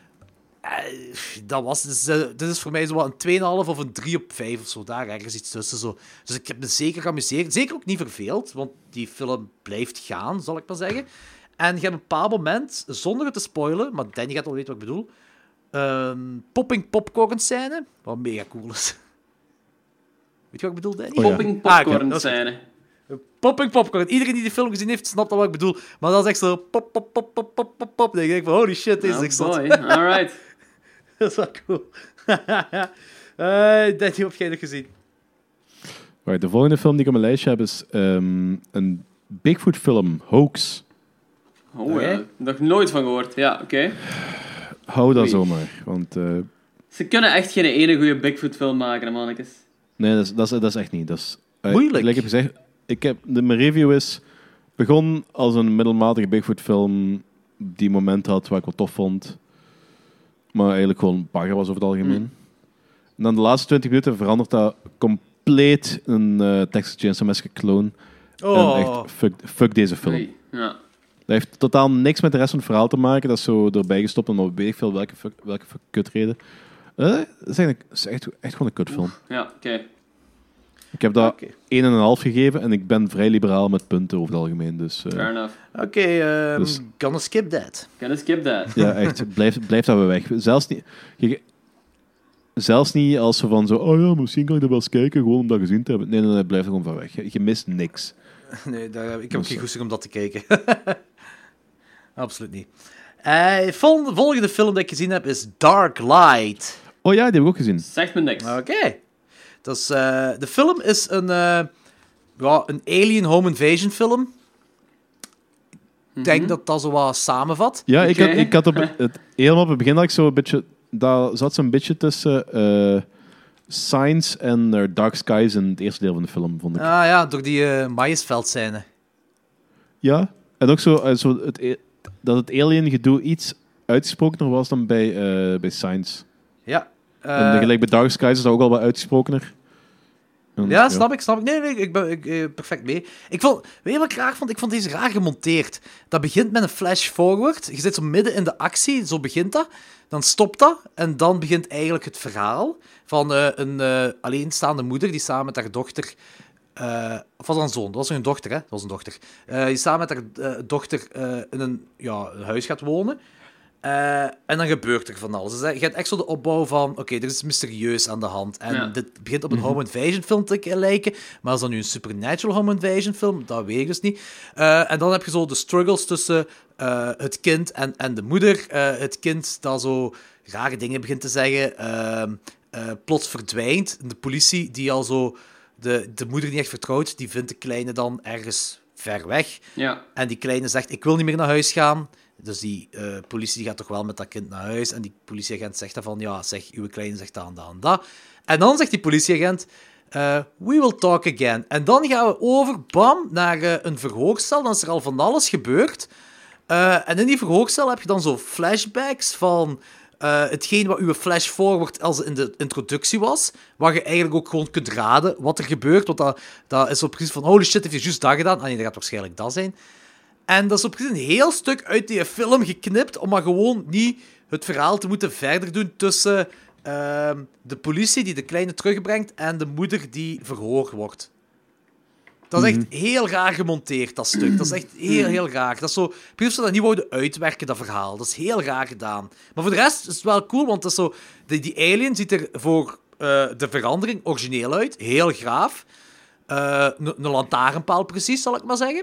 Dat was... dit is voor mij zo wat een 2,5 of een 3 op 5 of zo. Daar ergens iets tussen. Zo. Dus ik heb me zeker geamuseerd. Zeker ook niet verveeld, want die film blijft gaan, zal ik maar zeggen. En je hebt een bepaald moment, zonder het te spoilen, maar Danny gaat al weten wat ik bedoel, popping popcorn scène, wat mega cool is. Weet je wat ik bedoel, Danny? Popping popcorn scène. Popping popcorn. Iedereen die de film gezien heeft, snapt al wat ik bedoel. Maar dat is echt zo pop, pop, pop, pop, pop, pop, pop. Dan denk ik van, holy shit, deze is echt zot. Alright. Dat is wel cool. Danny, heb jij nog gezien? Right, de volgende film die ik op mijn lijstje heb is een Bigfoot-film, Hoax. Nog nooit van gehoord. Ja, oké. Hou dat zomaar, want... Ze kunnen echt geen ene goede Bigfoot-film maken, hè, mannetjes. Nee, dat is echt niet. Dat is, moeilijk. Gelijk ik heb gezegd, mijn review begon als een middelmatige Bigfoot-film die moment had waar ik wat tof vond. Maar eigenlijk gewoon bagger was over het algemeen. En dan de laatste 20 minuten verandert dat compleet een Texas Chainsaw Massacre clone. En echt, fuck deze film. Nee. Ja. Dat heeft totaal niks met de rest van het verhaal te maken. Dat is zo erbij gestopt om weet ik veel welke kutreden. Dat is echt gewoon een kutfilm. Ja, oké. Ik heb dat 1,5 gegeven en ik ben vrij liberaal met punten over het algemeen. Dus, fair enough. Oké, gonna skip that. Gonna skip that. Ja, echt. Blijf dat weer weg. Zelfs niet als ze van zo... Oh ja, misschien kan ik er wel eens kijken, gewoon om dat gezien te hebben. Nee, blijf er gewoon van weg. Je mist niks. Nee, ik heb ook geen goesting om dat te kijken. Absoluut niet. Volgende film dat ik gezien heb is Dark Light. Oh ja, die heb ik ook gezien. Zegt me niks. Oké. Dus, de film is een alien home invasion film. Ik denk dat dat zo wat samenvat. Ja, ik had helemaal op het begin dat ik zo een beetje... Daar zat zo'n beetje tussen Science en Dark Skies in het eerste deel van de film, vond ik. Door die maïsveldscène. Ja, en ook zo dat het alien-gedoe iets uitgesprokener was dan bij Science. Ja. En gelijk bij Dark Skies is dat ook al wat uitgesprokener. Ja, snap ik. Nee, ik ben perfect mee. Weet je wat ik raar vond? Ik vond deze raar gemonteerd. Dat begint met een flash-forward. Je zit zo midden in de actie, zo begint dat. Dan stopt dat. En dan begint eigenlijk het verhaal van een alleenstaande moeder die samen met haar dochter... of was dat een zoon? Dat was een dochter, hè? Dat was een dochter. Die samen met haar dochter in een huis gaat wonen. En dan gebeurt er van alles. Dus je hebt echt zo de opbouw van... Oké, er is mysterieus aan de hand. En dit begint op een home invasion film te lijken. Maar is dat nu een supernatural home invasion film? Dat weet ik dus niet. En dan heb je zo de struggles tussen het kind en de moeder. Het kind dat zo rare dingen begint te zeggen. Plots verdwijnt. De politie die al zo... De moeder niet echt vertrouwt, die vindt de kleine dan ergens ver weg. Ja. En die kleine zegt, ik wil niet meer naar huis gaan. Dus die politie gaat toch wel met dat kind naar huis. En die politieagent zegt dan van, ja, zeg, uw kleine zegt dat en dat. En dan zegt die politieagent, we will talk again. En dan gaan we over, bam, naar een verhoorcel. Dan is er al van alles gebeurd. En in die verhoorcel heb je dan zo flashbacks van... hetgeen wat uw flash-forward als in de introductie was, waar je eigenlijk ook gewoon kunt raden wat er gebeurt, want dat is zo precies van, holy shit, heeft je juist dat gedaan? Ah nee, dat gaat waarschijnlijk dat zijn. En dat is zo precies een heel stuk uit die film geknipt, om maar gewoon niet het verhaal te moeten verder doen tussen de politie die de kleine terugbrengt en de moeder die verhoord wordt. Dat is echt heel raar gemonteerd, dat stuk. Dat is echt heel, heel raar. Dat is zo... Precies of ze dat niet wouden uitwerken, dat verhaal. Dat is heel raar gedaan. Maar voor de rest is het wel cool, want dat is zo... Die alien ziet er voor de verandering origineel uit. Heel gaaf. Een lantaarnpaal precies, zal ik maar zeggen.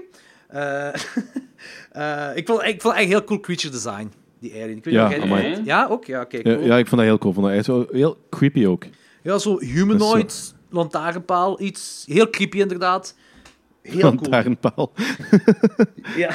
Ik vond echt heel cool creature design, die alien. Ik weet niet of jij... Ja, ook? Ja, oké, cool. Ja, ik vond dat heel cool. Vond dat zo heel creepy ook. Ja, zo humanoid, lantaarnpaal, iets... Heel creepy, inderdaad. Heel lantaarnpaal. Ja.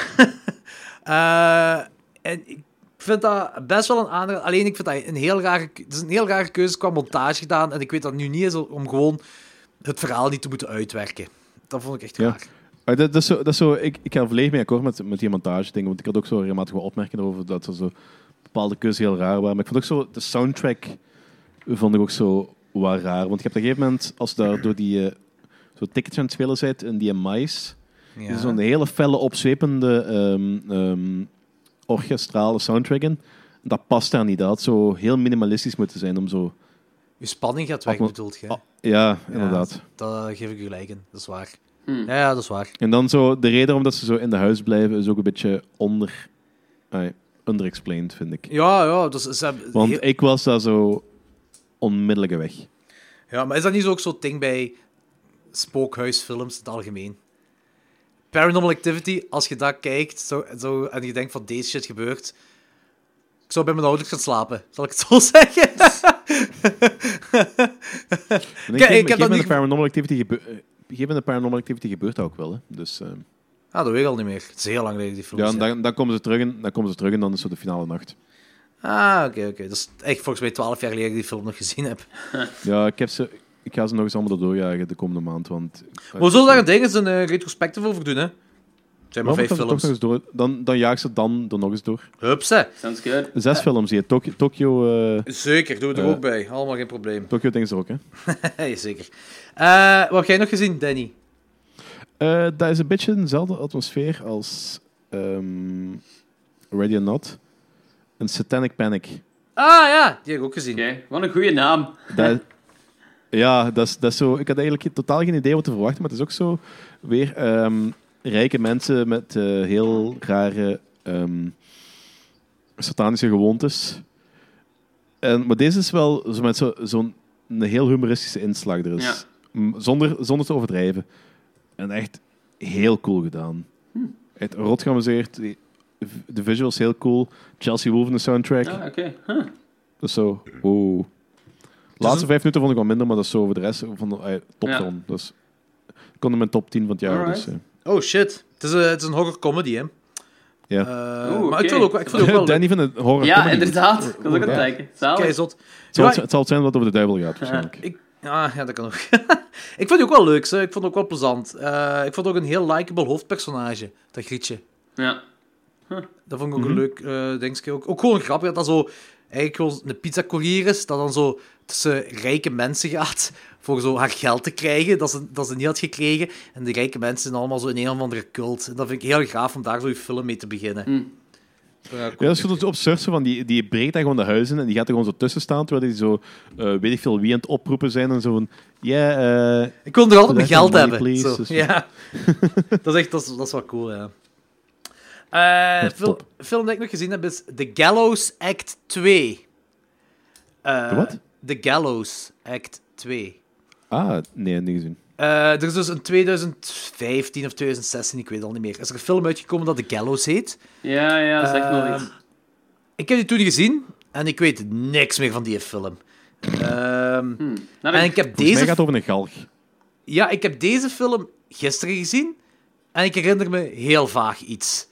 En ik vind dat best wel een aanrader. Alleen ik vind dat een heel rare keuze qua montage gedaan. En ik weet dat het nu niet is om gewoon het verhaal niet te moeten uitwerken. Dat vond ik echt raar. Dat is zo, ik ga volledig mee akkoord met die montage dingen. Want ik had ook zo regelmatig wel opmerkingen over dat er zo bepaalde keuzes heel raar waren. Maar ik vond ook zo, de soundtrack vond ik ook zo wat raar. Want je hebt op een gegeven moment, als je daar door die... zo tickets aan het spelen bent in die mais. Ja. Er is zo'n hele felle, opzwepende orchestrale soundtrack in. Dat past daar niet. Dat had zo heel minimalistisch moeten zijn om zo... Je spanning gaat weg, bedoelt je? Ja, inderdaad. Daar geef ik u gelijk in. Dat is waar. Ja, dat is waar. En dan zo, de reden waarom ze zo in de huis blijven is ook een beetje underexplained, vind ik. Ja. Want ik was daar zo onmiddellijk weg. Ja, maar is dat niet zo ook zo'n ding bij spookhuisfilms in het algemeen? Paranormal Activity, als je dat kijkt zo, en je denkt van deze shit gebeurt, ik zou bij mijn ouders gaan slapen, zal ik het zo zeggen? Ik heb dat niet... Paranormal Activity gebeurt dat ook wel, hè. Dus, dat weet ik al niet meer. Het is heel lang geleden die films. Ja, en dan komen ze terug en dan is zo de finale nacht. Oké. Dat is echt volgens mij 12 jaar geleden die film nog gezien heb. Ja, ik ga ze nog eens allemaal doorjagen de komende maand. Want, we zullen daar een ding eens een retrospective over doen, hè? Het zijn maar 5 films. Dan jaag ze dan er nog eens door. Hupsa. Sounds good. 6 films hier. Tokyo... Zeker, doen we er ook bij. Allemaal geen probleem. Tokyo dingen er ook, hè? Ja, zeker. Wat heb jij nog gezien, Danny? Dat is een beetje dezelfde atmosfeer als Ready or Not. Een Satanic Panic. Ja, die heb ik ook gezien. Oké, wat een goede naam. Dat is zo... Ik had eigenlijk totaal geen idee wat te verwachten, maar het is ook zo weer rijke mensen met heel rare satanische gewoontes. Maar deze is wel zo met zo'n heel humoristische inslag er is. Ja. Zonder te overdrijven. En echt heel cool gedaan. Echt rot geamuseerd. De visuals heel cool. Chelsea Wolfe in de soundtrack. Ah, oké. Dat is zo... De laatste 5 minuten vond ik wel minder, maar dat is zo over de rest van de topfilm. Dus ik kon in mijn top 10 van het jaar. Dus, oh shit. Het is een horror comedy, hè? Ja. Maar ik vind het ook wel Danny van het horror ja, comedy. Inderdaad. Ik wil ook aan het kijken. Het zal zijn wat over de duivel gaat, waarschijnlijk. Ja, dat kan ook. Ik vond het ook wel leuk, hè. Ik vond het ook wel plezant. Ik vond het ook een heel likable hoofdpersonage, dat Grietje. Ja. Dat vond ik ook een leuk dingetje. Ook gewoon grappig dat zo... eigenlijk gewoon een pizzacourier is, dat dan zo tussen rijke mensen gaat voor zo haar geld te krijgen, dat ze niet had gekregen. En die rijke mensen zijn allemaal zo in een of andere cult. En dat vind ik heel gaaf om daar zo je film mee te beginnen. Ja, dat is gewoon zo absurd, zo van die breekt daar gewoon de huizen en die gaat er gewoon zo tussen staan, terwijl die zo, weet ik veel, wie aan het oproepen zijn en zo van, ik wil nog altijd mijn geld hebben. Please, zo. Ja. dat is wel cool, ja. Film die ik nog gezien heb is The Gallows Act 2. Wat? The Gallows Act 2. Nee, niet gezien. Er is dus in 2015 of 2016, ik weet het al niet meer, is er een film uitgekomen dat The Gallows heet. Ja, zeg nog iets. Ik heb die toen gezien en ik weet niks meer van die film. En ik heb Volgens mij gaat het over een galg. Ja, ik heb deze film gisteren gezien en ik herinner me heel vaag iets.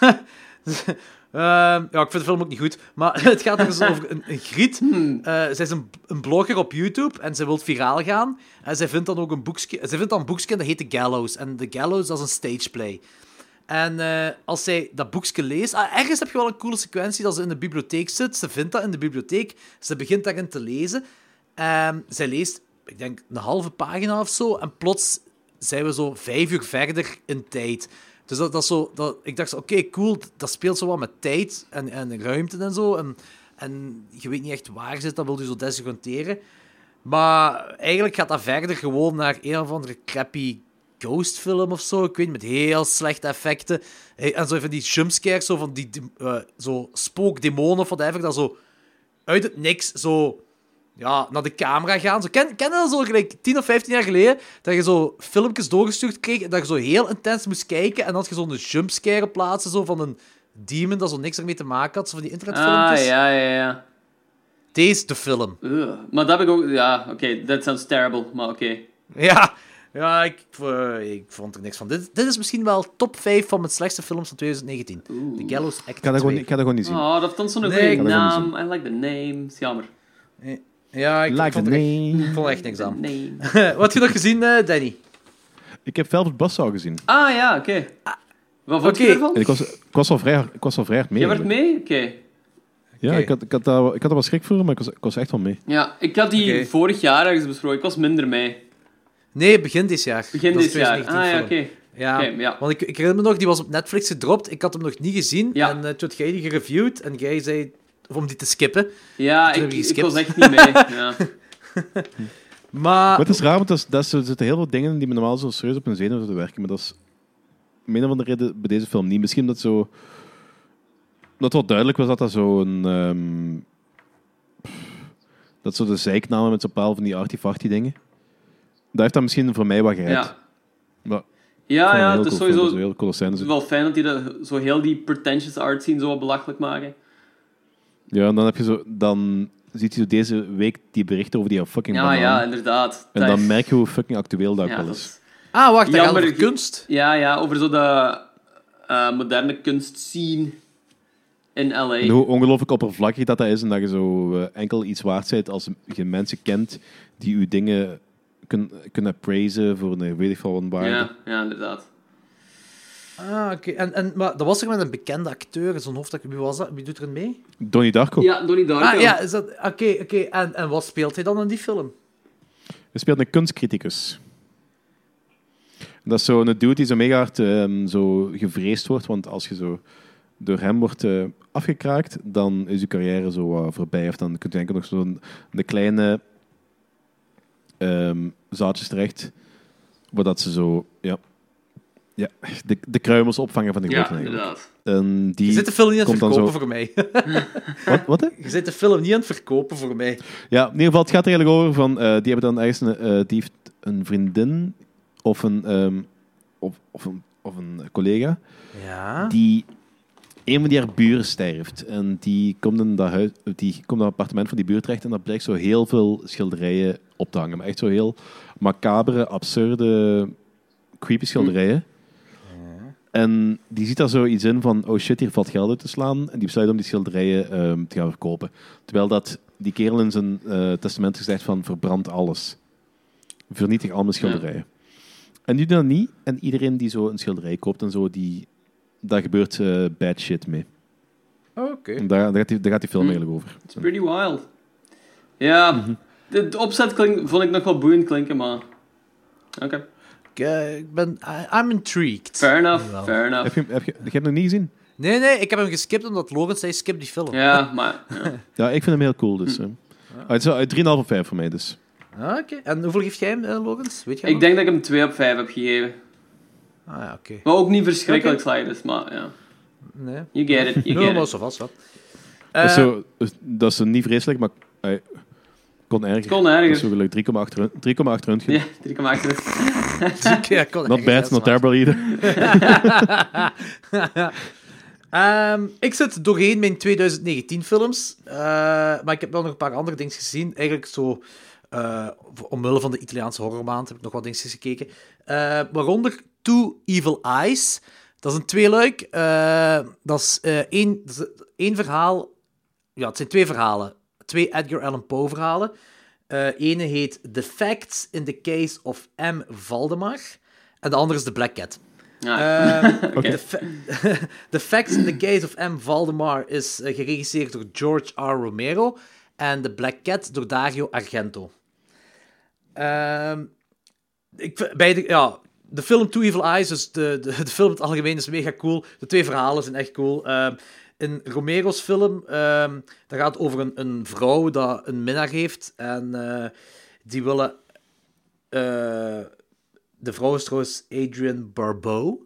Ja, ik vind de film ook niet goed, maar het gaat dus over een griet. Zij is een blogger op YouTube en zij wil viraal gaan. En zij vindt dan ook een boekje. Zij vindt dan een boekje dat heet The Gallows. En The Gallows, dat is een stageplay. En als zij dat boekje leest... ergens heb je wel een coole sequentie dat ze in de bibliotheek zit. Ze vindt dat in de bibliotheek. Ze begint daarin te lezen. Zij leest, ik denk, een halve pagina of zo. En plots zijn we zo 5 uur verder in tijd. Dus dat is zo... ik dacht zo, oké, cool. Dat speelt zo wat met tijd en ruimte en zo. En je weet niet echt waar zit. Dat wil je zo desoriënteren. Maar eigenlijk gaat dat verder gewoon naar een of andere crappy ghostfilm of zo. Ik weet niet, met heel slechte effecten. En zo van die jumpscares, zo van die zo spookdemonen of whatever, dat zo uit het niks zo naar de camera gaan. Zo, ken je dat zo gelijk 10 of 15 jaar geleden? Dat je zo filmpjes doorgestuurd kreeg en dat je zo heel intens moest kijken en dan had je zo'n jumpscare plaatsen zo van een demon dat zo niks ermee te maken had. Zo van die internetfilmpjes. Ja. Deze de film. Maar dat heb ik ook... Ja, oké, that sounds terrible, maar oké. Ja, ik vond er niks van. Dit is misschien wel top 5 van mijn slechtste films van 2019. The Gallows Act 2. Ik ga dat gewoon niet zien. Oh, dat vond zo'n goede naam. I like the name. Is jammer. Ja, ik vond er echt niks aan. Wat heb je nog gezien, Danny? Ik heb Velvet Buzzsaw gezien. Ja, oké. Wat vond je ervan? Ik was wel vrij hard mee. Jij werd mee? Oké. Ja, ik had er wel schrik voor, maar ik was echt wel mee. Ja, ik had die vorig jaar ergens besproken. Ik was minder mee. Nee, begin dit jaar. Begin dit jaar. Oké. Ja, want ik herinner me nog, die was op Netflix gedropt. Ik had hem nog niet gezien. Ja. En toen had jij die gereviewd en jij zei om die te skippen. Ja, ik was echt niet mee. Ja. Maar het is raar, want er zitten heel veel dingen die me normaal zo serieus op hun zenuwen zouden werken, maar dat is om een of andere reden bij deze film niet. Misschien dat zo... Dat wel duidelijk was dat zo een... dat zo de zeiknamen met zo'n paal van die artifactie dingen. Dat heeft dat misschien voor mij wat gered. Ja, het is sowieso heel cool scène. Het is wel fijn dat die zo heel die pretentious art scene zo wat belachelijk maken. Ja, en dan heb je zo... Dan ziet je deze week die berichten over die fucking banaan. Ja, inderdaad. En dan merk je hoe fucking actueel dat wel is. Wacht, dat gaat over kunst? Ja, over zo de moderne kunstscene in L.A. En hoe ongelooflijk oppervlakkig dat is en dat je zo enkel iets waard bent als je mensen kent die je dingen kunnen praisen voor een weet ik veel wat waarde. Ja, inderdaad. Oké. Maar dat was er met een bekende acteur, zo'n hoofdacteur. Wie was dat? Wie doet er mee? Donnie Darko. Ja, Donnie Darko. Ja, is dat... Oké. En wat speelt hij dan in die film? Hij speelt een kunstcriticus. Dat is zo'n dude die zo mega hard zo gevreesd wordt, want als je zo door hem wordt afgekraakt, dan is je carrière zo voorbij. Of dan kun je enkel nog zo'n de kleine zaadjes terecht, waar dat ze zo... Ja, de kruimels opvangen van de grote. Ja, inderdaad. Je zit de film niet aan het verkopen voor mij. Wat? Je zit de film niet aan het verkopen voor mij. Ja, in ieder geval, het gaat er eigenlijk over van... die hebben dan ergens die heeft een vriendin of een collega die een van die haar buren sterft. En die komt in dat appartement van die buurt terecht en dat blijkt zo heel veel schilderijen op te hangen. Maar echt zo heel macabere, absurde, creepy schilderijen. En die ziet daar zoiets in van, oh shit, hier valt geld uit te slaan. En die besluit om die schilderijen te gaan verkopen. Terwijl dat die kerel in zijn testament gezegd van, verbrand alles. Vernietig al mijn schilderijen. En die doen dat niet. En iedereen die zo een schilderij koopt en zo, daar gebeurt bad shit mee. Oké. Daar gaat die film eigenlijk over. It's pretty wild. Ja, de opzet vond ik nog wel boeiend klinken, maar... Oké. I'm intrigued. Fair enough. Heb je hem nog niet gezien? Nee, ik heb hem geskipt omdat Logan zei, skip die film. Ja, maar... Ja, ik vind hem heel cool, dus... Het is 3,5 op 5 voor mij, dus. Oké. En hoeveel geef jij hem, Logans? Weet je Ik denk dat ik hem 2 op 5 heb gegeven. Oké. Maar ook niet verschrikkelijk slecht is, maar ja. Nee. You get it. Maar zo vast wel. Dat is niet vreselijk, maar... kon erger. Kon erger. Dat is zo gelijk 3,8 röntgen. Ja, 3,8. Ja, kon Not bad, not terrible either. Ik zit doorheen mijn 2019 films, maar ik heb wel nog een paar andere dingen gezien. Eigenlijk zo, omwille van de Italiaanse horrormaand heb ik nog wat dingen gekeken. Waaronder Two Evil Eyes. Dat is een tweeluik. Dat is één verhaal. Ja, het zijn 2 verhalen. 2 Edgar Allan Poe verhalen. Ene heet The Facts in the Case of M. Valdemar. En de andere is The Black Cat. Okay. The Facts in the Case of M. Valdemar is geregisseerd door George R. Romero en The Black Cat door Dario Argento. De film Two Evil Eyes, dus de film in het algemeen is mega cool. De 2 verhalen zijn echt cool. In Romero's film, dat gaat over een vrouw dat een minnaar heeft en die willen... de vrouw is trouwens Adrienne Barbeau.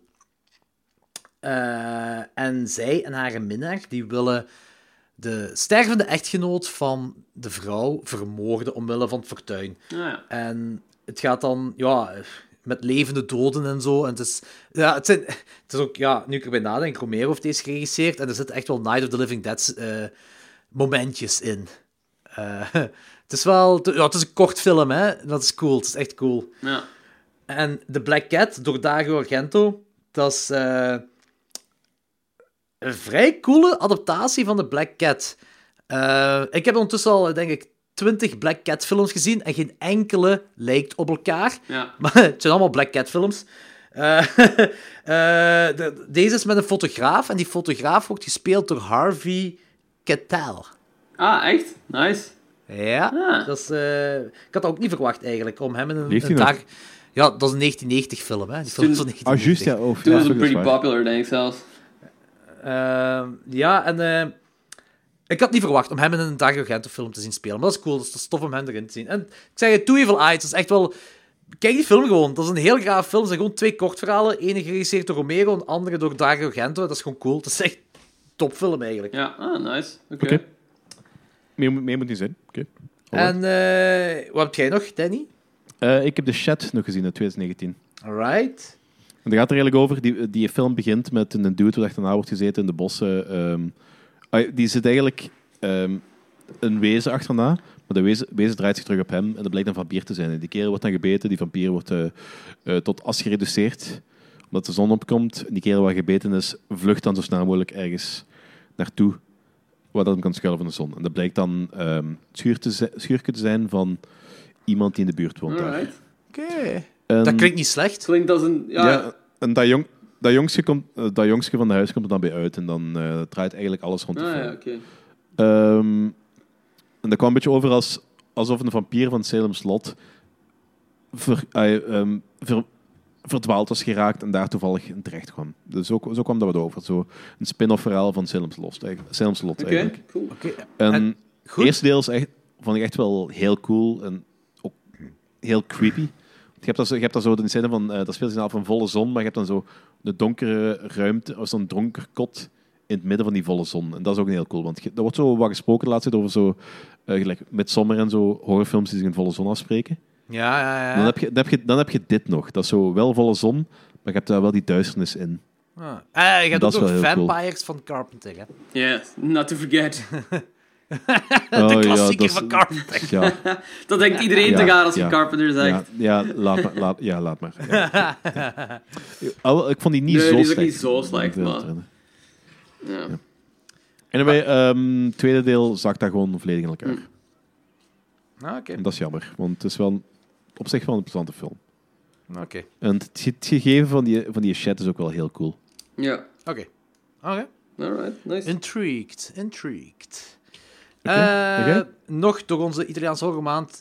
En zij en haar minnaar, die willen de stervende echtgenoot van de vrouw vermoorden omwille van het fortuin. Ja. En het gaat dan, met levende doden en zo. En het is ook, nu ik erbij nadenk, Romero heeft deze geregisseerd en er zitten echt wel Night of the Living Dead momentjes in. Het is wel... het is een kort film, hè. Dat is cool. Het is echt cool. Ja. En The Black Cat, door Dario Argento, dat is een vrij coole adaptatie van The Black Cat. Ik heb ondertussen al, denk ik, 20 Black Cat films gezien en geen enkele lijkt op elkaar. Ja. Maar het zijn allemaal Black Cat films. Deze is met een fotograaf en die fotograaf wordt gespeeld door Harvey Keitel. Ah, echt? Nice. Ja, dat is, ik had dat ook niet verwacht eigenlijk, om hem in een Leeft hij dag... nog? Ja, dat is een 1990 film, hè. Die film is van 1990. Juist, ja. Toen was het dat is pretty waar. popular, denk ik zelfs. Ik had niet verwacht om hem in een Dario Argento film te zien spelen, maar dat is cool, dat is tof om hem erin te zien. En ik zeg je, Two Evil Eyes, dat is echt wel... Kijk die film gewoon, dat is een heel gaaf film. Het zijn gewoon 2 kortverhalen, ene geregisseerd door Romero en de andere door Dario Argento. Dat is gewoon cool, dat is echt een topfilm eigenlijk. Ja, nice. Oké. Oké. Meer moet niet zijn. Oké. En wat heb jij nog, Danny? Ik heb The Shed nog gezien in 2019. Alright. En dat gaat er eigenlijk over. Die film begint met een dude die achterna wordt gezeten in de bossen. Die zit eigenlijk een wezen achterna, maar de wezen draait zich terug op hem en dat blijkt een vampier te zijn. En die kerel wordt dan gebeten, die vampier wordt tot as gereduceerd, omdat de zon opkomt. En die kerel waar gebeten is, vlucht dan zo snel mogelijk ergens naartoe, waar dat hem kan schuilen van de zon. En dat blijkt dan schuurke te zijn van iemand die in de buurt woont daar. Alright. Oké. Dat klinkt niet slecht. Klinkt als een... Ja, en dat jongske van de huis komt er dan bij uit en dan draait eigenlijk alles rond de film. ja, oké. En dat kwam een beetje over alsof een vampier van Salem's Lot verdwaald was geraakt en daar toevallig in terecht kwam. Dus zo kwam dat wat over. Zo een spin-off verhaal van Salem's Lot eigenlijk. Oké, cool. En het eerste deel vond ik echt wel heel cool en ook heel creepy. Je hebt daar zo de scène van, dat speelt zich af van volle zon, maar je hebt dan zo de donkere ruimte, of zo'n donker kot in het midden van die volle zon. En dat is ook heel cool, want er wordt zo wat gesproken de laatste tijd over zo, gelijk Midsommar en zo, horrorfilms die zich in volle zon afspreken. Ja. Dan heb je dit nog. Dat is zo wel volle zon, maar je hebt daar wel die duisternis in. Je hebt ook is wel nog heel Vampires van Carpenter, hè? Yes, not to forget. De klassieker van Carpenter. Ja, Dat denkt iedereen te gaan als je Carpenter zegt. laat maar. Ja. Ik vond die niet Nee, zo die is ook slecht. niet zo slecht, maar... Ja. Anyway, tweede deel zakt daar gewoon volledig in elkaar. Oké. En dat is jammer, want het is wel op zich wel een interessante film. Oké. En het gegeven van die chat is ook wel heel cool. Ja. Oké. Alright, nice. Intrigued. Okay. Nog door onze Italiaanse horrormaand.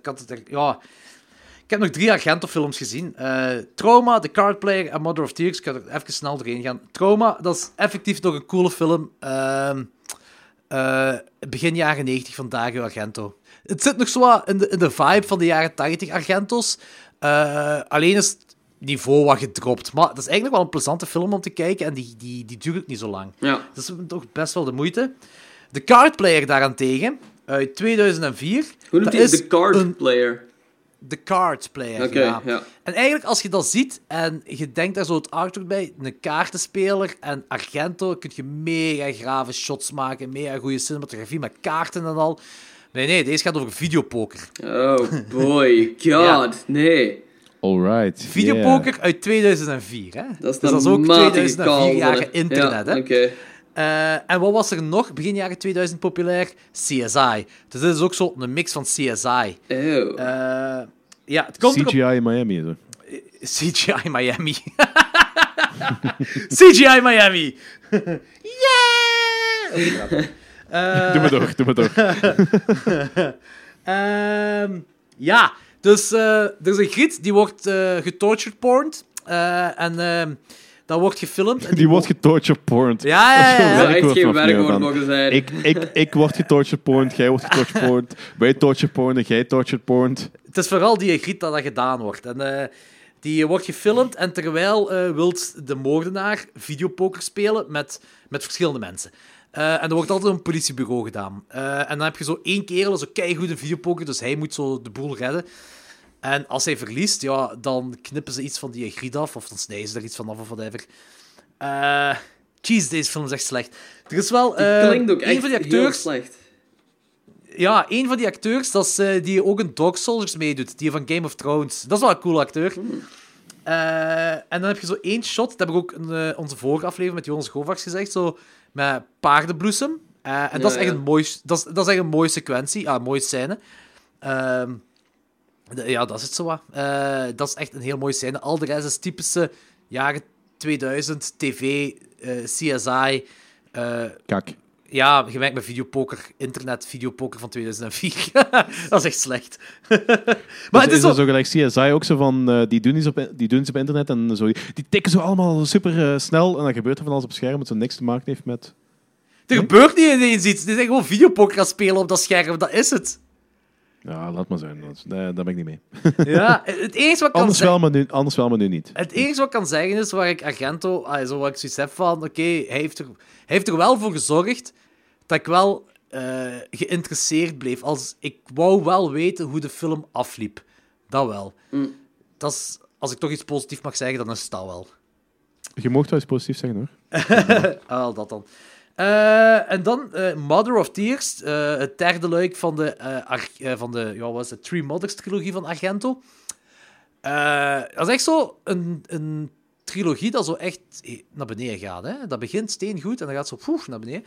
Ik heb nog 3 Argento-films gezien. Trauma, The Card Player en Mother of Tears. Ik ga er even snel doorheen gaan. Trauma, dat is effectief nog een coole film. Begin jaren 90 van Dario Argento. Het zit nog zo wat in de vibe van de jaren 80 Argento's. Alleen is het niveau wat gedropt. Maar dat is eigenlijk wel een plezante film om te kijken. En die duurt niet zo lang. Ja. Dat is toch best wel de moeite. The Card Player daarentegen, uit 2004. Hoe noemt hij The Card Player? The Card Player, ja. En eigenlijk, als je dat ziet en je denkt daar zo het artwork bij, een kaartenspeler en Argento, kun je mega grave shots maken, mega goede cinematografie met kaarten en al. Nee, deze gaat over videopoker. Oh boy, god, nee. Alright. Videopoker uit 2004, hè? Dat is ook 2004 jaren internet, hè? Okay. En wat was er nog begin jaren 2000 populair? CSI. Dus dit is ook zo een mix van CSI. Het komt CGI in Miami. Zo. CGI Miami. CGI Miami. Yeah! Doe maar door. Dus er is een gids die wordt getortured porned. Dat wordt gefilmd. En die wordt getortured porned. Ja. Dat zou echt geen werkwoord mogen zijn. Ik word getortured porned, jij wordt getortured porned. Wij tortured porned, jij tortured porned. Het is vooral die griet dat gedaan wordt. En die wordt gefilmd en terwijl wil de moordenaar videopoker spelen met verschillende mensen. En er wordt altijd een politiebureau gedaan. En dan heb je zo 1 kerel, zo keigoed in videopoker, dus hij moet zo de boel redden. En als hij verliest, ja, dan knippen ze iets van die griet af, of dan snijden ze er iets van af, of whatever. Deze film is echt slecht. Er is wel klinkt ook echt van die acteurs, heel slecht. Ja, een van die acteurs, dat is die ook in Dog Soldiers meedoet, die van Game of Thrones. Dat is wel een cool acteur. En dan heb je zo 1 shot, dat heb ik ook in onze vorige aflevering met Jonas Govaerts gezegd, zo met paardenbloesem. En dat is echt een mooi, dat is echt een mooie sequentie, een mooie scène. Dat is het zo wat. Dat is echt een heel mooie scène. Al de rest is typische jaren 2000 tv, CSI. Kak. Ja, gemerkt met videopoker, internet videopoker van 2004. Dat is echt slecht. Maar het is zo gelijk CSI ook zo van, die doen iets op internet en zo, die tikken zo allemaal super snel en dan gebeurt er van alles op scherm wat zo niks te maken heeft met... Er gebeurt niet ineens iets. Die zijn gewoon videopoker gaan spelen op dat scherm. Dat is het. Ja, laat maar zijn. Daar ben ik niet mee. Ja, het enige wat kan anders wel, maar nu niet. Het enige wat ik kan zeggen is waar ik Argento, zo wat ik zoiets heb van, oké, hij heeft er wel voor gezorgd dat ik wel geïnteresseerd bleef. Ik wou wel weten hoe de film afliep. Dat wel. Dat is, als ik toch iets positiefs mag zeggen, dan is het dat wel. Je mocht wel iets positiefs zeggen, hoor. Dat dan. En dan Mother of Tears, het derde luik van de Three Mothers trilogie van Argento. Dat is echt zo een trilogie dat zo echt naar beneden gaat. Hè? Dat begint steengoed en dan gaat zo naar beneden.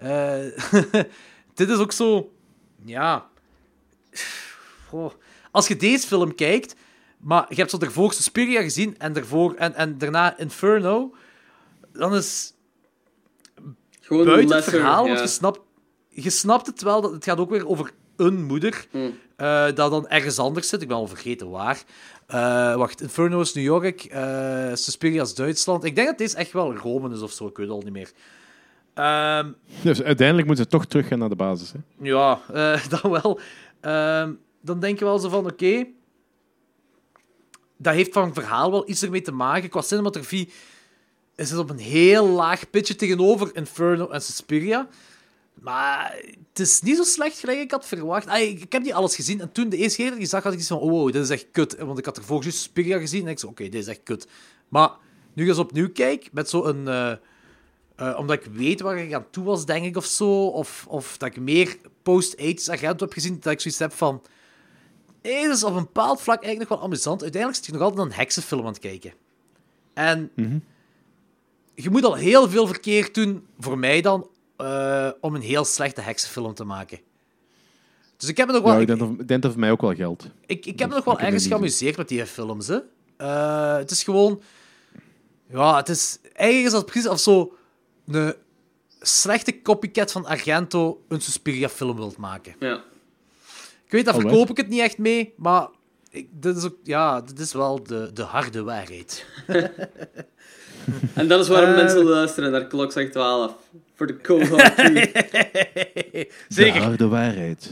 Dit is ook zo... Ja... Als je deze film kijkt, maar je hebt zo daarvoor Suspiria gezien en daarna Inferno, dan is... Gewoon buiten het verhaal, want je snapt het wel, dat het gaat ook weer over een moeder dat dan ergens anders zit. Ik ben al vergeten waar. Inferno is New York, Suspiria is Duitsland. Ik denk dat deze echt wel Rome is of zo, ik weet het al niet meer. Dus uiteindelijk moeten ze toch teruggaan naar de basis. Hè? Ja, dan wel. Dan denk je wel zo van, oké, dat heeft van het verhaal wel iets ermee te maken. Qua cinematografie is het op een heel laag pitje tegenover Inferno en Suspiria. Maar het is niet zo slecht gelijk ik had verwacht. Ik heb niet alles gezien. En toen de eerste keer dat ik zag, had ik iets van... Oh, dit is echt kut. Want ik had ervoor juist Suspiria gezien. En ik zei, oké, dit is echt kut. Maar nu ik eens opnieuw kijk, met zo'n... omdat ik weet waar ik aan toe was, denk ik, of zo. Of dat ik meer post-80s Argento heb gezien, dat ik zoiets heb van... Dit is op een bepaald vlak eigenlijk nog wel amusant. Uiteindelijk zit je nog altijd een heksenfilm aan het kijken. En... Je moet al heel veel verkeerd doen, voor mij dan, om een heel slechte heksenfilm te maken. Dus ik heb me nog wel... Ja, ik denk dat voor mij ook wel geldt. Ik heb me nog wel ergens geamuseerd met die films. Hè. Het is gewoon... Ja, het is... Eigenlijk is dat precies of zo slechte copycat van Argento een Suspiria-film wilt maken. Ja. Ik weet, daar verkoop ik het niet echt mee, maar dit is wel de harde waarheid. En dat is waarom mensen luisteren naar Klokslag 12. Voor de co-host. Zeker. De harde waarheid.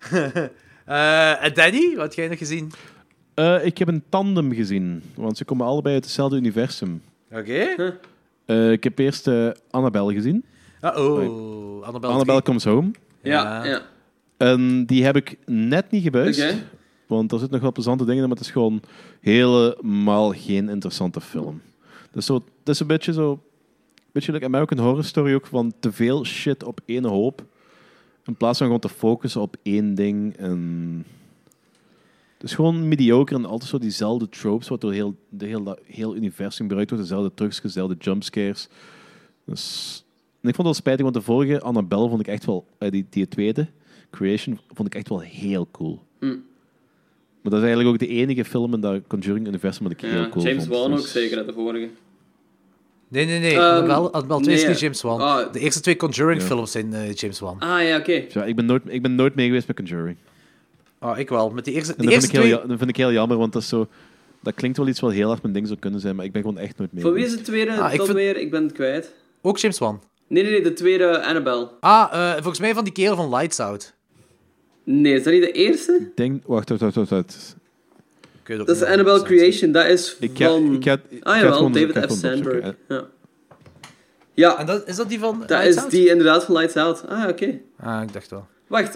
En Danny, wat heb jij nog gezien? Ik heb een tandem gezien, want ze komen allebei uit hetzelfde universum. Oké. Ik heb eerst Annabelle gezien. Annabelle Comes Home. Ja. En die heb ik net niet gebuist. Oké. Want er zitten nog wel plezante dingen in, maar het is gewoon helemaal geen interessante film. Dus het is een beetje like American Horror Story ook, van te veel shit op één hoop. In plaats van gewoon te focussen op één ding. En het is gewoon mediocre en altijd zo diezelfde tropes, wat door heel universum gebruikt wordt. Dezelfde trucs, dezelfde jumpscares. Dus, en ik vond het wel spijtig, want de vorige Annabelle vond ik echt wel, die tweede, Creation, vond ik echt wel heel cool. Maar dat is eigenlijk ook de enige film in dat Conjuring-universum dat ik heel cool James vond. Wan ook zeker, uit de vorige. Nee. Annabelle 2 is niet James Wan. De eerste 2 Conjuring-films zijn James Wan. Ah, ja, oké. Ja, ik ben nooit mee geweest met Conjuring. Ik wel. Met die eerste, En dat vind ik heel jammer, want dat klinkt wel iets wat heel erg mijn ding zou kunnen zijn, maar ik ben gewoon echt nooit mee Van wie is geweest. de tweede weer? Ik ben het kwijt. Ook James Wan. Nee, de tweede Annabelle. Volgens mij van die kerel van Lights Out. Nee, is dat niet de eerste? Wacht. Dat is Annabelle Creation, dat is van... David F. Sandberg. Ja. En is dat die van Dat Lights is Out? die inderdaad van Lights Out. Oké. Ik dacht wel. Wacht.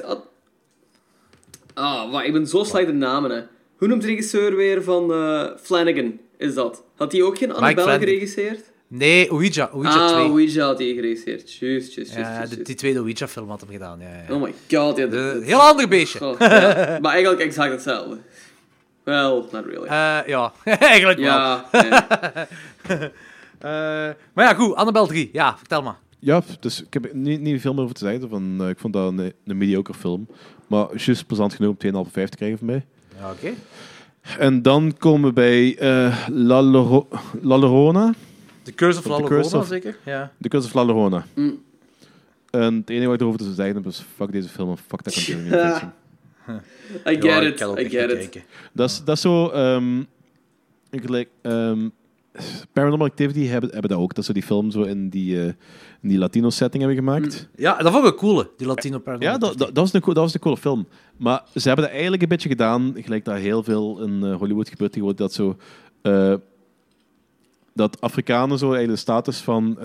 Ik ben zo slecht in namen, hè. Hoe noemt de regisseur weer van Flanagan? Is dat? Had hij ook geen Annabelle geregisseerd? Nee, Ouija 2. Ouija had hij geregisseerd. Juist. Die tweede Ouija-film had hem gedaan. Ja. Oh my god. Heel ander beestje. God, ja. Maar eigenlijk exact hetzelfde. Well, not really. Ja, eigenlijk wel. Ja. Maar ja, goed. Annabelle 3. Ja, vertel maar. Ja, dus ik heb niet veel meer over te zeggen. Ik vond dat een mediocre film. Maar juist plezant genoeg om 2,5 te krijgen van mij. Ja, oké. En dan komen we bij La Llorona. The Curse of La Llorona, zeker? Ja. The Curse of La Llorona. En het enige wat ik erover te zeggen heb is fuck deze film en fuck dat Conjuring universum. I get it. Dat is zo... Paranormal Activity hebben dat ook. Dat ze die film zo in die Latino-setting hebben gemaakt. Ja, dat vond ik cool, die Latino Paranormal Activity. Ja, dat was een coole film. Maar ze hebben dat eigenlijk een beetje gedaan, gelijk dat heel veel in Hollywood gebeurt tegenwoordig, dat zo... dat Afrikanen zo eigenlijk de status van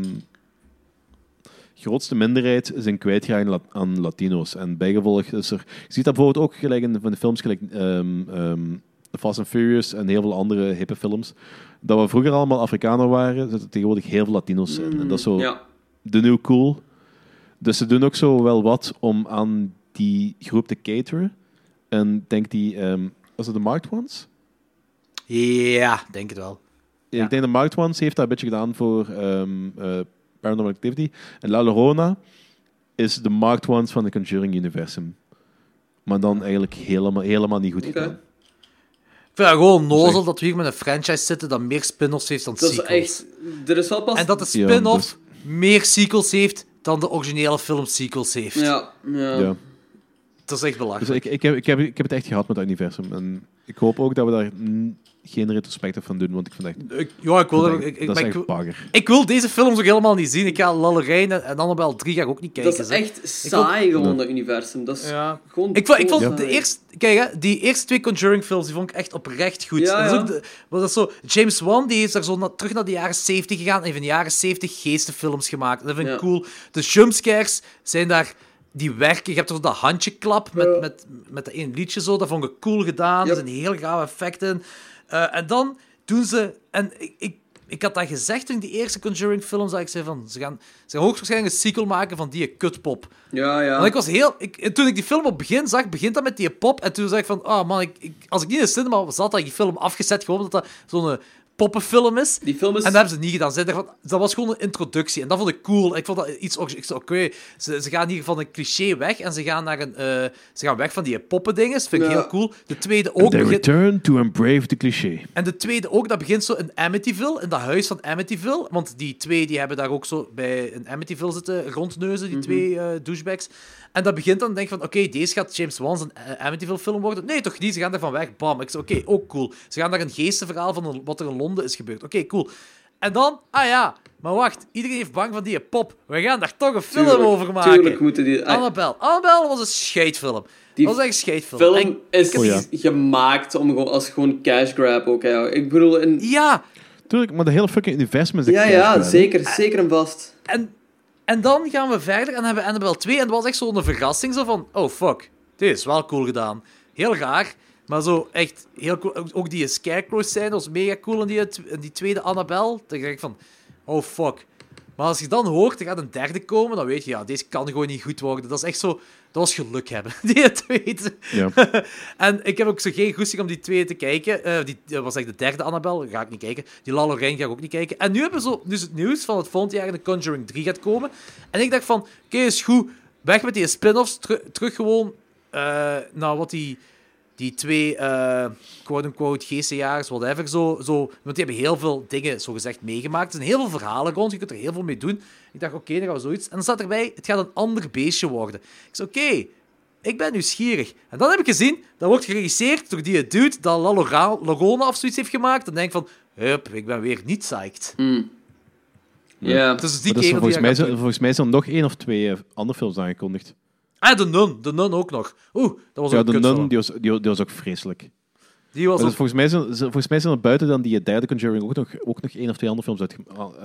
grootste minderheid zijn kwijtgeraakt aan Latino's. En bijgevolg is er... Je ziet dat bijvoorbeeld ook gelijk in de films gelijk Fast and Furious en heel veel andere hippe films. Dat we vroeger allemaal Afrikaner waren, zitten tegenwoordig heel veel Latino's in. En dat is zo de new cool. Dus ze doen ook zo wel wat om aan die groep te cateren. En denk die... was het de Marked Ones? Ja, denk het wel. Ja. Ik denk de Marked Ones heeft dat een beetje gedaan voor Paranormal Activity. En La Llorona is de Marked Ones van de Conjuring-universum. Maar dan eigenlijk helemaal niet goed gedaan. Ik vind het gewoon nozel dat we hier met een franchise zitten dat meer spin-offs heeft dan sequels. Echt, er is wel pas... En dat de spin-off meer sequels heeft dan de originele film sequels heeft. Ja. Dat is echt belachelijk. Dus ik heb het echt gehad met dat universum. En ik hoop ook dat we daar geen retrospectief van doen, want ik vind echt... dat is echt bagger. Ik wil deze films ook helemaal niet zien. Ik ga La Llorona en Annabelle 3 ga ik ook niet kijken. Dat is echt saai, gewoon, dat universum. Dat is gewoon... Ik vond de eerste... Kijk, die eerste 2 Conjuring-films, die vond ik echt oprecht goed. Dat is zo, James Wan, die is daar zo terug naar de jaren 70 gegaan en heeft in de jaren 70 geestenfilms gemaakt. Dat vind ik cool. De jumpscares zijn daar... Die werken. Je hebt toch dat handjeklap met dat één liedje zo. Dat vond ik cool gedaan. Er zijn heel gave effecten. En dan doen ze... En ik had dat gezegd toen die eerste Conjuring-films, dat ik zei van... Ze gaan hoogstwaarschijnlijk een sequel maken van die kutpop. Ja. Want ik was toen ik die film op begin zag, begint dat met die pop. En toen zei ik van... Oh man, als ik niet in de cinema zat, had ik die film afgezet. Gewoon omdat dat zo'n poppenfilm is. Die film is... En dat hebben ze niet gedaan. Dat was gewoon een introductie. En dat vond ik cool. Ik vond dat iets... Oké, ze gaan hier van een cliché weg en ze gaan naar ze gaan weg van die poppendingen. Dat vind ik heel cool. De tweede ook... They return to embrace the cliché. En de tweede ook, dat begint zo in Amityville, in dat huis van Amityville. Want die twee die hebben daar ook zo bij in Amityville zitten rondneuzen, die twee douchebags. En dat begint dan, denk ik van, oké, deze gaat James Wan's een Amityville-film worden. Nee, toch niet, ze gaan ervan weg. Bam. Ik zei, oké, ook cool. Ze gaan naar een geestenverhaal van wat er in Londen is gebeurd. Oké, cool. En dan, maar wacht, iedereen heeft bang van die pop. We gaan daar toch een film over maken. Tuurlijk moeten die... Annabelle was een scheidfilm. Dat was echt een scheidfilm. Film is gemaakt om gewoon cash grab ook. Ik bedoel... Ja. Tuurlijk, maar de hele fucking universum is een cash grab. Zeker en vast. En dan gaan we verder en hebben we Annabelle 2. En dat was echt zo'n verrassing. Zo van, oh fuck, dit is wel cool gedaan. Heel raar, maar zo echt heel cool. Ook die Scarecrows zijn, dat was mega cool in die tweede Annabelle. Dan denk ik van, oh fuck. Maar als je dan hoort, er gaat een derde komen, dan weet je, ja, deze kan gewoon niet goed worden. Dat is echt zo, dat was geluk hebben, die tweede. Ja. En ik heb ook zo geen goesting om die tweede te kijken. Dat was echt de derde Annabelle, ga ik niet kijken. Die La Lorraine ga ik ook niet kijken. En nu hebben we dus het nieuws van het volgend jaar de Conjuring 3 gaat komen. En ik dacht van, oké, is goed, weg met die spin-offs, terug gewoon naar wat die twee, quote-unquote, geestenjagers, whatever, zo, want die hebben heel veel dingen, zogezegd, meegemaakt. Er zijn heel veel verhalen rond, je kunt er heel veel mee doen. Ik dacht, oké, dan gaan we zoiets. En dan staat erbij, het gaat een ander beestje worden. Ik zei, oké, ik ben nieuwsgierig. En dan heb ik gezien, dat wordt geregisseerd door die dude dat La Llorona of zoiets heeft gemaakt. Dan denk ik van, hup, ik ben weer niet psyched. Ja. Dus die volgens mij zijn er nog 1 of 2 andere films aangekondigd. De Nun ook nog. Dat was ook de Nun, die was ook vreselijk. Die was ook... Volgens mij zijn er buiten dan die derde Conjuring ook nog 1 of 2 andere films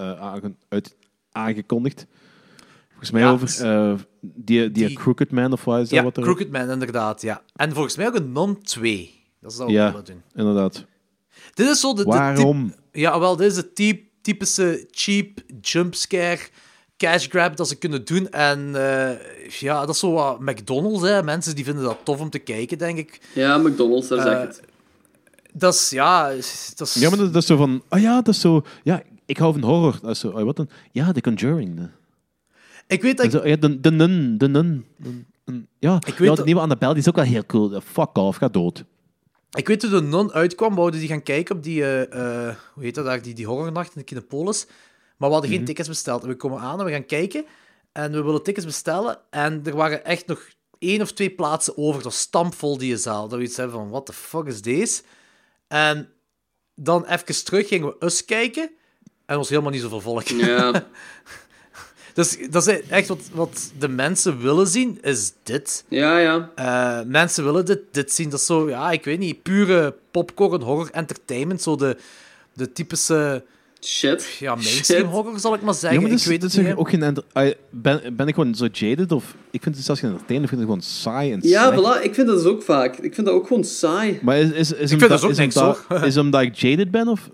aangekondigd. Volgens mij over die Crooked Man of wat is dat? Ja, Crooked Man, inderdaad. Ja. En volgens mij ook een Nun 2. Dat zou ik willen doen. Inderdaad. Dit is zo Waarom? Dit is de typische cheap jumpscare cash grab dat ze kunnen doen. En dat is zo wat McDonald's, hè. Mensen die vinden dat tof om te kijken, denk ik. Ja, McDonald's, daar zeg ik het. Dat is, Ja, maar dat is zo van... dat is zo... Ja, ik hou van horror. Dat is zo... wat dan? Ja, The Conjuring. Ik weet dat... De Nun. Ja, het nieuwe Annabelle, die is ook wel heel cool. Fuck off, ga dood. Ik weet toen de Nun uitkwam, wouden die gaan kijken op die... hoe heet dat daar? Die horrornacht in de Kinepolis. Maar we hadden geen tickets besteld. En we komen aan en we gaan kijken. En we willen tickets bestellen. En er waren echt nog 1 of 2 plaatsen over. Dat was stampvol, die zaal. Dat we iets hebben van, what the fuck is deze? En dan even terug gingen we Us kijken. En er was helemaal niet zoveel volk. Ja. Dus dat is echt wat de mensen willen zien, is dit. Ja. Mensen willen dit zien. Dat is zo, ik weet niet, pure popcorn, horror, entertainment. Zo de typische... Shit. Ja, mainstream horror, zal ik maar zeggen. Ja, maar ik weet het niet. Ook geen ben ik gewoon zo jaded? Of ik vind het zelfs geen entertainment, ik vind het gewoon saai en slecht. Ja, voilà, ik vind dat dus ook vaak. Ik vind dat ook gewoon saai. Maar is omdat ik jaded ben? Of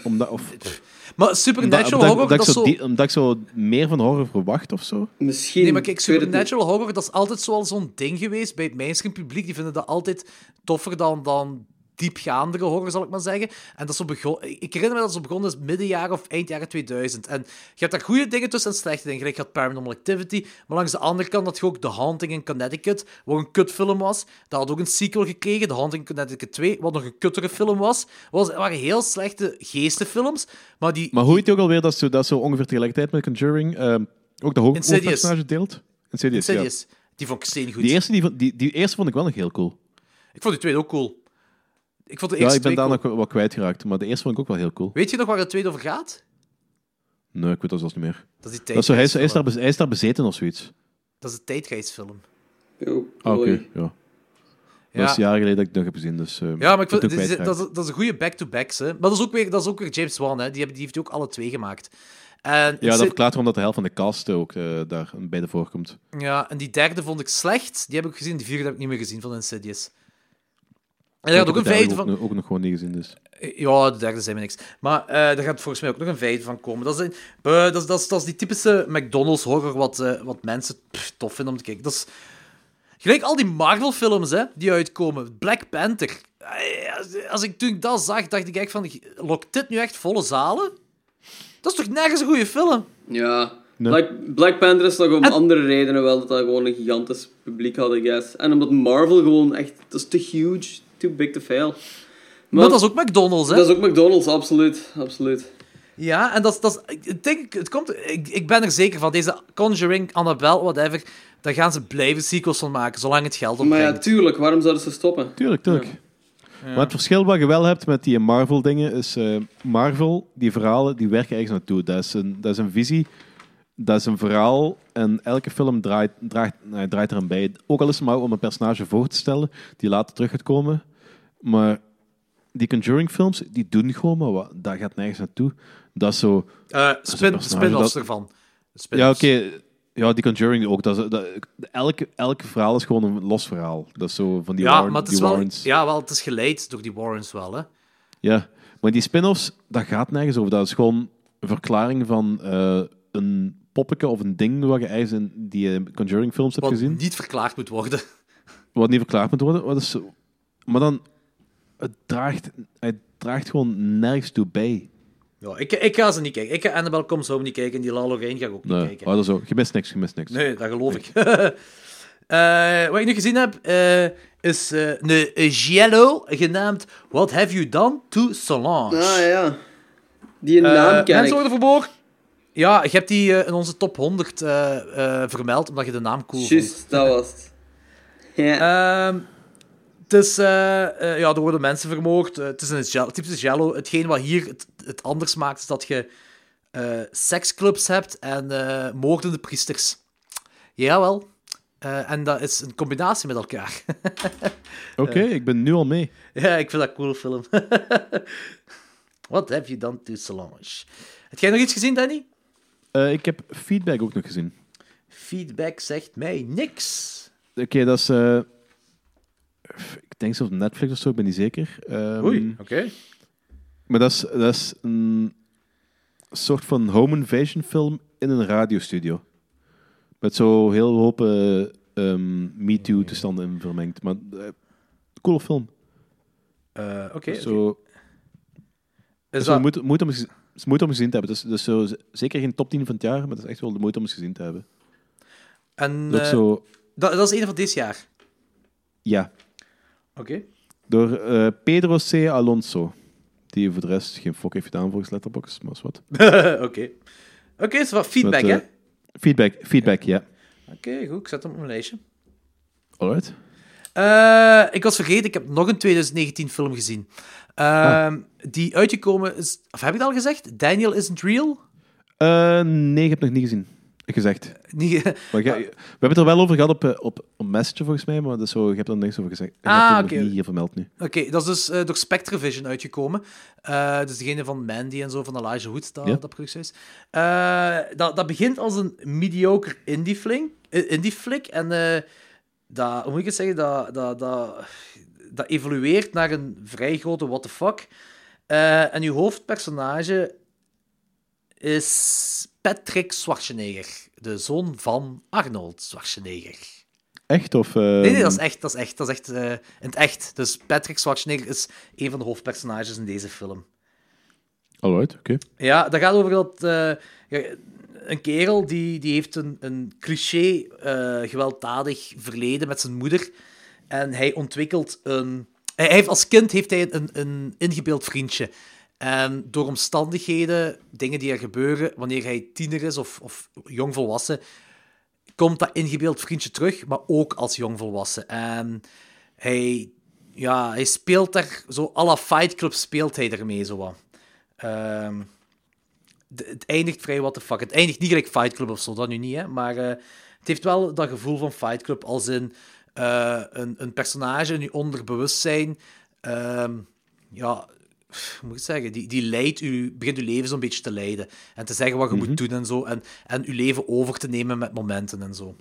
maar Supernatural horror, dat is zo... Omdat ik zo meer van horror verwacht, of zo? Misschien. Nee, maar kijk, Supernatural horror, dat is altijd zo'n ding geweest bij het mainstream publiek. Die vinden dat altijd toffer dan diepgaandere horror, zal ik maar zeggen. En dat is zo ik herinner me dat zo begonnen is midden jaren of eind jaren 2000. En je hebt daar goede dingen tussen en slechte dingen. Gelijk had Paranormal Activity, maar langs de andere kant had je ook The Haunting in Connecticut, wat een kutfilm was. Dat had ook een sequel gekregen, The Haunting in Connecticut 2, wat nog een kuttere film was. Het waren heel slechte geestenfilms, maar die... Maar hoe heet je ook alweer dat zo ongeveer tegelijkertijd met Conjuring ook de hoofdpersonage deelt? Insidious. Die vond ik steengoed. Die eerste vond ik wel nog heel cool. Ik vond die tweede ook cool. Ik vond de eerste ik ben daar nog wat kwijtgeraakt, maar de eerste vond ik ook wel heel cool. Weet je nog waar de tweede over gaat? Nee, ik weet dat zelfs niet meer. Dat is die hij is daar bezeten of zoiets. Dat is een tijdreisfilm. Oké, ja. Dat is jaren geleden dat ik het nog heb gezien. Dus, ja, maar ik vind, dat is een goede back-to-backs. Hè. Maar dat is ook weer James Wan. Hè. Die heeft ook alle 2 gemaakt. En dat verklaart waarom dat de helft van de cast ook daar bij de voorkomt. Ja, en die derde vond ik slecht. Die heb ik gezien. Die vierde heb ik niet meer gezien van Insidious. En daar gaat ook een vijfde van... Ook nog gewoon niet gezien, dus. Ja, de derde zei me niks. Maar daar gaat volgens mij ook nog een vijfde van komen. Dat is die typische McDonald's horror wat mensen tof vinden om te kijken. Dat is gelijk al die Marvel-films die uitkomen. Black Panther. toen ik dat zag, dacht ik echt van... Lokt dit nu echt volle zalen? Dat is toch nergens een goede film? Ja. Nee. Black Panther is nog om andere redenen wel dat gewoon een gigantisch publiek had, I guess. En omdat Marvel gewoon echt... Dat is te huge. Too big to fail. Maar dat is ook McDonald's, hè? Dat is ook McDonald's, absoluut. Ja, en ik denk, ik ben er zeker van. Deze Conjuring, Annabelle, whatever, daar gaan ze blijven sequels van maken, zolang het geld opbrengt. Maar ja, tuurlijk. Waarom zouden ze stoppen? Tuurlijk. Ja. Maar het verschil wat je wel hebt met die Marvel-dingen is... Marvel, die verhalen, die werken ergens naartoe. Dat is een visie, dat is een verhaal en elke film draait er aan bij. Ook al is het maar om een personage voor te stellen die later terug gaat komen. Maar die Conjuring-films, die doen gewoon maar wat. Dat gaat nergens naartoe. Dat is zo... Spin-offs ervan. Ja, oké. Ja, die Conjuring ook. Elke verhaal is gewoon een los verhaal. Dat is zo van die maar het is Warrens. het is geleid door die Warrens wel, hè. Ja, maar die spin-offs, dat gaat nergens over. Dat is gewoon een verklaring van een poppetje of een ding wat je ergens in die Conjuring-films hebt gezien. Wat niet verklaard moet worden. Wat niet verklaard moet worden. Maar dan... Het draagt gewoon nergens toe bij. Ja, ik ga ze niet kijken. Ik ga Annabelle Comes Home niet kijken en die La Lorraine ga ik ook niet kijken. Dat is ook. Je mist niks. Nee, dat geloof ik. Wat ik nu gezien heb, is een giallo genaamd What Have You Done to Solange? Ah ja. Die naam ken ik. Mensen worden verborgen. Ja, je hebt die in onze top 100 vermeld, omdat je de naam cool vond. Juist, dat was het. Ja. Dus er worden mensen vermoord. Het is een typische giallo. Hetgeen wat hier het anders maakt, is dat je seksclubs hebt en moordende priesters. Jawel. En dat is een combinatie met elkaar. Oké, ik ben nu al mee. Ja, ik vind dat een coole film. What have you done to Solange? Heb jij nog iets gezien, Danny? Ik heb Feedback ook nog gezien. Feedback zegt mij niks. Oké, dat is... ik denk zelfs op Netflix of zo, ik ben niet zeker. Oei, oké. Maar dat is een soort van home invasion film in een radiostudio. Met zo heel hoop MeToo-toestanden in vermengd. Maar coole film. Oké. Het is moeite om gezien te hebben. Het is zo, zeker geen top 10 van het jaar, maar het is echt wel de moeite om eens gezien te hebben. En dat is een van dit jaar? Ja. Oké. Door Pedro C. Alonso. Die voor de rest geen fok heeft gedaan volgens Letterboxd, maar is wat. Oké, is wat feedback, hè? Feedback, ja. Oké, goed. Ik zet hem op mijn lijstje. Alright. Ik was vergeten, ik heb nog een 2019 film gezien. Die uitgekomen is... Of heb ik dat al gezegd? Daniel Isn't Real? Nee, ik heb nog niet gezien. Gezegd. We hebben het er wel over gehad op Messenger, volgens mij, maar dus zo, je hebt er niks over gezegd. Ik heb het niet hier vermeld nu. Oké, dat is dus door Spectravision uitgekomen. Dus degene van Mandy en zo, van Elijah Wood, dat productiehuis. Dat begint als een mediocre indie flick en hoe moet ik het zeggen, dat evolueert naar een vrij grote what the fuck. En uw hoofdpersonage is Patrick Schwarzenegger, de zoon van Arnold Schwarzenegger. Echt? Of, Nee, dat is echt. Dat is echt in het echt. Dus Patrick Schwarzenegger is een van de hoofdpersonages in deze film. Alright, oké. Ja, dat gaat over dat... een kerel die heeft een cliché gewelddadig verleden met zijn moeder. En hij ontwikkelt als kind heeft hij een ingebeeld vriendje. En door omstandigheden, dingen die er gebeuren, wanneer hij tiener is of jongvolwassen, komt dat ingebeeld vriendje terug, maar ook als jongvolwassen. En hij speelt daar, zo à la Fight Club speelt hij ermee, zo wat. Het eindigt vrij what the fuck. Het eindigt niet gelijk Fight Club of zo, dat nu niet, hè. Maar het heeft wel dat gevoel van Fight Club, als in een personage in je onderbewustzijn, hoe moet ik het zeggen, die leidt begint uw leven zo'n beetje te leiden. En te zeggen wat je moet doen en zo. En uw leven over te nemen met momenten en zo.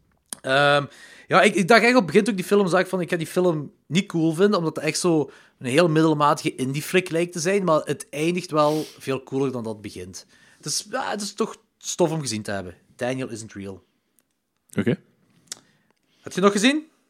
Ik dacht echt op het begin, toen ik die film zag, van ik ga die film niet cool vinden, omdat het echt zo een heel middelmatige indie-flick lijkt te zijn, maar het eindigt wel veel cooler dan dat begint. Dus het is toch stof om gezien te hebben. Daniel Isn't Real. Oké. Heb je nog gezien?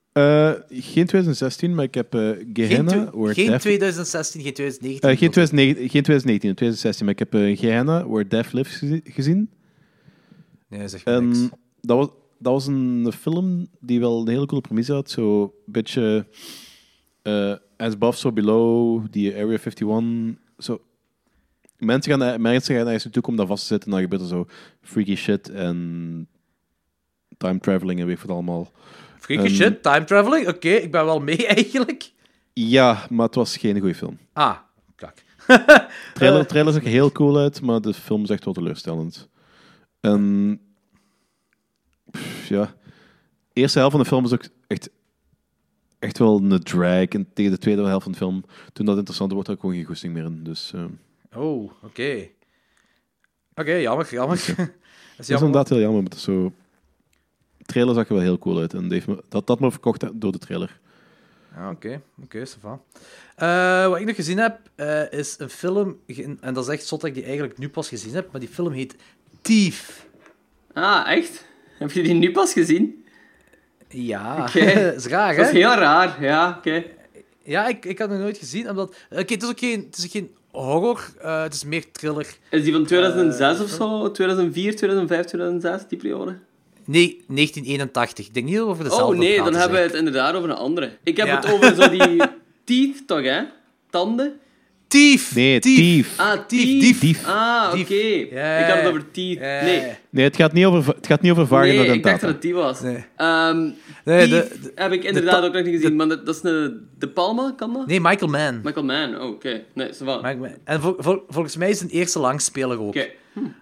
Geen 2016, maar ik heb Gehenna... Geen 2016, geen 2019. Geen 2019, 2016, maar ik heb Gehenna, Where Death Lives gezien. Nee, zeg maar niks. Dat was een film die wel een hele coole premisse had. Zo een beetje As Above, So Below, die Area 51. Zo. Mensen gaan ergens naartoe om daar vast te zitten en dan gebeurt er zo freaky shit en time traveling en weet wat allemaal. Freaky shit, time traveling? Oké, ik ben wel mee eigenlijk. Ja, maar het was geen goede film. Ah, kak. Trailer zag er heel cool uit, maar de film is echt wel teleurstellend. En ja, de eerste helft van de film is ook echt wel een drag. En tegen de tweede helft van de film, toen dat interessanter wordt, had ik gewoon geen goesting meer in. Dus, oh, oké. Oké, jammer. Dat is inderdaad heel jammer, maar het is zo... De trailer zag er wel heel cool uit. En dat me verkocht door de trailer. Oké, ça va. Wat ik nog gezien heb, is een film... En dat is echt zot dat ik die eigenlijk nu pas gezien heb, maar die film heet Thief. Ah, echt? Heb je die nu pas gezien? Ja, okay. Dat is raar, hè? Dat is heel raar, ja, oké. Ja, ik had het nog nooit gezien, omdat... Oké, het is ook geen horror, het is meer thriller. Is die van 2006 of zo? 2004, 2005, 2006, die periode? Nee, 1981. Ik denk niet over dezelfde. Oh nee, dan hebben we het inderdaad over een andere. Ik heb het over zo die teeth, toch, hè? Tanden? Thief! Nee, Thief. Ah, Thief. Ah, oké. Ja. Ik had het over teeth. Nee, het gaat niet over vagina Nee, dentata. ik dacht dat het die was. Nee. Thief heb ik inderdaad ook nog niet gezien, maar dat is De Palma, kan dat? Nee, Michael Mann. Michael Mann, oh, oké. Nee, ça va. En volgens mij is het een eerste langspeler ook. Oké.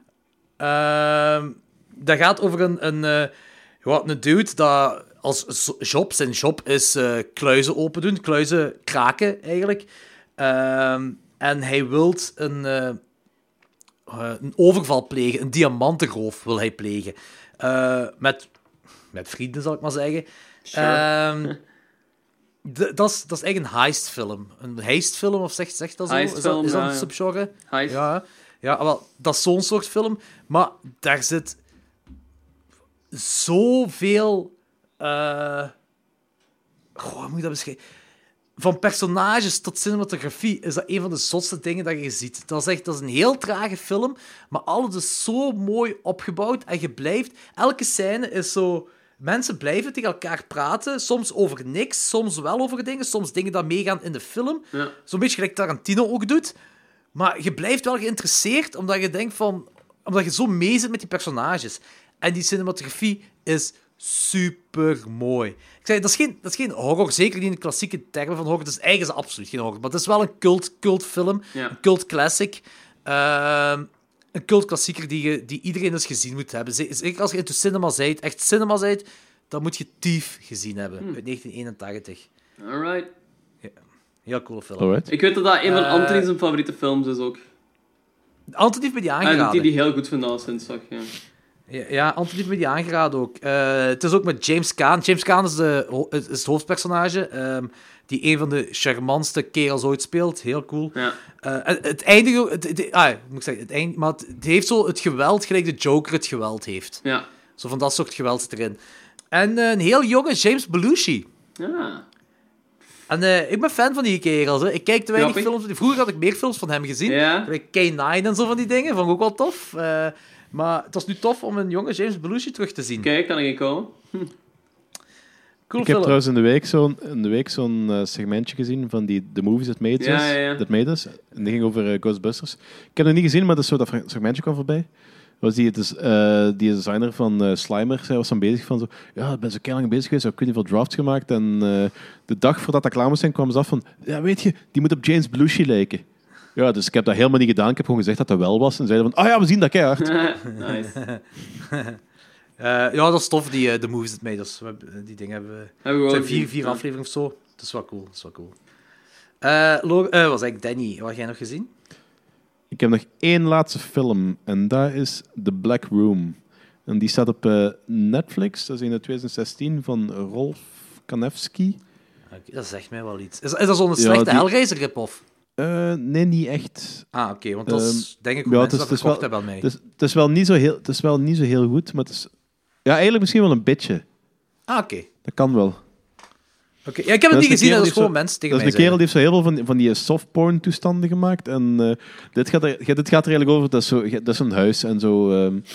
Dat gaat over een dude dat als job, zijn job is kluizen open doen, kluizen kraken eigenlijk. En hij wil een overval plegen, een diamantenroof wil hij plegen. Met vrienden, zal ik maar zeggen. Sure. Dat is eigenlijk een heistfilm. Een heistfilm, of zegt dat zo? Heistfilm, is dat een subgenre? Heist. Ja, wel, dat is zo'n soort film. Maar daar zit zoveel... hoe moet ik dat beschrijven? Van personages tot cinematografie is dat een van de zotste dingen dat je ziet. Dat is een heel trage film, maar alles is zo mooi opgebouwd en je blijft... Elke scène is zo... Mensen blijven tegen elkaar praten, soms over niks, soms wel over dingen, soms dingen dat meegaan in de film. Ja. Zo'n beetje gelijk Tarantino ook doet. Maar je blijft wel geïnteresseerd, omdat je denkt van... Omdat je zo mee zit met die personages. En die cinematografie is super mooi. Ik zei, dat is geen horror, zeker niet in de klassieke termen van horror. Dus eigenlijk is het absoluut geen horror. Maar het is wel een cult film, Ja. een cult classic. Een cult klassieker die iedereen eens gezien moet hebben. Zeker als je into cinema bent, echt cinema bent, dan moet je Thief gezien hebben, uit 1981. Alright. Ja, heel coole film. Alright. Ik weet dat een van Anthony zijn favoriete films is ook. Anthony heeft me die En aangeraden. die heel goed vindt al sinds zag, ja. Ja, Anthony heeft me die aangeraden ook. Het is ook met James Caan. James Caan is het hoofdpersonage, die een van de charmantste kerels ooit speelt. Heel cool. Ja. Het eindigt... moet ik zeggen, het eind, maar het heeft zo het geweld, gelijk de Joker het geweld heeft. Ja. Zo van dat soort geweld zit erin. En een heel jonge James Belushi. Ja. En ik ben fan van die kerels. Hè. Ik kijk te weinig Grappig. films. Vroeger had ik meer films van hem gezien. Ja. Like K9 en zo van die dingen. Vond ik ook wel tof. Maar het was nu tof om een jonge James Belushi terug te zien. Kijk, kan ik komen? Cool Ik film. heb trouwens in de week zo'n segmentje gezien van The Movies That Made Us. En die ging over Ghostbusters. Ik heb het nog niet gezien, maar dat segmentje kwam voorbij. Was die designer van Slimer, zij was dan bezig van zo... Ja, ik ben zo lang bezig geweest, ik heb niet veel drafts gemaakt. En de dag voordat dat klaar moest zijn, kwam ze af van... Ja, weet je, die moet op James Belushi lijken. Ja, dus ik heb dat helemaal niet gedaan. Ik heb gewoon gezegd dat dat wel was. En zeiden van... Ja, we zien dat keihard. Nice. Ja, dat is tof, The Movies That Made Us. Die dingen hebben we... Het zijn 4 afleveringen of zo. Dat is wel cool. Was eigenlijk Danny. Wat heb jij nog gezien? Ik heb nog 1 laatste film. En dat is The Black Room. En die staat op Netflix. Dat is in 2016 van Rolf Kanefsky. Okay, dat zegt mij wel iets. Is dat zo'n slechte Hellraiser rip-off? Nee, niet echt. Ah, oké. Want dat is denk ik hoe mensen dat verkocht hebben aan mij. Het is wel niet zo heel goed, maar het is... Ja, eigenlijk misschien wel een beetje. Ah, oké. Dat kan wel. Oké. Ja, ik heb het niet gezien, dat is gewoon mensen tegen mij Dat is een kerel die heeft zo heel veel van die softporn toestanden gemaakt. En dit gaat er eigenlijk over, dat is een huis en zo.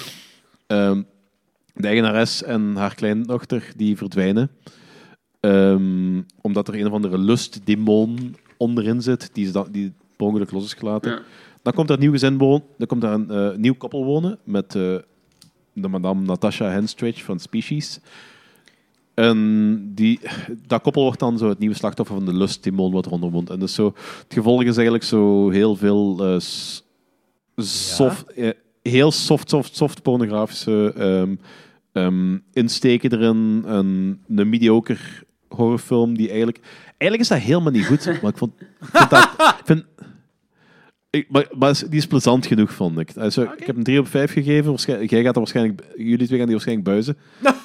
De eigenares en haar kleindochter die verdwijnen. Omdat er een of andere lustdemon onderin zit, die per ongeluk los is gelaten. Ja. Dan komt er een nieuw gezin wonen, dan komt daar een nieuw koppel wonen met de madame Natasha Henstridge van Species. En dat koppel wordt dan zo het nieuwe slachtoffer van de lustdemon wat eronder woont. En dus zo, het gevolg is eigenlijk zo heel veel heel soft pornografische insteken erin. Een mediocre horrorfilm die eigenlijk is dat helemaal niet goed. Maar maar die is plezant genoeg, vond ik. Also, okay. Ik heb hem 3 op 5 gegeven. Jullie twee gaan die waarschijnlijk buizen.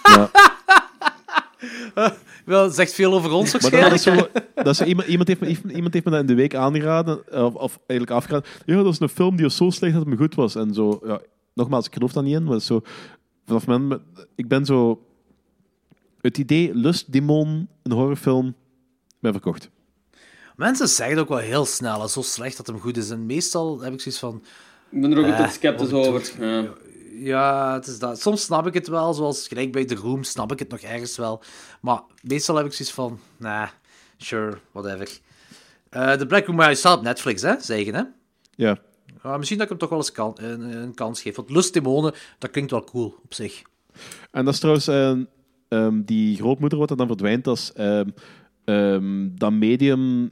Wel, zegt veel over ons waarschijnlijk. Iemand heeft me dat in de week aangeraden, of eigenlijk afgeraden. Ja, dat is een film die was zo slecht dat het me goed was. En zo, ja, nogmaals, ik geloof dat niet in, maar zo, vanaf het moment, ik ben zo... Het idee, lustdemon, een horrorfilm, ben verkocht. Mensen zeggen het ook wel heel snel, zo slecht dat hem goed is. En meestal heb ik zoiets van... Ik ben er ook altijd sceptisch over. Ja, het is dat. Soms snap ik het wel, zoals gelijk bij The Room snap ik het nog ergens wel. Maar meestal heb ik zoiets van, sure, whatever. The Black Room, maar je staat op Netflix, hè, zeggen, hè? Ja. Misschien dat ik hem toch wel eens een kans geef. Want lustdemonen, dat klinkt wel cool op zich. En dat is trouwens... die grootmoeder wat er dan verdwijnt als dat medium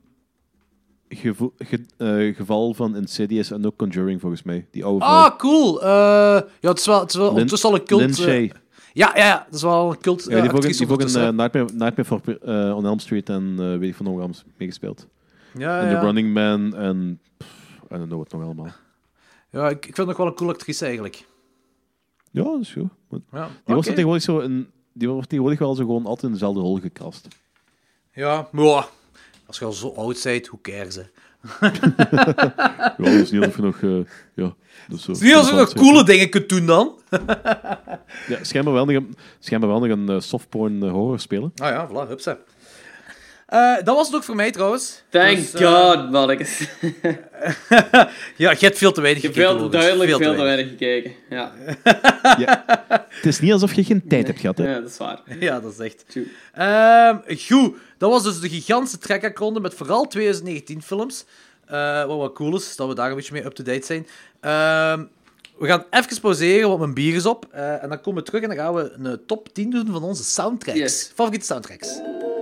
geval van Insidious en ook Conjuring, volgens mij. Die oude vrouw. Cool. Ja, het is wel ondertussen al een cult. Lynn Shay. Ja, dat is wel een cult. Ja, die heeft ook een Nightmare on Elm Street en weet ik van nog meegespeeld. Ja, en The Running Man en I don't know wat nog allemaal. Ja, ik vind het nog wel een cool actrice eigenlijk. Ja, dat is goed. Ja, die was tegenwoordig zo die wordt tegenwoordig wel zo gewoon altijd in dezelfde rol gecast. Ja, maar als je al zo oud bent, hoe cares, hè? Ja, dat is niet alsof je nog... Het is niet alsof je nog coole dingen kunt doen dan. Ja, schijnbaar wel nog een softporn horror spelen. Ah ja, voilà, hupsa. Dat was het ook voor mij trouwens. Thank God, mannetjes. Ja, je hebt veel te weinig gekeken. Je hebt duidelijk veel te weinig gekeken. Ja. Ja. Het is niet alsof je geen tijd hebt gehad, hè? Ja, dat is waar. Ja, dat is echt. Goed, dat was dus de gigantische trekakronde met vooral 2019 films. Wat cool is, dat we daar een beetje mee up-to-date zijn. We gaan even pauzeren, want mijn bier is op. En dan komen we terug en dan gaan we een top 10 doen van onze soundtracks. Yes. Favoriete soundtracks.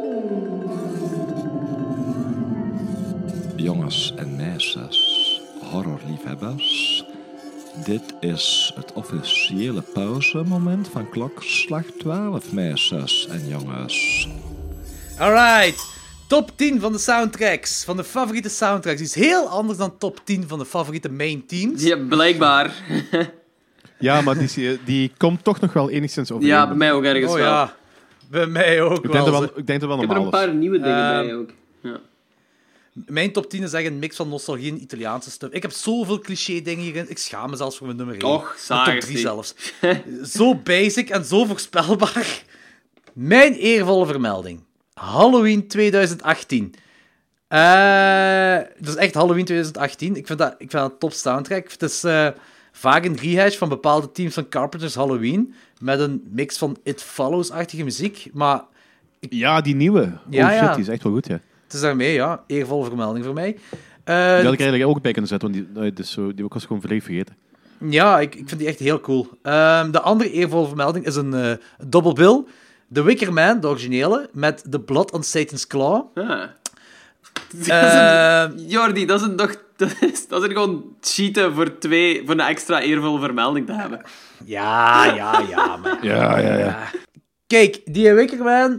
Jongens en meisjes, horrorliefhebbers. Dit is het officiële pauzemoment van klokslag 12, meisjes en jongens. Alright, top 10 van de soundtracks, van de favoriete soundtracks. Die is heel anders dan top 10 van de favoriete main teams. Ja, blijkbaar. Ja, maar die komt toch nog wel enigszins overeen. Ja, bij mij ook ergens wel. Ja, bij mij ook wel. Ik denk dat wel normaal is. Ik heb er een paar nieuwe dingen bij ook. Ja. Mijn top 10 is echt een mix van nostalgie en Italiaanse stuff. Ik heb zoveel cliché dingen hierin. Ik schaam me zelfs voor mijn nummer 1. Och, top 3 zelfs. Zo basic en zo voorspelbaar. Mijn eervolle vermelding. Halloween 2018. Dat is echt Halloween 2018. Ik vind dat een top soundtrack. Het is vaak een rehash van bepaalde teams van Carpenter's Halloween. Met een mix van It Follows-achtige muziek. Maar ja, die nieuwe. Shit, die is echt wel goed, ja. Het is daarmee, ja. Eervolle vermelding voor mij. Die had ik eigenlijk ook bij kunnen zetten, want die was gewoon volledig vergeten. Ja, ik vind die echt heel cool. De andere eervolle vermelding is een double bill. The Wicker Man, de originele, met The Blood on Satan's Claw. Jordi, dat is gewoon cheaten voor een extra eervolle vermelding te hebben. Ja. Maar ja. Kijk, die Wicker Man...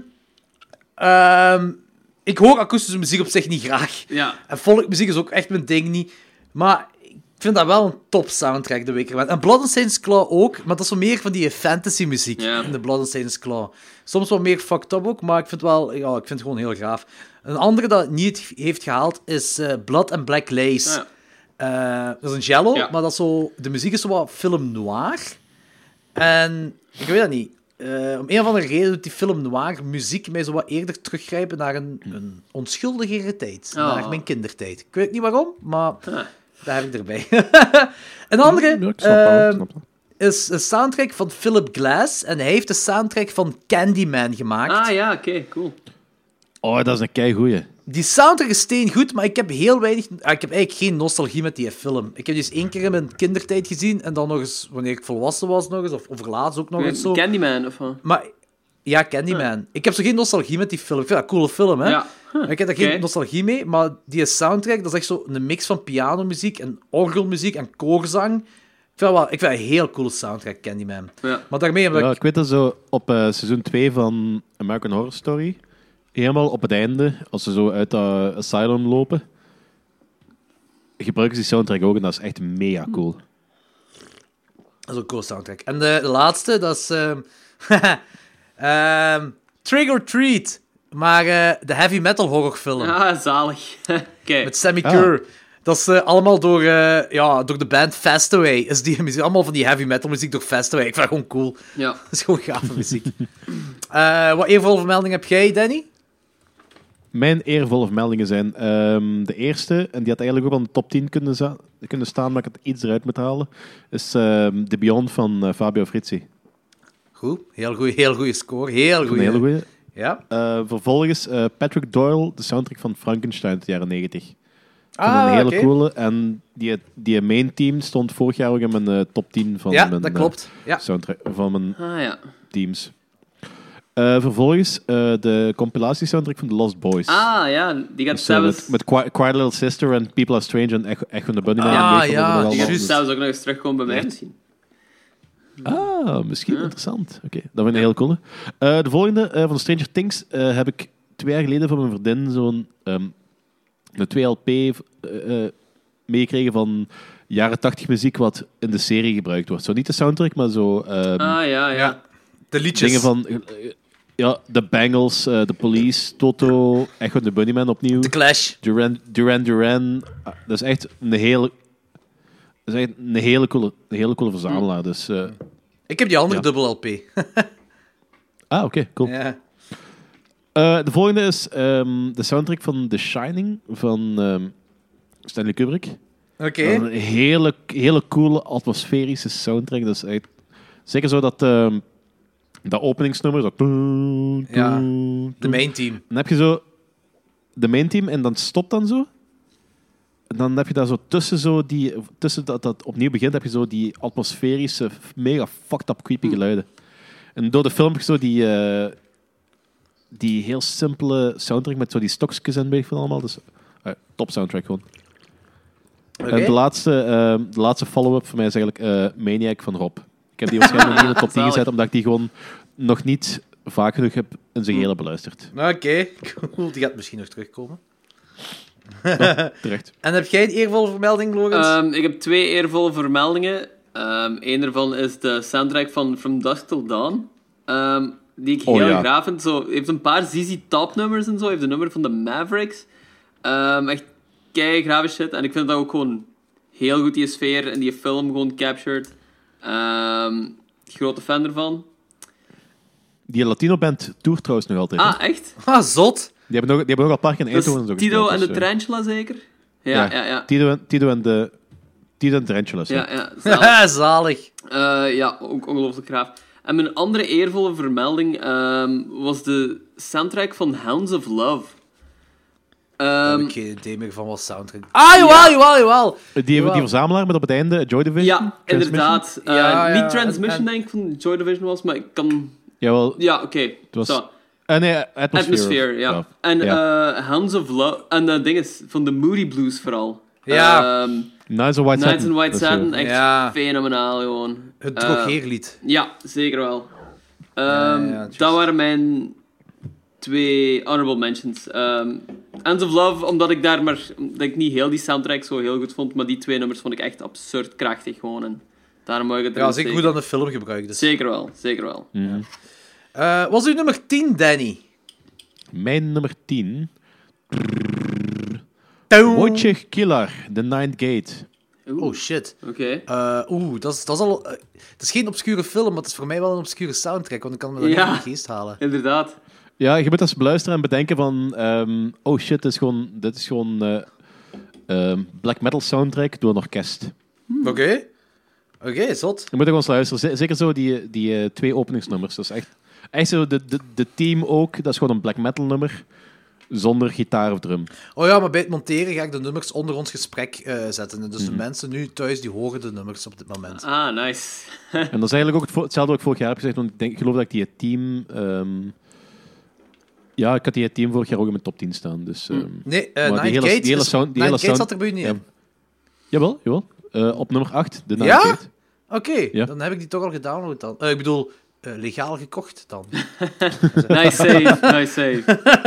ik hoor akoestische muziek op zich niet graag. Ja. En folkmuziek is ook echt mijn ding niet. Maar ik vind dat wel een top soundtrack, The Wicker Man. En Blood on Satan's Claw ook, maar dat is wel meer van die fantasy muziek in de Blood on Satan's Claw. Soms wel meer fucked up ook, maar ik vind het gewoon heel gaaf. Een andere dat niet heeft gehaald is Blood and Black Lace. Dat is een cello, maar dat is zo, de muziek is zo wat film noir. En ik weet dat niet. om een of andere reden doet die film noir muziek mij zo wat eerder teruggrijpen naar een onschuldigere tijd. Naar mijn kindertijd. Ik weet niet waarom, maar daar heb ik erbij. Een andere is een soundtrack van Philip Glass en hij heeft de soundtrack van Candyman gemaakt. Ah ja, oké, cool. Oh, dat is een keigoeie. Die soundtrack is steengoed, maar ik heb heel weinig... ik heb eigenlijk geen nostalgie met die film. Ik heb die eens 1 keer in mijn kindertijd gezien en dan nog eens, wanneer ik volwassen was, nog eens, of laatst ook nog eens zo. Candyman, of wat? Maar, ja, Candyman. Ik heb zo geen nostalgie met die film. Ik vind dat een coole film, hè. Ja. Ik heb daar geen nostalgie mee, maar die soundtrack, dat is echt zo een mix van pianomuziek en orgelmuziek en koorzang. Ik vind dat een heel coole soundtrack, Candyman. Ja. Maar daarmee... Ik weet dat zo op seizoen 2 van American Horror Story, helemaal op het einde, als ze zo uit dat asylum lopen, gebruiken ze die soundtrack ook en dat is echt mega cool. Dat is een cool soundtrack. En de laatste, dat is... Trick or Treat. Maar de heavy metal horrorfilm. Ah, zalig. Okay. Met Sammy Kerr. Dat is allemaal door de band Fastaway. Is die muziek, allemaal van die heavy metal muziek door Fastaway. Ik vind dat gewoon cool. Ja. Dat is gewoon gave muziek. Wat eervolle vermelding heb jij, Danny? Mijn eervolle vermeldingen zijn de eerste, en die had eigenlijk ook al in de top 10 kunnen staan, maar ik het iets eruit moet halen, is The Beyond van Fabio Frizzi. Goed, heel goede score. Heel goede. Ja. Vervolgens Patrick Doyle, de soundtrack van Frankenstein uit de jaren 90. Een hele coole. En die main team stond vorig jaar ook in mijn top 10 van mijn dat klopt. soundtrack van mijn teams. Vervolgens de compilatie-soundtrack van The Lost Boys. Ah, ja. Die gaat zelfs... Met Quiet Little Sister en People Are Strange en Echo the Bunnyman. Die gaat zelfs ook nog eens terugkomen bij mij misschien. Misschien interessant. Oké, dat vind ik een heel cool. De volgende van Stranger Things heb ik 2 jaar geleden van mijn vriendin zo'n een 2LP meegekregen van jaren 80 muziek wat in de serie gebruikt wordt. Zo niet de soundtrack, maar zo... De liedjes. Dingen van... The Bangles, The Police, Toto, Echo the Bunnyman opnieuw. The Clash. Duran. Dat is echt een hele coole verzamelaar. Dus, ik heb die andere dubbel LP. Oké, cool. Ja. De volgende is de soundtrack van The Shining van Stanley Kubrick. Oké. Een hele coole atmosferische soundtrack. Dat is echt... Zeker zo dat openingsnummer. Zo... de main team. Dan heb je zo de main team en dan stopt dan zo. En dan heb je daar zo tussen dat opnieuw begint, heb je zo die atmosferische, mega fucked up creepy geluiden. En door de film heb je zo die heel simpele soundtrack met zo die stokjes en weet ik van allemaal. Dus top soundtrack gewoon. Okay. En de laatste follow-up voor mij is eigenlijk Maniac van Rob. Ik heb die waarschijnlijk niet in de top 10 gezet, omdat ik die gewoon nog niet vaak genoeg heb in zijn gehele beluisterd. Oké, cool. Die gaat misschien nog terugkomen. Terecht. En heb jij een eervolle vermelding, Logans? Ik heb 2 eervolle vermeldingen. Eén daarvan is de soundtrack van From Dusk Till Dawn. Die ik heel graag vind. Zo, heeft een paar ZZ Top nummers en zo. Heeft een nummer van de Mavericks. Echt keigrave shit. En ik vind dat ook gewoon heel goed, die sfeer en die film gewoon captured. Grote fan ervan. Die Latino-band toert trouwens nog altijd. Echt? Zot. Die hebben nog al een paar keer in Eindhoven zo Tito gespeeld, en de Tarantula zeker? Ja. Tito en de Tarantulas. Ja. Zalig. Ook ongelooflijk graaf. En mijn andere eervolle vermelding was de soundtrack van Hounds of Love. Heb ik geen idee meer van wat soundtrack... jawel! Die verzamelaar met op het einde Joy Division? Ja, inderdaad. Niet Transmission, denk ik, van Joy Division was, maar ik kan... Jawel. Ja, oké. Nee, Atmosphere. Ja. En Hounds of Love... En dat ding is van de Moody Blues vooral. Ja. Nights in White Satin. Echt fenomenaal, gewoon. Het drogeerlied. Ja, zeker wel. Dat waren mijn 2 honorable mentions. Hands of Love, omdat ik niet heel die soundtrack zo heel goed vond, maar die 2 nummers vond ik echt absurd krachtig gewoon. En daarom mag ik het zeker goed aan de film gebruikt. Dus. Zeker wel. Mm-hmm. Was uw nummer 10, Danny? Mijn nummer 10... Wojciech Kilar, The Ninth Gate. Oh, shit. Oké. Dat is al... Het is geen obscure film, maar het is voor mij wel een obscure soundtrack, want ik kan me dat niet in de geest halen. Inderdaad. Ja, je moet eens beluisteren en bedenken van... oh shit, dit is gewoon black metal soundtrack door een orkest. Oké, zot. Je moet er gewoon eens luisteren. Zeker zo die 2 openingsnummers. Dat is echt zo de team ook. Dat is gewoon een black metal nummer. Zonder gitaar of drum. Oh ja, maar bij het monteren ga ik de nummers onder ons gesprek zetten. Dus de mensen nu thuis, die horen de nummers op dit moment. Ah, nice. En dat is eigenlijk ook hetzelfde wat ik vorig jaar heb gezegd. Want ik geloof dat ik die team... ik had die team vorig jaar ook in mijn top 10 staan. Dus, nee, Nine Gate zat er bij u niet in. Jawel. Op nummer 8, de Nine Ja? Gate. Oké, dan heb ik die toch al gedownload dan. Ik bedoel... legaal gekocht dan. Nice save.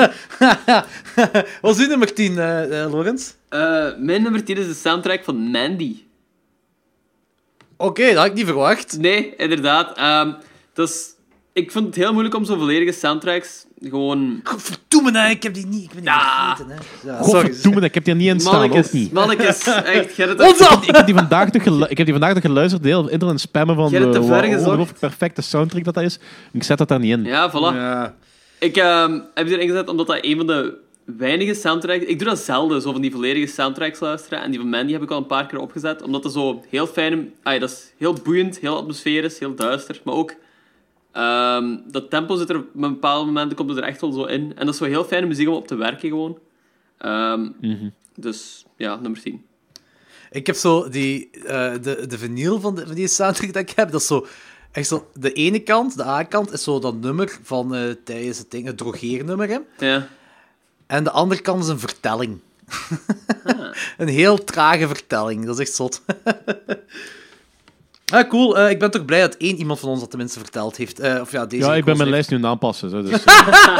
Wat is uw nummer 10, Lorenz? Mijn nummer 10 is de soundtrack van Mandy. Oké, dat had ik niet verwacht. Nee, inderdaad. Ik vond het heel moeilijk om zo'n volledige soundtracks gewoon... Godverdomme, ik heb die niet. Ik ben niet vergeten. Hè. Ja, Godverdomme, ik heb die er niet in staan. Ook niet. Mannekes, echt. Ik heb die vandaag nog geluisterd, de hele internet spammen van hoe ongelooflijk perfecte soundtrack dat is. Ik zet dat daar niet in. Ja, voilà. Ja. Ik heb die erin gezet omdat dat een van de weinige soundtracks... Ik doe dat zelden, zo van die volledige soundtracks luisteren. En die van Mandy heb ik al een paar keer opgezet. Omdat dat zo heel fijn... dat is heel boeiend, heel atmosferisch, heel duister. Maar ook... dat tempo zit er op bepaalde momenten komt het er echt wel zo in. En dat is zo heel fijne muziek om op te werken gewoon. Dus ja, nummer 10. Ik heb zo de vinyl van die soundtrack dat ik heb. Dat is zo echt zo. De ene kant, de A-kant, is zo dat nummer van tijdens het drogeernummer. Hè? Ja. En de andere kant is een vertelling. Een heel trage vertelling. Dat is echt zot. Cool. Ik ben toch blij dat één iemand van ons dat tenminste verteld heeft. Deze ik ben mijn lijst nu aan het aanpassen. Zo, dus,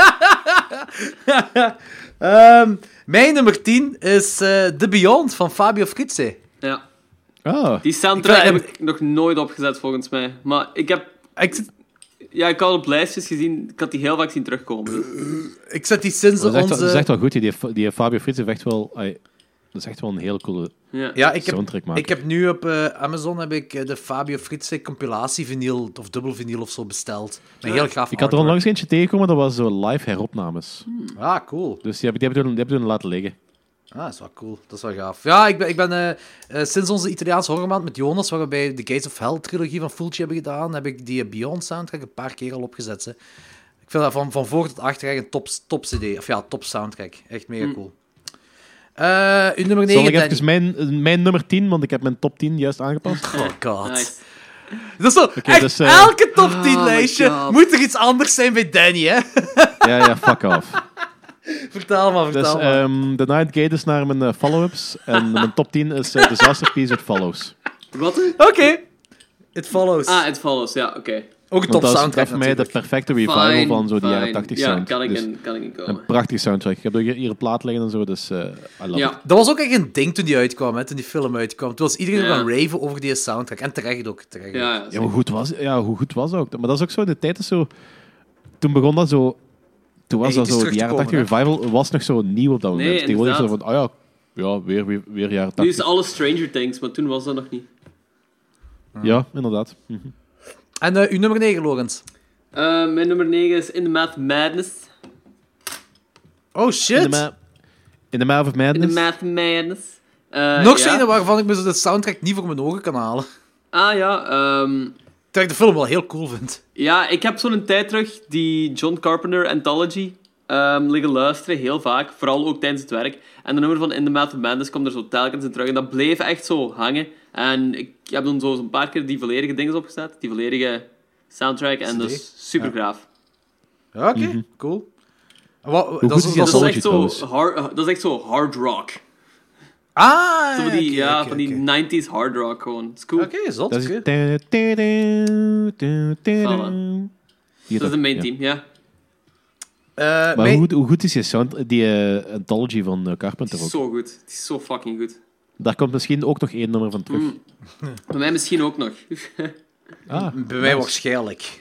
mijn nummer 10 is The Beyond van Fabio Frizzi. Ja. Ah. Die soundtrack heb ik nog nooit opgezet, volgens mij. Maar ik heb... ik had op lijstjes gezien. Ik had die heel vaak zien terugkomen. Ik zet die sinds onze... Dat is echt wel goed. Die Fabio Frizzi heeft echt wel... Dat is echt wel een hele coole soundtrack maken. Ik heb nu op Amazon de Fabio Frizzi compilatie vinyl of dubbel vinyl of zo besteld. Met heel gaaf ik had er onlangs eentje tegengekomen, dat was zo live heropnames. Ah, cool. Dus die heb ik toen laten liggen. Ah, dat is wel cool. Dat is wel gaaf. Ja, ik ben sinds onze Italiaanse horrormaand met Jonas, waar we bij de Gates of Hell trilogie van Fulci hebben gedaan, heb ik die Beyond soundtrack een paar keer al opgezet. Hè. Ik vind dat van voor tot achter echt een top CD. Of ja, top soundtrack. Echt mega cool. Uw nummer 9, Zal ik even mijn nummer 10, want ik heb mijn top 10 juist aangepast. Oh god. Nice. Dat is zo, echt, elke top 10 lijstje moet er iets anders zijn bij Danny, hè? Ja, fuck off. Vertel maar. De Night Gate is naar mijn follow-ups en mijn top 10 is Disaster Piece It Follows. Wat? Oké. It Follows. Ah, It Follows, ja, oké. Ook een top soundtrack. Dat is voor mij de perfecte revival van zo die jaren 80 sound. Ja, kan ik in komen. Een prachtige soundtrack. Ik heb er hier een plaat liggen en zo, dus I love it. Dat was ook echt een ding toen die uitkwam, hè, toen die film uitkwam. Toen was iedereen gaan raven over die soundtrack. En terecht ook. Ja, hoe goed was dat ook? Maar dat is ook zo, de tijd is zo... Toen begon dat zo... Toen was dat zo, de jaren 80 revival was nog zo nieuw op dat moment. Nee, tegenwoordig zo van, weer jaren 80. Nu is alles Stranger Things, maar toen was dat nog niet. Ja, inderdaad. En uw nummer 9, Lorenz? Mijn nummer 9 is In the Math of Madness. Oh, shit. In the Math of Madness? In the Math of Madness. Nog zo'n waarvan ik me de soundtrack niet voor mijn ogen kan halen. Ah, ja. Terwijl ik de film wel heel cool vind. Ja, ik heb zo'n tijd terug die John Carpenter Anthology liggen luisteren, heel vaak. Vooral ook tijdens het werk. En de nummer van In the Math of Madness komt er zo telkens in terug. En dat bleef echt zo hangen. En ik heb dan zo een paar keer die volledige dingen opgezet. Die volledige soundtrack. En dat is super gaaf. Ja, oké. Cool. Dat is echt zo hard rock. Ah, zo van die 90s hard rock gewoon. Dat is cool. Oké, zot. Dat is de main team, ja. Maar hoe goed is die Anthology van Carpenter ook? Zo goed. Het is zo fucking goed. Daar komt misschien ook nog één nummer van terug. Bij mij misschien ook nog. Bij mij waarschijnlijk.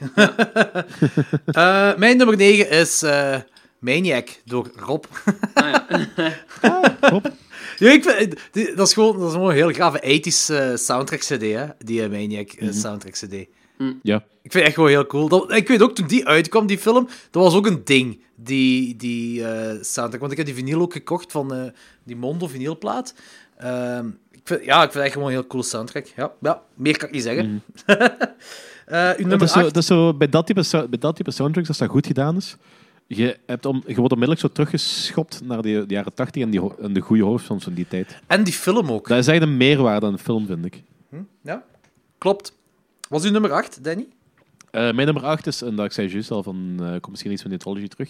Mijn nummer 9 is Maniac door Rob. Rob? Ja, dat is gewoon een heel grave 80's soundtrack-cd, hè? Die Maniac soundtrack-cd. Ja. Ik vind het echt gewoon heel cool. Ik weet ook, toen die uitkwam, die film, dat was ook een ding, die soundtrack. Want ik heb die vinyl ook gekocht van die Mondo vinylplaat. Ik vind het echt gewoon een heel cool soundtrack. Ja, meer kan ik niet zeggen. Uw nummer 8. Dat is zo, bij dat type soundtracks, als dat goed gedaan is, je wordt onmiddellijk zo teruggeschopt naar de jaren 80 en de goede hoofdfilms van die tijd. En die film ook. Dat is eigenlijk een meerwaarde aan een film, vind ik. Ja, klopt. Wat is uw nummer 8, Danny? Mijn nummer 8 is, en dat ik zei juist al, komt misschien iets van Netrology terug,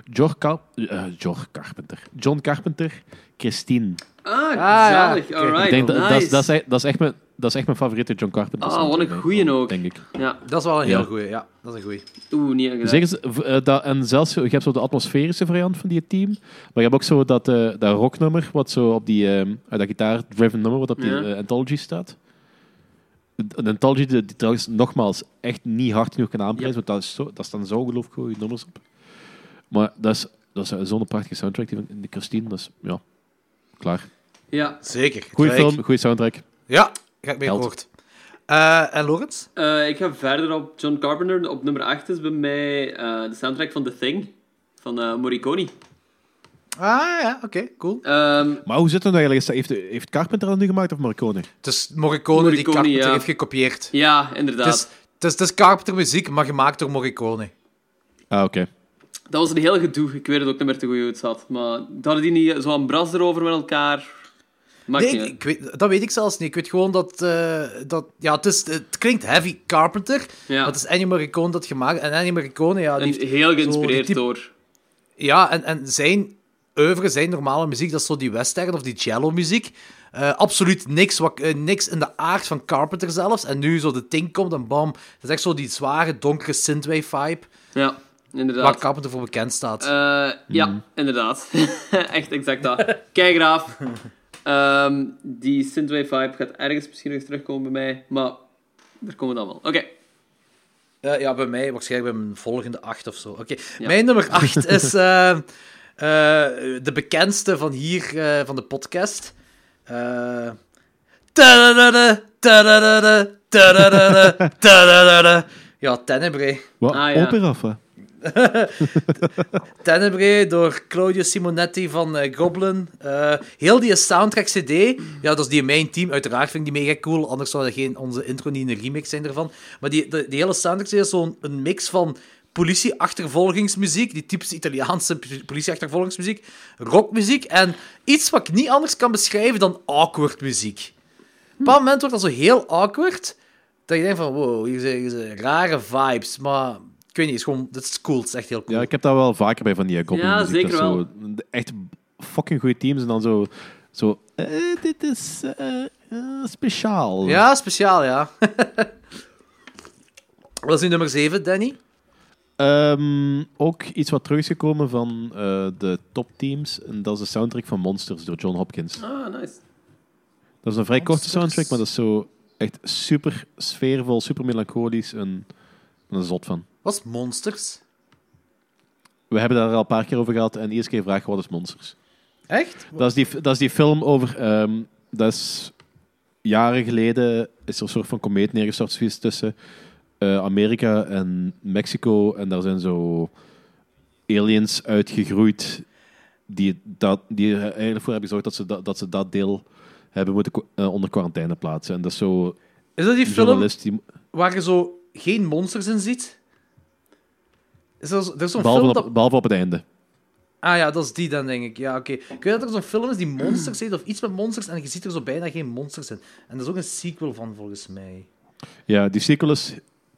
John Carpenter, Christine. Zalig. Ja. Alright, ik denk nice. dat is echt mijn favoriete John Carpenter. Wat een goeie ook. Denk ik. Ja. Dat is wel een heel goeie. Ja, dat is een goeie. Niet aan Zeg eens, en zelfs, je hebt zo de atmosferische variant van die team, maar je hebt ook zo dat rocknummer, wat zo op dat gitaar-driven nummer, wat op die Anthology staat. Een Anthology die trouwens nogmaals echt niet hard genoeg kan aanprijzen, want daar staan zo ongelooflijk goede nummers op. Maar dat is zo'n prachtige soundtrack, die van de Christine. Dat is, klaar. Ja. Zeker. Goeie film, goede soundtrack. Ja, ga ik mee akkoord. En Lorenz? Ik ga verder op John Carpenter. Op nummer 8 is bij mij de soundtrack van The Thing, van Morricone. Ja, oké, cool. Maar hoe zit het nou eigenlijk? Heeft Carpenter dat nu gemaakt of Morricone? Het is Morricone die Carpenter heeft gekopieerd. Ja, inderdaad. Het is Carpenter muziek, maar gemaakt door Morricone. Oké. Dat was een heel gedoe. Ik weet het ook niet meer te goed hoe het zat. Maar hadden die niet zo een bras erover met elkaar? Dat weet ik zelfs niet. Ik weet gewoon dat het klinkt heavy Carpenter, maar het is Ennio Morricone dat gemaakt. En Ennio Morricone, die heeft heel geïnspireerd door. Ja, en zijn oeuvre, zijn normale muziek, dat is zo die western of die cello muziek. Absoluut niks in de aard van Carpenter zelfs. En nu zo de Thing komt en bam. Dat is echt zo die zware, donkere synthwave vibe. Ja, inderdaad. Waar Carpenter voor bekend staat. Ja, inderdaad. Echt exact dat. Keigraaf. Die synthwave vibe gaat ergens misschien nog terugkomen bij mij, maar daar komen we dan wel. Oké. Ja, bij mij waarschijnlijk bij mijn volgende 8 of zo. Oké. Ja. Mijn nummer 8 is de bekendste van hier, van de podcast. Ja, Tenebrae. Wat? Opera of wat? Tenebrae door Claudio Simonetti van Goblin. Heel die soundtrack CD, ja, dat is die main team. Uiteraard vind ik die mega cool, anders zou onze intro niet een remix zijn ervan. Maar die hele soundtrack CD is zo'n mix van politie-achtervolgingsmuziek, die typische Italiaanse politie-achtervolgingsmuziek, rockmuziek en iets wat ik niet anders kan beschrijven dan awkward muziek. Op een bepaald moment wordt dat zo heel awkward, dat je denkt van, wow, hier zijn rare vibes, maar ik weet niet, dit is cool, het is echt heel cool. Ja, ik heb dat wel vaker bij van die Goblin ja, muziek. Zeker wel. Zo, echt fucking goede teams en dan zo dit is speciaal. Ja, speciaal, ja. Wat is nu nummer 7, Danny? Ook iets wat terug is gekomen van de topteams. En dat is de soundtrack van Monsters door John Hopkins. Ah, nice. Dat is een vrij korte soundtrack, maar dat is zo echt super sfeervol, super melancholisch en een zot van. Wat is Monsters? We hebben daar al een paar keer over gehad en eerst keer vragen wat is Monsters? Echt? Dat is die film over... dat is jaren geleden is er een soort van komeet neergestort tussen Amerika en Mexico. En daar zijn zo aliens uitgegroeid die eigenlijk voor hebben gezorgd dat ze dat deel hebben moeten onder quarantaine plaatsen. En dat is zo... Is dat die film waar je zo geen monsters in ziet? Er is zo'n behalve op het einde. Ah ja, dat is die dan, denk ik. Ja, oké. Ik weet dat er zo'n film is die monsters heet, of iets met monsters, en je ziet er zo bijna geen monsters in. En dat is ook een sequel van, volgens mij. Ja, die sequel is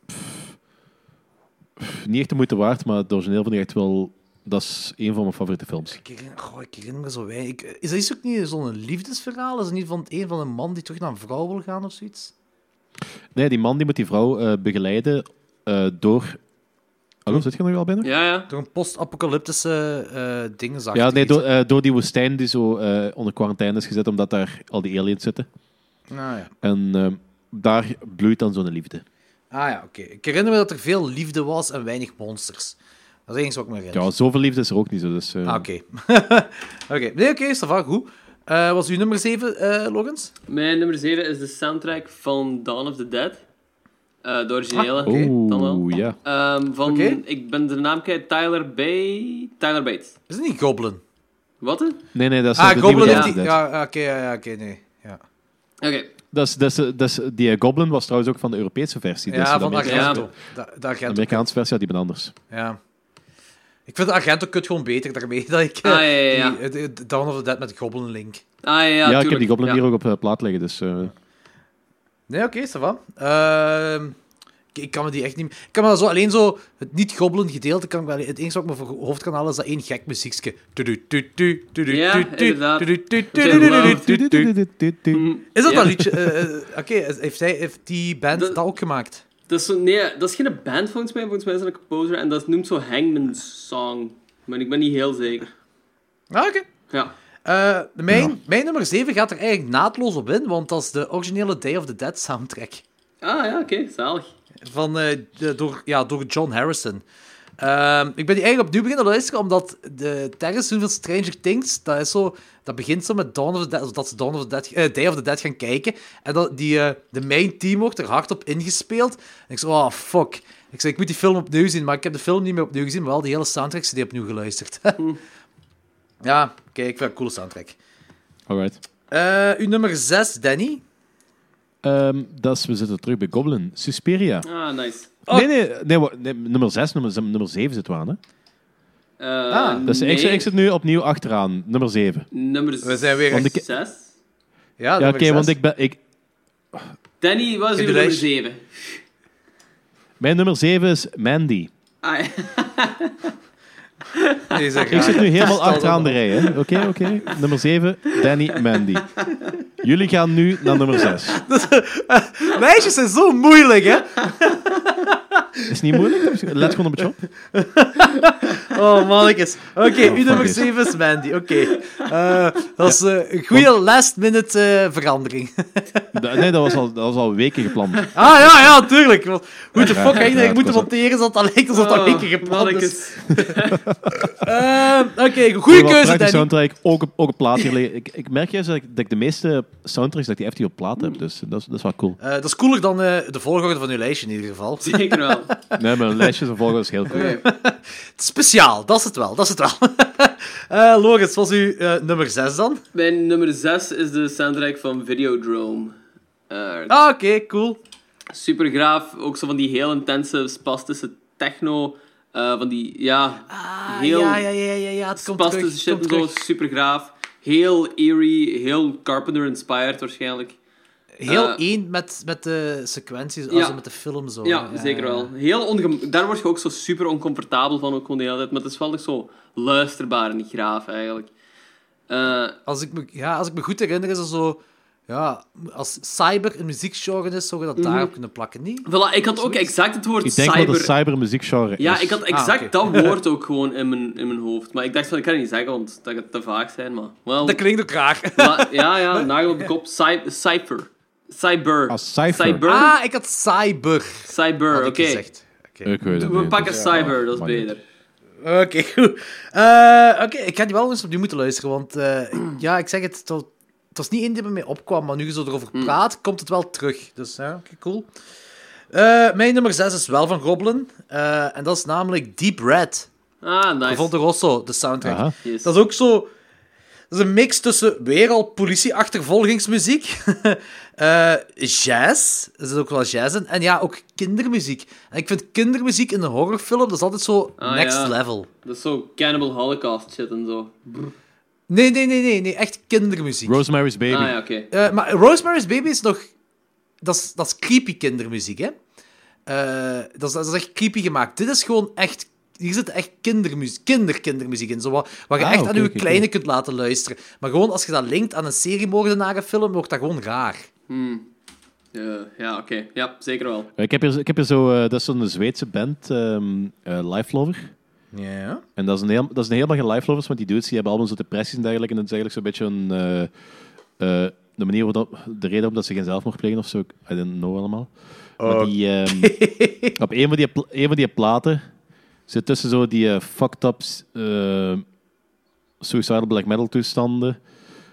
niet echt de moeite waard, maar het origineel vind ik echt wel... Dat is een van mijn favoriete films. Ik herinner me zo weinig. Is dat ook niet zo'n liefdesverhaal? Is het niet van een van een man die terug naar een vrouw wil gaan of zoiets? Nee, die man die moet die vrouw begeleiden door... Hallo, zit je nog wel binnen? Ja. Door een post-apocalyptische dingen. Ja, nee, door die woestijn die zo onder quarantaine is gezet, omdat daar al die aliens zitten. Ah, ja. En daar bloeit dan zo'n liefde. Ah ja, oké. Ik herinner me dat er veel liefde was en weinig monsters. Dat is eens wat ik me herinner. Ja, zoveel liefde is er ook niet zo. Dus, Oké. Oké, is dat wel goed. Was uw nummer 7, Logans? Mijn nummer 7 is de soundtrack van Dawn of the Dead. De originele. Dan wel. Ja. Ik ben de naam kwijt, Tyler Bates. Is het niet Goblin? Wat? Nee, dat is Goblin heeft die... Ja, oké, nee. Ja. Oké. Die Goblin was trouwens ook van de Europese versie. Dus Ja, van Argento. De Amerikaanse versie had die ben anders. Ja. Ik vind de Argento kut gewoon beter daarmee dan ik Dawn of the Dead met de Goblin Link. Ja, ik heb die Goblin hier ook op plaat liggen, dus... Nee, oké, ça va. Ik kan me die echt niet... Ik kan me dat alleen zo... Het niet-Goblin gedeelte kan ik wel... Het enige wat ik me voor hoofd kan halen is dat één gek muziekje. Ja, inderdaad. Is dat dat liedje? Oké, heeft die band dat ook gemaakt? Dat is geen band volgens mij. Volgens mij is dat een composer. En dat noemt zo Hangman's Song. Maar ik ben niet heel zeker. Oké. Ja. Mijn nummer 7 gaat er eigenlijk naadloos op in, want dat is de originele Day of the Dead soundtrack. Oké, zalig. Door John Harrison. Ik ben die eigenlijk opnieuw beginnen luisteren, omdat de tijdens van Stranger Things, dat begint zo met Dawn of the Dead, dat ze Day of the Dead gaan kijken, en dat de main team wordt er hard op ingespeeld. En ik zei, oh, fuck. Ik moet die film opnieuw zien, maar ik heb de film niet meer opnieuw gezien, maar wel die hele soundtrack-cd opnieuw geluisterd. Ja, kijk, ik vind het een coole soundtrack. Alright. Uw nummer 6, Danny? We zitten terug bij Goblin. Suspiria. Nice. Nee, nummer 6, nummer 7 zit we aan, hè? Dus ik zit nu opnieuw achteraan. Nummer 7. We zijn weer 6. Ja, oké, want Danny, wat is uw nummer 7? Mijn nummer 7 is Mandy. Ik zit nu helemaal achteraan de rij, hè? Oké. Nummer 7, Danny, Mandy. Jullie gaan nu naar nummer 6. Meisjes zijn zo moeilijk, hè? Is niet moeilijk? Let gewoon een beetje op. Oh, mannetjes. Oké, uw nummer 7 is Mandy. Oké. Dat is een goede last-minute verandering. Nee, dat was al weken gepland. Ja, tuurlijk. Hoe de fuck eigenlijk moeten monteren, zodat dat lijkt alsof dat weken gepland is. Oké, goede keuze, Danny. Soundtrack, ook op plaat hier liggen. Ik merk juist dat ik de meeste soundtracks dat ik echt op plaat heb, dus dat is wel cool. Dat is cooler dan de volgorde van uw lijstje in ieder geval. Zeker wel. Nee, mijn lijstjes en volgorde is heel cool. Okay. Speciaal, dat is het wel. Lorenz, was uw nummer 6 dan? Mijn nummer 6 is de soundtrack van Videodrome. Oké, cool. Super graaf, ook zo van die heel intense, spastische techno. Van die, heel het komt spastische shit en zo, super graaf. Heel eerie, heel Carpenter-inspired waarschijnlijk. Heel één met de sequenties, also met de film zo. Ja, zeker wel. Daar word je ook zo super oncomfortabel van, ook gewoon de hele tijd. Maar het is wel echt zo luisterbaar en graaf, eigenlijk. Als ik me goed herinner, is er zo... Ja, als cyber een muziekgenre is, zou je dat daarop kunnen plakken, niet? Voilà, ik had ook exact het woord cyber... Ik denk dat het cybermuziekgenre is. Ja, ik had exact dat woord ook gewoon in mijn hoofd. Maar ik dacht van, ik kan het niet zeggen, want dat gaat te vaag zijn, maar... Well, dat klinkt ook raar. Ja, nagel op de kop. Cyber. Ik had cyber. Cyber, oké. We pakken cyber, dat is beter. Oké, goed. Ik ga die wel eens opnieuw moeten luisteren, want ik zeg het was niet één die bij mij opkwam, maar nu je zo erover praat, komt het wel terug. Dus ja, oké, cool. Mijn nummer 6 is wel van Goblin, en dat is namelijk Deep Red. Nice. Van de Rosso, de soundtrack. Yes. Dat is ook zo... Dat is een mix tussen weer al politie-achtervolgingsmuziek, jazz, er zit ook wel jazz in, en ja, ook kindermuziek. En ik vind kindermuziek in een horrorfilm, dat is altijd zo next level. Dat is zo Cannibal Holocaust shit en zo. Nee, echt kindermuziek. Rosemary's Baby. Ja, oké. Maar Rosemary's Baby is nog... Dat is creepy kindermuziek, hè. Dat is echt creepy gemaakt. Dit is gewoon echt... Hier zit echt kindermuziek in. Zo wat je echt aan je kleine kunt laten luisteren. Maar gewoon, als je dat linkt aan een seriemoordenarenfilm, wordt dat gewoon raar. Ja, oké. Ja, zeker wel. Ik heb hier zo... dat is zo'n Zweedse band, Life Lover. Ja. En dat is een helemaal geen Life Lovers, want die dudes die hebben allemaal zo depressies en dergelijke. En dat is eigenlijk zo'n beetje de manier waarop de reden op dat ze geen zelfmoord plegen of zo. I don't know allemaal. Maar die... op een van die platen zit tussen zo die fucked up suicidal black metal toestanden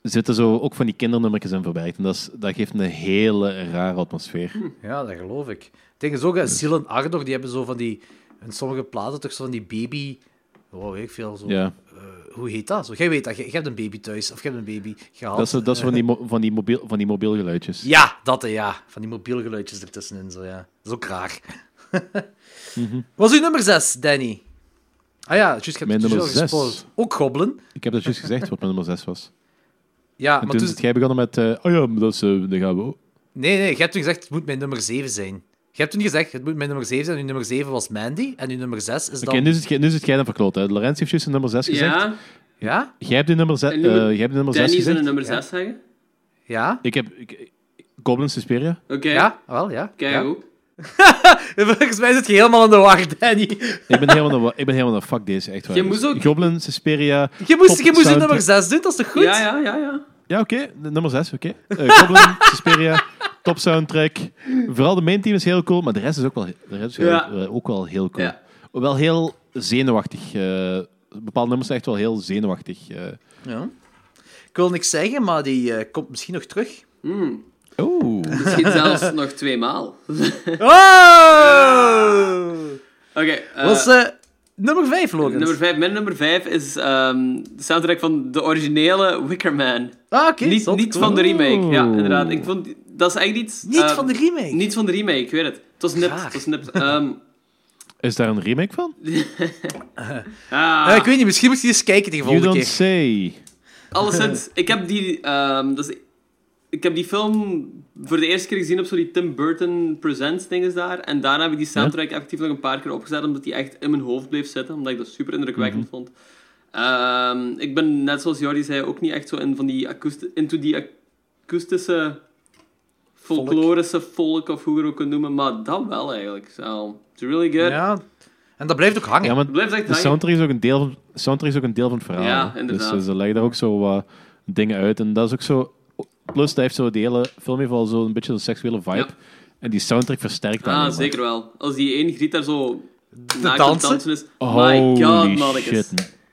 zitten zo ook van die kindernummertjes in verwerkt. En dat geeft een hele rare atmosfeer. Ja, dat geloof ik. Tegen zo'n Ziel en Ardor, die hebben zo van die... In sommige plaatsen toch zo van die baby... Oh, weet ik veel. Zo. Ja. Hoe heet dat? Zo, jij weet dat. Je hebt een baby thuis. Of je hebt een baby gehad. Dat is van die mobielgeluidjes. Ja, ja. Van die mobielgeluidjes ertussenin. Zo, ja. Dat is ook raar. Wat is uw nummer 6, Danny? Ah ja, juist, je hebt het juist al gespoord. Ook Goblin. Ik heb dat juist gezegd, wat mijn nummer 6 was. Ja, en maar toen jij begonnen met... dat gaan we ook. Nee, je hebt toen gezegd, het moet mijn nummer 7 zijn. Je hebt toen gezegd, het moet mijn nummer 7 zijn. En uw nummer 7 was Mandy. En uw nummer 6 is dan... Oké, nu zit jij dan verkloot. Lorenz heeft juist een nummer 6 gezegd. Ja? Jij hebt de nummer 6 gezegd. Danny zijn nummer 6 zeggen? Ja? Ik heb Goblin Suspiria. Oké. Ja, wel, ja. Kijk hoe. Volgens mij zit je helemaal in de war, Danny. Ik ben helemaal naar fuck deze, echt waar. Je moest ook... Goblin Suspiria. Je moest uw nummer 6 doen, dat is toch goed? Ja. Ja, oké. Nummer 6, oké. Goblin Suspiria. Top soundtrack. Vooral de main team is heel cool, maar de rest is ook wel heel cool. Ja. Wel heel zenuwachtig. Bepaalde nummers zijn echt wel heel zenuwachtig. Ja. Ik wil niks zeggen, maar die komt misschien nog terug. Misschien zelfs nog 2 maal. Oké. Was nummer 5, Logan? Mijn nummer 5 is de soundtrack van de originele Wicker Man. Oké. Niet van de remake. Ja, inderdaad. Ik vond... Dat is echt iets... Niet van de remake? Niet van de remake, ik weet het. Het was nipt. Is daar een remake van? Ik weet niet, misschien moet je eens kijken de volgende keer. You don't say. Alleszins, ik heb die film voor de eerste keer gezien op zo die Tim Burton Presents dinges daar. En daarna heb ik die soundtrack effectief nog een paar keer opgezet, omdat die echt in mijn hoofd bleef zitten. Omdat ik dat super indrukwekkend vond. Ik ben, net zoals Jordi zei, ook niet echt zo in die akoestische... folklorische folk, of hoe je het ook kunt noemen, maar dat wel eigenlijk. So, it's really good. Ja, en dat blijft ook hangen. Ja, maar blijft echt de soundtrack is ook een deel van het verhaal. Ja, inderdaad. Dus ze leggen daar ook zo wat dingen uit. En dat is ook zo... Plus, dat heeft zo de hele film heeft al zo een beetje een seksuele vibe. Ja. En die soundtrack versterkt dat. Ah, zeker wel. Als die één griet daar zo de dansen is... My god, mannetjes.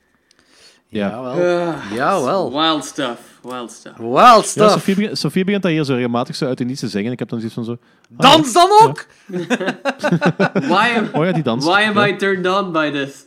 Jawel. Wild stuff. Ja, Sophie begint dat hier zo regelmatig zo uit de niets te zingen. Ik heb dan zoiets van zo... Dans dan ook! Why am I turned on by this?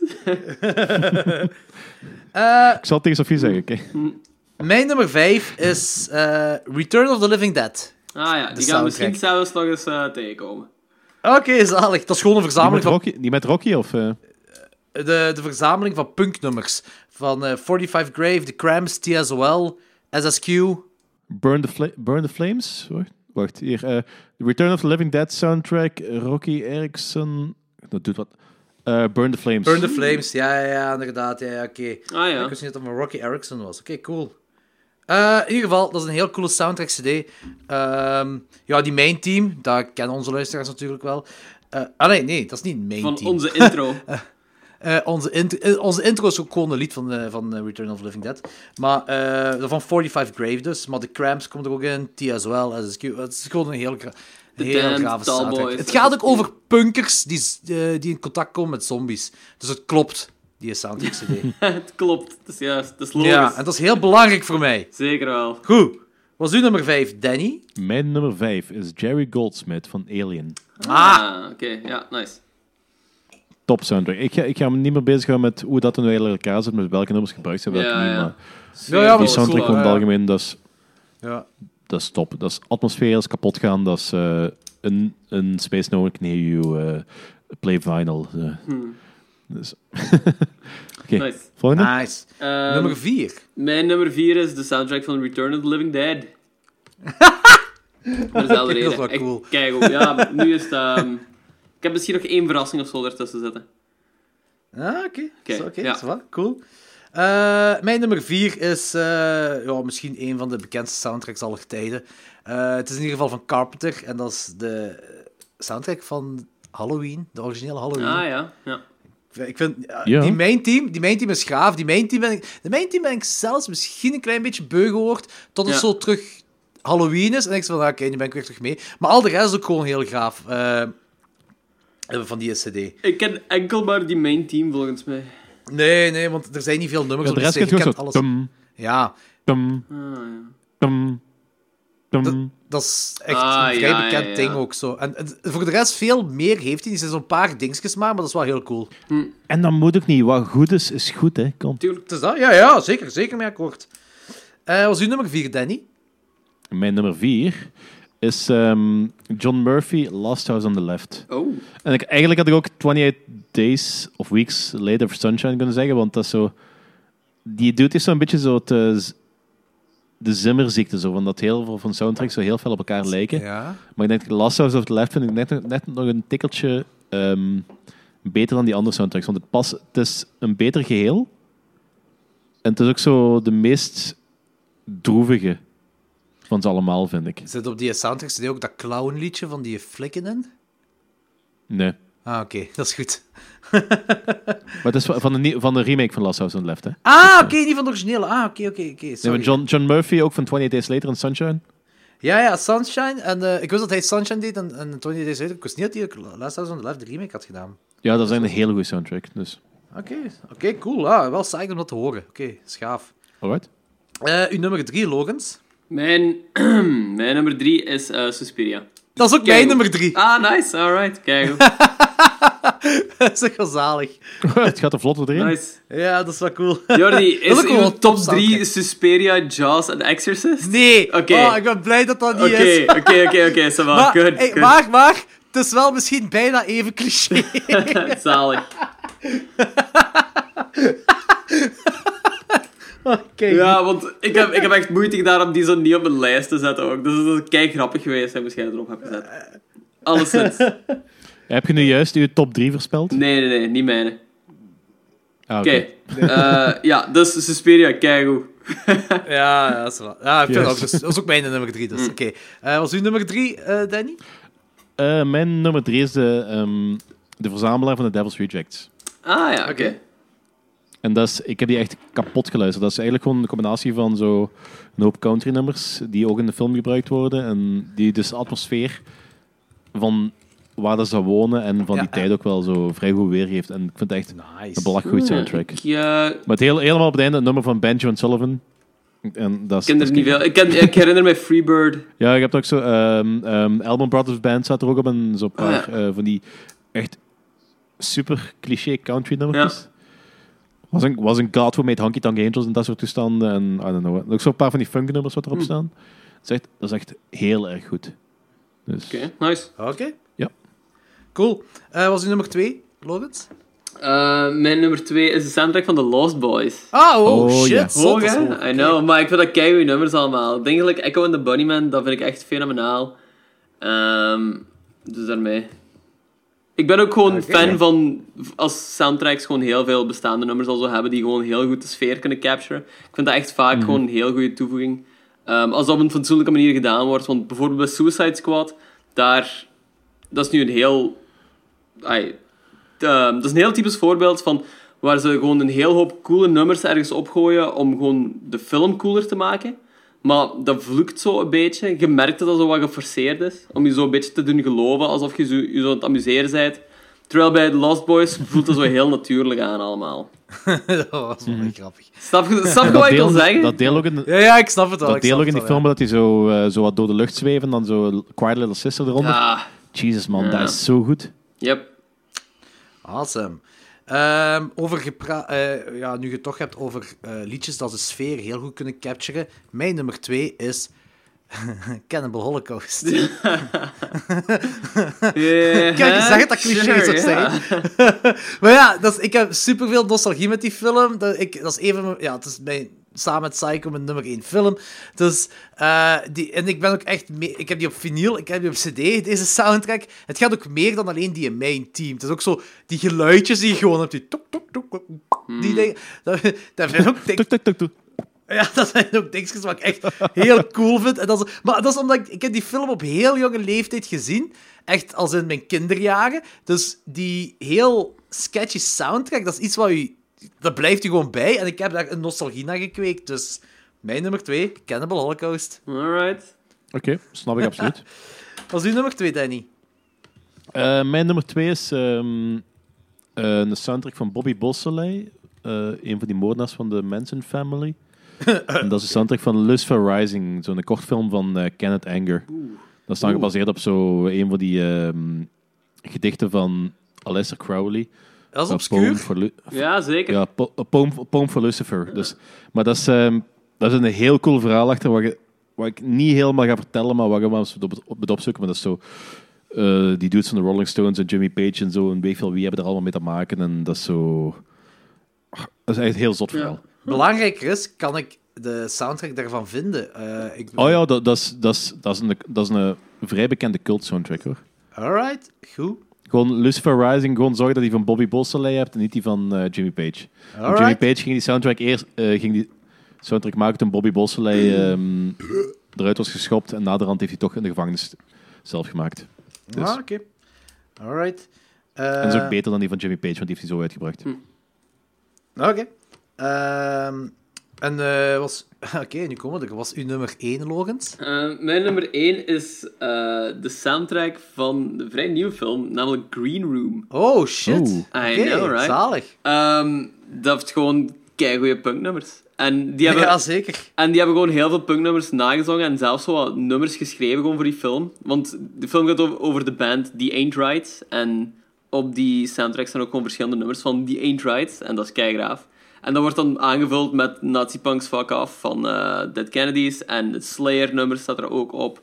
Ik zal het tegen Sophie zeggen, oké. Mijn nummer 5 is Return of the Living Dead. Ah ja, die gaan misschien zelfs nog eens tegenkomen. Oké, zalig. Dat is gewoon een verzameling van... Die met Rocky, of... De verzameling van punknummers. Van 45 Grave, The Cramps, TSOL, SSQ. Burn the Flames? Wacht, hier. The Return of the Living Dead soundtrack, Rocky Erickson... Dat doet wat... Burn the Flames. Burn the Flames, ja, inderdaad. Ja, oké. Ah, ja. Ik wist niet dat het van Rocky Erickson was. Oké, cool. In ieder geval, dat is een heel coole soundtrack-cd. Die main team, dat kennen onze luisteraars natuurlijk wel. Nee, dat is niet een main team. Van onze intro. Onze intro is ook gewoon een lied van Return of the Living Dead. Maar van 45 Grave dus. Maar de Cramps komt er ook in. TSOL, SSQ. Het is gewoon een heel gave soundtrack. Het gaat ook over punkers die in contact komen met zombies. Dus het klopt, die soundtrack-cd. Het klopt, dat is juist. Dat is logisch. Ja, en dat is heel belangrijk voor mij. Zeker wel. Goed. Wat is uw nummer 5, Danny? Mijn nummer 5 is Jerry Goldsmith van Alien. Oké. Ja, nice. Top soundtrack. Ik ga me niet meer bezighouden met hoe dat nu eigenlijk elkaar zit, met welke nummers gebruikt zijn, welke niet. Maar die soundtrack van het algemeen, dat is top. Dat is atmosfeer, dat is kapot gaan, dat is een Space No One Can Hear You play vinyl. Dus. Okay. Nice. Volgende? Nice. Nummer 4. Mijn nummer 4 is de soundtrack van Return of the Living Dead. Voor dezelfde reden. Dat is wel cool. Kijk, ja, nu is het... ik heb misschien nog 1 verrassing of zo ertussen zitten. Oké. Cool. Mijn nummer 4 is misschien een van de bekendste soundtracks aller tijden. Het is in ieder geval van Carpenter. En dat is de soundtrack van Halloween. De originele Halloween. Ah, ja. Ik vind, die main team is gaaf. De main team ben ik zelfs misschien een klein beetje beu gehoord, tot het zo terug Halloween is. En ik zei van, oké, nu ben ik weer terug mee. Maar al de rest is ook gewoon heel gaaf van die CD. Ik ken enkel maar die main team, volgens mij. Nee, want er zijn niet veel nummers. Ja, de rest kent je alles. Ja, Dat is echt een vrij bekend ding ook zo. En voor de rest veel meer heeft hij. Er zijn zo'n paar dingetjes maar dat is wel heel cool. En dan moet ook niet. Wat goed is goed, hè. Kom. Tuurlijk. Het is dat? Ja, zeker mee akkoord. Was uw nummer 4, Danny? Mijn nummer 4 is John Murphy, Last House on the Left. Oh. En eigenlijk had ik ook 28 Days of Weeks Later of Sunshine kunnen zeggen, want dat is zo... Die doet is zo'n beetje zo de Zimmerziekte, zo, van dat heel veel van soundtracks zo heel veel op elkaar lijken. Ja. Maar ik denk, Last House on the Left vind ik net nog een tikkeltje beter dan die andere soundtracks, want het is een beter geheel. En het is ook zo de meest droevige van ze allemaal, vind ik. Zit op die soundtracks ook dat clownliedje van die flikken in? Nee. Ah, oké. Dat is goed. Maar het is van de remake van Last House on the Left, hè? Oké, niet van de originele. Oké. Nee, John Murphy, ook van 28 Days Later en Sunshine. Ja, Sunshine. En ik wist dat hij Sunshine deed en 28 Days Later. Ik wist niet dat hij Last House on the Left de remake had gedaan. Ja, dat is een hele goede soundtrack, dus... Oké, cool. Wel saai om dat te horen. Oké, schaaf. Alright. Uw nummer 3, Logans? Mijn nummer 3 is Suspiria. Dat is ook mijn nummer 3. Ah, nice. Alright. Kijk. Dat is echt wel zalig. Het gaat er vlot erin. Nice. Ja, dat is wel cool. Jordi, is uw top 3 Suspiria, Jaws en Exorcist? Nee. Okay. Ik ben blij dat dat niet is. Oké. Ça va. Good. Maar, het is wel misschien bijna even cliché. Zalig. Okay. Ja, want ik heb echt moeite gedaan om die zo niet op mijn lijst te zetten ook. Dus dat is kei grappig geweest en misschien erop heb gezet. Alleszins. Heb je nu juist je top 3 voorspeld? Nee, niet mijne. Oké. Ja, dus Suspiria, keigoed. Ja, dat is wel. Ja, ik vind dat is ook mijn nummer 3. Dus. Oké. Was uw nummer 3, Danny? Mijn nummer 3 is de verzamelaar van The Devil's Rejects. Ah ja, oké. En ik heb die echt kapot geluisterd. Dat is eigenlijk gewoon een combinatie van zo een hoop country nummers die ook in de film gebruikt worden en die dus de atmosfeer van waar dat ze wonen en van die tijd ook wel zo vrij goed weergeeft. En ik vind het echt een belachelijk goede soundtrack. Maar het helemaal op het einde, het nummer van Banjo and Sullivan. En dat is, ik ken er niet veel. Ik herinner me Freebird. Ja, je hebt ook zo Allman Brothers Band staat er ook op en zo'n paar van die echt super cliché country nummertjes. Ja. Was een God Who Made Honky Tonk Angels en dat soort toestanden. En I don't know. Ook zo'n paar van die funk nummers wat erop staan. Dat is echt heel erg goed. Dus. Oké, nice. Oké. Ja. Cool. Was uw nummer 2, Lorenz? Mijn nummer 2 is de soundtrack van The Lost Boys. Shit. Ja. Hoog, hè? I know, maar ik vind dat keigoed nummers allemaal. Denk gelijk Echo and the Bunnymen, dat vind ik echt fenomenaal. Dus daarmee. Ik ben ook gewoon fan van, als soundtracks gewoon heel veel bestaande nummers al zo hebben, die gewoon heel goed de sfeer kunnen capturen. Ik vind dat echt vaak gewoon een heel goede toevoeging. Als dat op een fatsoenlijke manier gedaan wordt. Want bijvoorbeeld bij Suicide Squad, dat is nu een heel... dat is een heel typisch voorbeeld van waar ze gewoon een heel hoop coole nummers ergens opgooien om gewoon de film cooler te maken. Maar dat vloekt zo een beetje. Je merkt dat zo wat geforceerd is. Om je zo een beetje te doen geloven alsof je zo aan het amuseren bent. Terwijl bij The Lost Boys voelt dat zo heel natuurlijk aan allemaal. Dat was wel grappig. Snap je wat ik wil zeggen? Dat deel ook in ja, ik snap het wel. Dat deel ook in die film dat hij zo wat door de lucht zweven en dan zo Quiet Little Sister eronder. Ja. Jesus man, dat is zo goed. Yep. Awesome. Nu je het toch hebt over liedjes dat de sfeer heel goed kunnen capturen. Mijn nummer 2 is Cannibal Holocaust. Kijk, zeg het dat cliché zou zijn. Maar ja, ik heb superveel nostalgie met die film. Dat is even... Ja, het is samen met Psycho mijn nummer 1 film. Dus, en ik ben ook echt... Ik heb die op vinyl, ik heb die op cd, deze soundtrack. Het gaat ook meer dan alleen die main team. Het is ook zo die geluidjes die je gewoon hebt. Die tok, tok, tok, die dingen. Dat vind ik ook... Tuk, tuk, tuk, tuk. Ja, dat zijn ook dingetjes wat ik echt heel cool vind. Maar dat is omdat ik heb die film op heel jonge leeftijd gezien. Echt als in mijn kinderjaren. Dus die heel sketchy soundtrack, dat is iets wat dat blijft u gewoon bij. En ik heb daar een nostalgie naar gekweekt. Dus mijn nummer 2, Cannibal Holocaust. Alright. Oké, snap ik absoluut. Wat is uw nummer 2, Danny? Mijn nummer 2 is een soundtrack van Bobby Beausoleil. Een van die moordenaars van de Manson Family. En dat is de soundtrack van Lucifer Rising, zo'n kortfilm van Kenneth Anger. Dat is dan gebaseerd op zo een van die gedichten van Aleister Crowley. Dat is obscuur. Ja, zeker. Ja, Poem for Lucifer. Dus, maar dat is een heel cool verhaal achter, wat ik niet helemaal ga vertellen, maar wat je maar moet opzoeken. Maar dat is zo... die dudes van de Rolling Stones en Jimmy Page en zo, en weet veel wie hebben er allemaal mee te maken. En dat is zo... Dat is echt een heel zot verhaal. Ja. Belangrijker is, kan ik de soundtrack daarvan vinden? Oh ja, dat is een vrij bekende cult soundtrack, hoor. Alright, goed. Gewoon Lucifer Rising, gewoon zorgen dat die van Bobby Beausoleil hebt en niet die van Jimmy Page. Jimmy Page ging die soundtrack soundtrack maken toen Bobby Beausoleil eruit was geschopt en naderhand heeft hij toch in de gevangenis zelf gemaakt. Dus. Oké. Alright. En dat is ook beter dan die van Jimmy Page, want die heeft hij zo uitgebracht. Oké. Oké, nu komen we er. Was uw nummer 1, Logans? Mijn nummer 1 is de soundtrack van een vrij nieuwe film, namelijk Green Room. Oh, shit. I know, right? Zalig. Dat heeft gewoon keigoeie punknummers. En die hebben, ja, zeker. En die hebben gewoon heel veel punknummers nagezongen en zelfs zo wat nummers geschreven gewoon voor die film. Want de film gaat over de band The Ain't Right. En op die soundtrack staan ook gewoon verschillende nummers van The Ain't Right. En dat is keigraaf. En dat wordt dan aangevuld met Nazi Punks Fuck Off van Dead Kennedys. En het Slayer-nummer staat er ook op.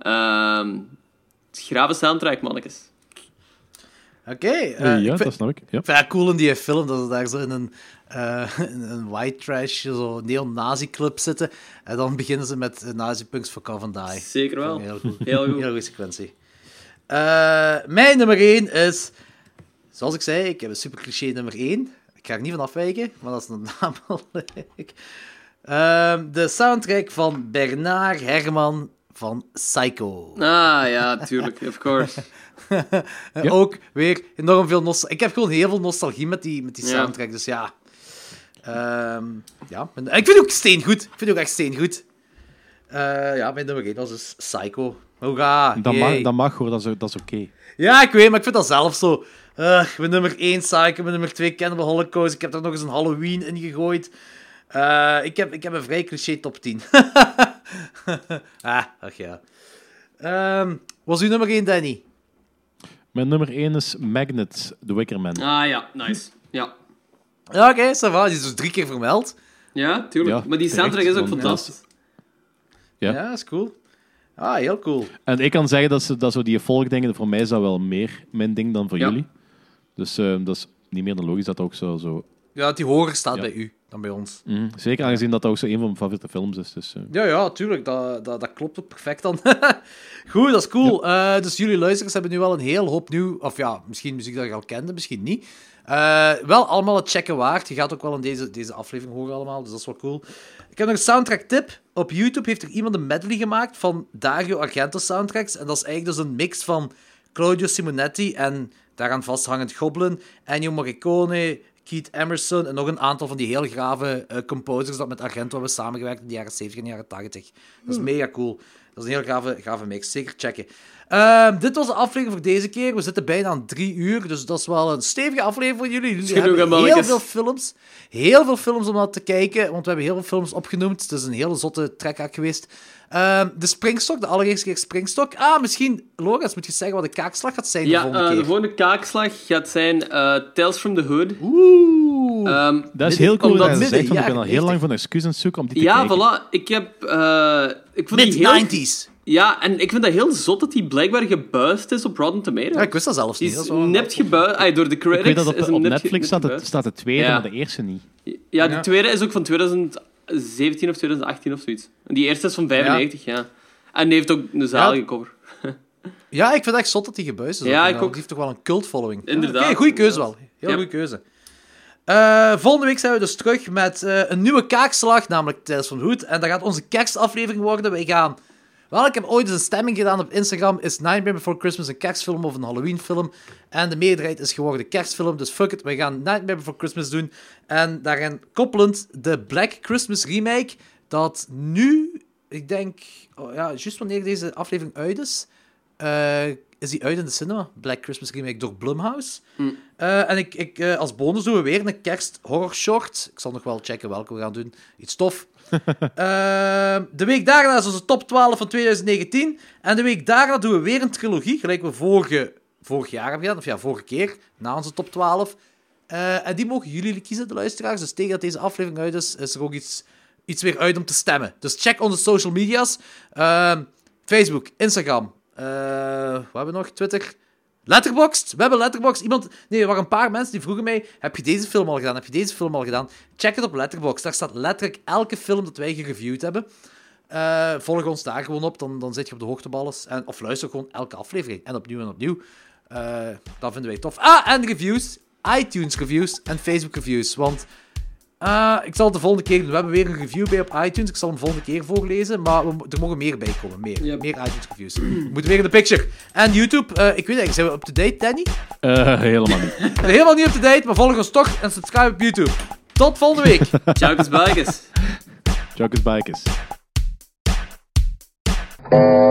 Grave soundtrack, mannetjes. Oké. Ja, dat snap ik. Ja. Ik vind het cool in die film dat ze daar zo in een white trash, zo neo-nazi-club zitten. En dan beginnen ze met Nazi Punks Fuck Off and Die. Zeker wel. Heel goed. Heel goed. Heel goede sequentie. Mijn nummer 1 is... Zoals ik zei, ik heb een super cliché nummer 1. Ik ga er niet van afwijken, maar dat is namelijk... de soundtrack van Bernard Herrmann van Psycho. Ah, ja, tuurlijk. Of course. Ook weer enorm veel nostalgie. Ik heb gewoon heel veel nostalgie met die soundtrack, dus ja. Ik vind het ook steengoed. Ik vind het ook echt steengoed. Mijn nummer 1 was dus Psycho. Hoera. Dat mag hoor, dat is oké. Ja, ik weet, maar ik vind dat zelf zo... mijn nummer 1 Psycho, mijn nummer 2 Cannibal Holocaust. Ik heb er nog eens een Halloween in gegooid. Ik heb een vrij cliché top 10. Ach ja. Was uw nummer 1, Danny? Mijn nummer 1 is Magnet, The Wicker Man. Ah ja, nice. Ja. Ja, oké, ça va. Die is dus 3 keer vermeld. Ja, tuurlijk. Ja, maar die soundtrack is ook fantastisch. Ja, dat is cool. Ah, heel cool. En ik kan zeggen dat zo die volkdingen, voor mij is dat wel meer mijn ding dan voor jullie. Dus dat is niet meer dan logisch dat ook zo... Ja, dat die hoger staat bij u dan bij ons. Zeker aangezien dat ook zo een van mijn favoriete films is. Dus, Ja, tuurlijk. Dat klopt ook perfect dan. Goed, dat is cool. Ja. Dus jullie luisteraars hebben nu wel een heel hoop nieuw... Of ja, misschien muziek dat je al kende, misschien niet. Wel allemaal het checken waard. Je gaat ook wel in deze aflevering horen allemaal, dus dat is wel cool. Ik heb nog een soundtrack tip. Op YouTube heeft er iemand een medley gemaakt van Dario Argento soundtracks. En dat is eigenlijk dus een mix van Claudio Simonetti en daaraan vasthangend Goblin, Ennio Morricone, Keith Emerson en nog een aantal van die heel grave composers dat met Argento hebben samengewerkt in de jaren 70 en de jaren 80. Dat is mega cool. Dat is een heel grave mix. Zeker checken. Dit was de aflevering voor deze keer. We zitten bijna aan 3 uur, dus dat is wel een stevige aflevering voor jullie. Jullie hebben heel veel films. Heel veel films om naar te kijken, want we hebben heel veel films opgenoemd. Het is een hele zotte trek uit de Springstok, de allereerste keer Springstok. Misschien, Lorenz, moet je zeggen wat de kaakslag gaat zijn de volgende keer? De volgende kaakslag gaat zijn Tales from the Hood. Oeh. Dat is heel cool dat je zegt, want ik ben al heel lang van excuus aan het zoeken om die te kijken. Ja, voilà. Ik heb... ik vond Mid-90s. Ja, en ik vind dat heel zot dat die blijkbaar gebuist is op Rotten Tomatoes. Ja, ik wist dat zelfs niet. Die is nipt gebuist. Door de critics. Ik weet dat op Netflix staat de tweede, maar de eerste niet. Ja, de tweede is ook van 2017 of 2018 of zoiets. Die eerste is van 95, ja. En die heeft ook een zalige cover. Ja, ik vind het echt zot dat die gebuist is. Ja, ik ook. Die heeft toch wel een cult-following. Inderdaad. Oké, goede keuze wel. Heel goede keuze. Volgende week zijn we dus terug met een nieuwe kaakslag, namelijk Tales from the Hood. En dat gaat onze kerstaflevering worden. Wij gaan... Wel, ik heb ooit eens een stemming gedaan op Instagram. Is Nightmare Before Christmas een kerstfilm of een Halloween-film? En de meerderheid is geworden kerstfilm, dus fuck it. We gaan Nightmare Before Christmas doen. En daarin koppelend de Black Christmas remake, dat nu, ik denk, juist wanneer deze aflevering uit is, is die uit in de cinema. Black Christmas remake door Blumhouse. En ik als bonus doen we weer een kerst-horror short. Ik zal nog wel checken welke we gaan doen. Iets tof. De week daarna is onze top 12 van 2019. En de week daarna doen we weer een trilogie, gelijk we vorig jaar hebben gedaan. Of ja, vorige keer, na onze top 12. En die mogen jullie kiezen, de luisteraars. Dus tegen dat deze aflevering uit is er ook iets weer uit om te stemmen. Dus check onze social media's. Facebook, Instagram. Wat hebben we nog? Twitter. Letterboxd. We hebben Letterboxd. Er waren een paar mensen die vroegen mij, heb je deze film al gedaan? Heb je deze film al gedaan? Check het op Letterboxd. Daar staat letterlijk elke film dat wij gereviewd hebben. Volg ons daar gewoon op. Dan zit je op de hoogte op alles. Of luister gewoon elke aflevering. En opnieuw. Dat vinden wij tof. En reviews. iTunes reviews en Facebook reviews. Want ik zal het de volgende keer doen. We hebben weer een review bij op iTunes. Ik zal hem de volgende keer voorlezen. Maar er mogen meer bij komen. Meer iTunes reviews. We moeten weer in de picture. En YouTube. Ik weet eigenlijk, zijn we up-to-date, Danny? Helemaal niet. Helemaal niet up-to-date, maar volg ons toch en subscribe op YouTube. Tot volgende week. Ciao, bikers. Ciao, bikers.